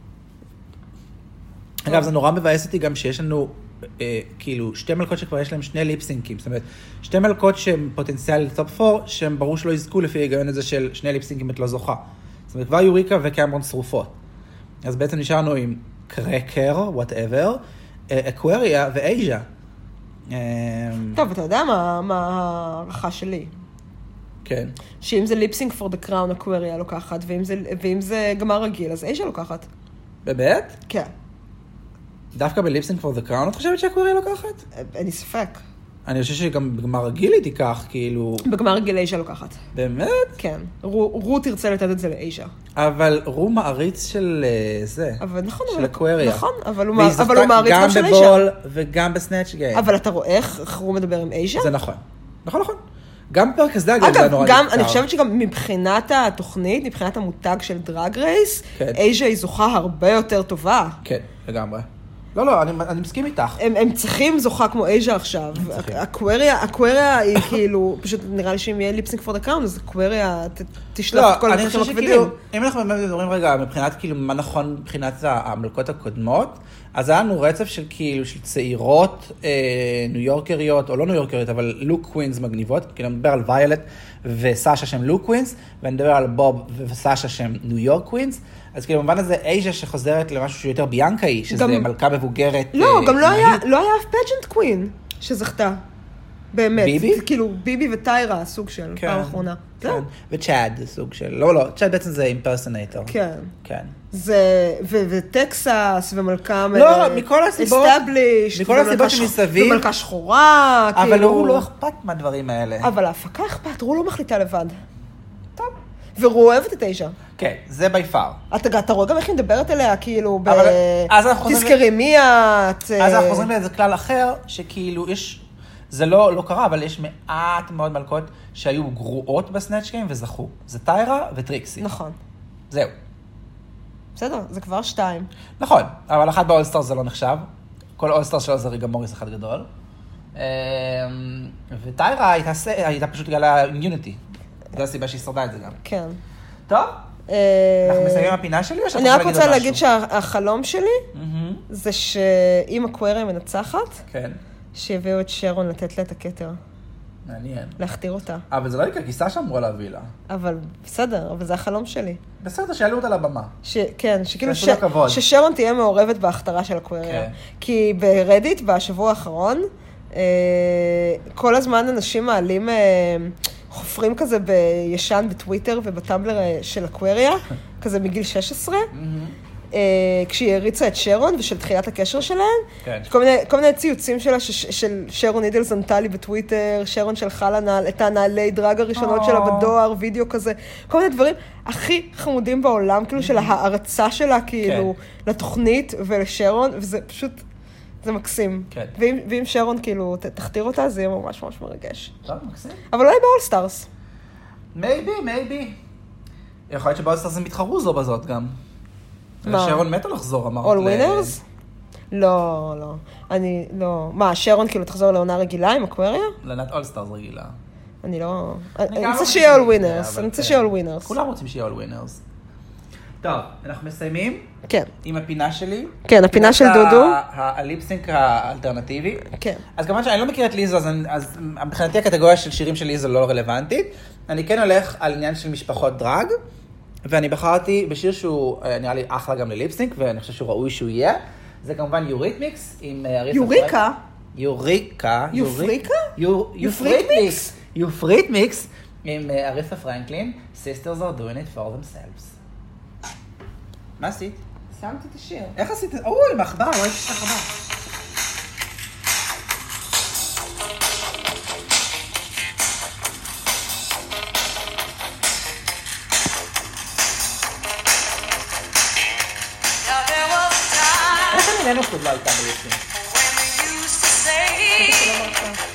אגב, זה נורא מבאס אותי גם שיש לנו, כאילו, שתי מלכות שכבר יש להם שני ליפסינקים. זאת אומרת, שתי מלכות שהן פוטנציאל לטופ 4, שהן ברור שלא יזכו לפי ההיגיון הזה של שני ליפסינקים את לא זוכה. זאת אומרת, כבר יוריקה וקמרון שרופות. אז בעצם נשארנו עם קרקר, whatever, אקווריה ואייז'ה. טוב, אתה יודע מה הערכה שלי? כן. שאם זה ליפסינג פור דה קראון, אקווריה לוקחת, ואם זה גמר רגיל, אז אייז'ה לוקחת. באמת? כן. דווקא בליפסינג פור דה קראון, את חושבת שאקווריה לוקחת? אין לי ספק. אני חושב שגם בגמר רגיל היא תיקח, כאילו... בגמר רגיל אייז'ה לוקחת. באמת? כן. רו תרצה לתת את זה לאייז'ה. אבל רו מעריץ של זה. נכון, של אקווריה. נכון, אבל הוא מעריץ גם של אייז'ה. גם בבול וגם בסנאצ' גיים. אבל אתה רואה איך רו מדבר עם אייז'ה? זה נכון. נכון. גם פרק הזה, אגב, זה נורא גם, אני חושבת שגם מבחינת התוכנית, מבחינת המותג של דרג רייס, אייז'ה היא זוכה הרבה יותר טובה. כן, לגמרי. לא, אני מסכים איתך. הם צריכים זוכה כמו אייז'ה עכשיו. אקווריה היא כאילו, פשוט נראה לי שאם יהיה ליפסינג פור דה קראון, אז אקווריה תשלח את כל הדרכים הכבדים. אם אנחנו באמת מדברים רגע, מבחינת כאילו מה נכון מבחינת המלכות הקודמות, אז היה לנו רצף של כאילו, של צעירות ניו יורקריות, או לא ניו יורקריות, אבל לוק קווינס מגניבות, כאילו אני מדבר על ויולט וסאשה שהם לוק קווינס, ואני מדבר על בוב וסאשה שהם ניו יורק קווינס, אז כאילו במובן הזה אייז'ה שחוזרת למשהו שיותר ביאנקאי, שזה מלכה מבוגרת. לא, גם לא היה אף פג'נט קווין שזכתה. באמת. ביבי? כאילו ביבי וטיירה, סוג של פעם האחרונה. כן, וצ'אד, סוג של, לא, צ'אד בעצם זה אימפרסונטור. כן. זה, וטקסס, ומלכה... לא, מכל הסיבות... אסטאבליש. מכל הסיבות שמסביב. ומלכה שחורה, אבל הוא לא אכפת מהדברים האלה. אבל ההפקה אכפת, הוא לא מחליטה לבד. טוב. והוא אוהבת את אייז'ה. כן, זה בי פאר. אתה רואה גם איך היא מדברת אליה, כאילו, תזכרי מי את... אז אנחנו חוזרים לאיזה כלל אחר, שכאילו יש... זה לא קרה, אבל יש מעט מאוד מלכות שהיו גרועות בסנאצ' גיים וזכו. זה טיירה וטריקסי. נכון. זהו. בסדר, זה כבר 2. נכון, אבל אחת באולסטאר זה לא נחשב. כל אולסטאר שלו זה ריגה מוריס אחד גדול. וטיירה הייתה פשוט גלה אימיוניטי. זו הסיבה שהיא שרדה את זה גם. כן. טוב, אנחנו מסיימים הפינה שלי או שאת אני רק רוצה להגיד שהחלום שלי זה שאם אקווריה מנצחת, שיביאו את שרון לתת לה את הכתר. מעניין. להכתיר אותה. אבל זה לא יקרה, כיסה שאמרו להביא לה. אבל בסדר, אבל זה החלום שלי. בסדר, שיעלו אותה לבמה. כן, שכאילו ששרון תהיה מעורבת בהכתרה של אקווריה. כי ברדיט, בשבוע האחרון, כל הזמן אנשים מעלים, חופרים כזה בישן בטוויטר ובטמבלר של אקווריה, כזה מגיל 16, כשהיא הריצה את שרון ושל תחילת הקשר שלהן, כל מיני ציוצים שלה של שרון אידל זנטלי בטוויטר, שרון שלחה לה את הנעלי דרג הראשונות שלה בדואר, וידאו כזה, כל מיני דברים הכי חמודים בעולם, כאילו של ההערצה שלה, כאילו, לתוכנית ולשרון, וזה פשוט, זה מקסים. ואם שרון כאילו תכתיר אותה, זה יהיה ממש ממש מרגש. טוב, מקסים. אבל אולי באולסטארס. מייבי. יכול להיות שבאולסטארס הם מתחרו זו בזאת גם. שרון מתה לחזור, אמרת. All winners? לא. אני לא. מה, שרון כאילו תחזור לעונה רגילה עם אקווריה? לעונת אולסטארס רגילה. אני לא... אני רוצה שיהיה all winners. כולם רוצים שיהיה all winners. טוב, אנחנו מסיימים? כן. עם הפינה שלי. כן, הפינה של דודו. הליפסינק האלטרנטיבי. כן. אז כמובן שאני לא מכיר את ליזו, אז מבחינתי הקטגוריה של שירים של ליזו לא רלוונטית. אני כן הולך על עניין של משפחות דרג. ואני בחרתי בשיר שהוא נראה לי אחלה גם לליפסינק, ואני חושב שהוא ראוי שהוא יהיה. זה כמובן יוריתמיקס עם אריסה יופריטמיקס עם אריסה פרנקלין, Sisters are doing it for themselves. מה עשית? שמתי את השיר. איך עשית? אוי, מחבר, לא הייתי שתך חבר. איך אני איננו חוד לא הייתה ביוצאים?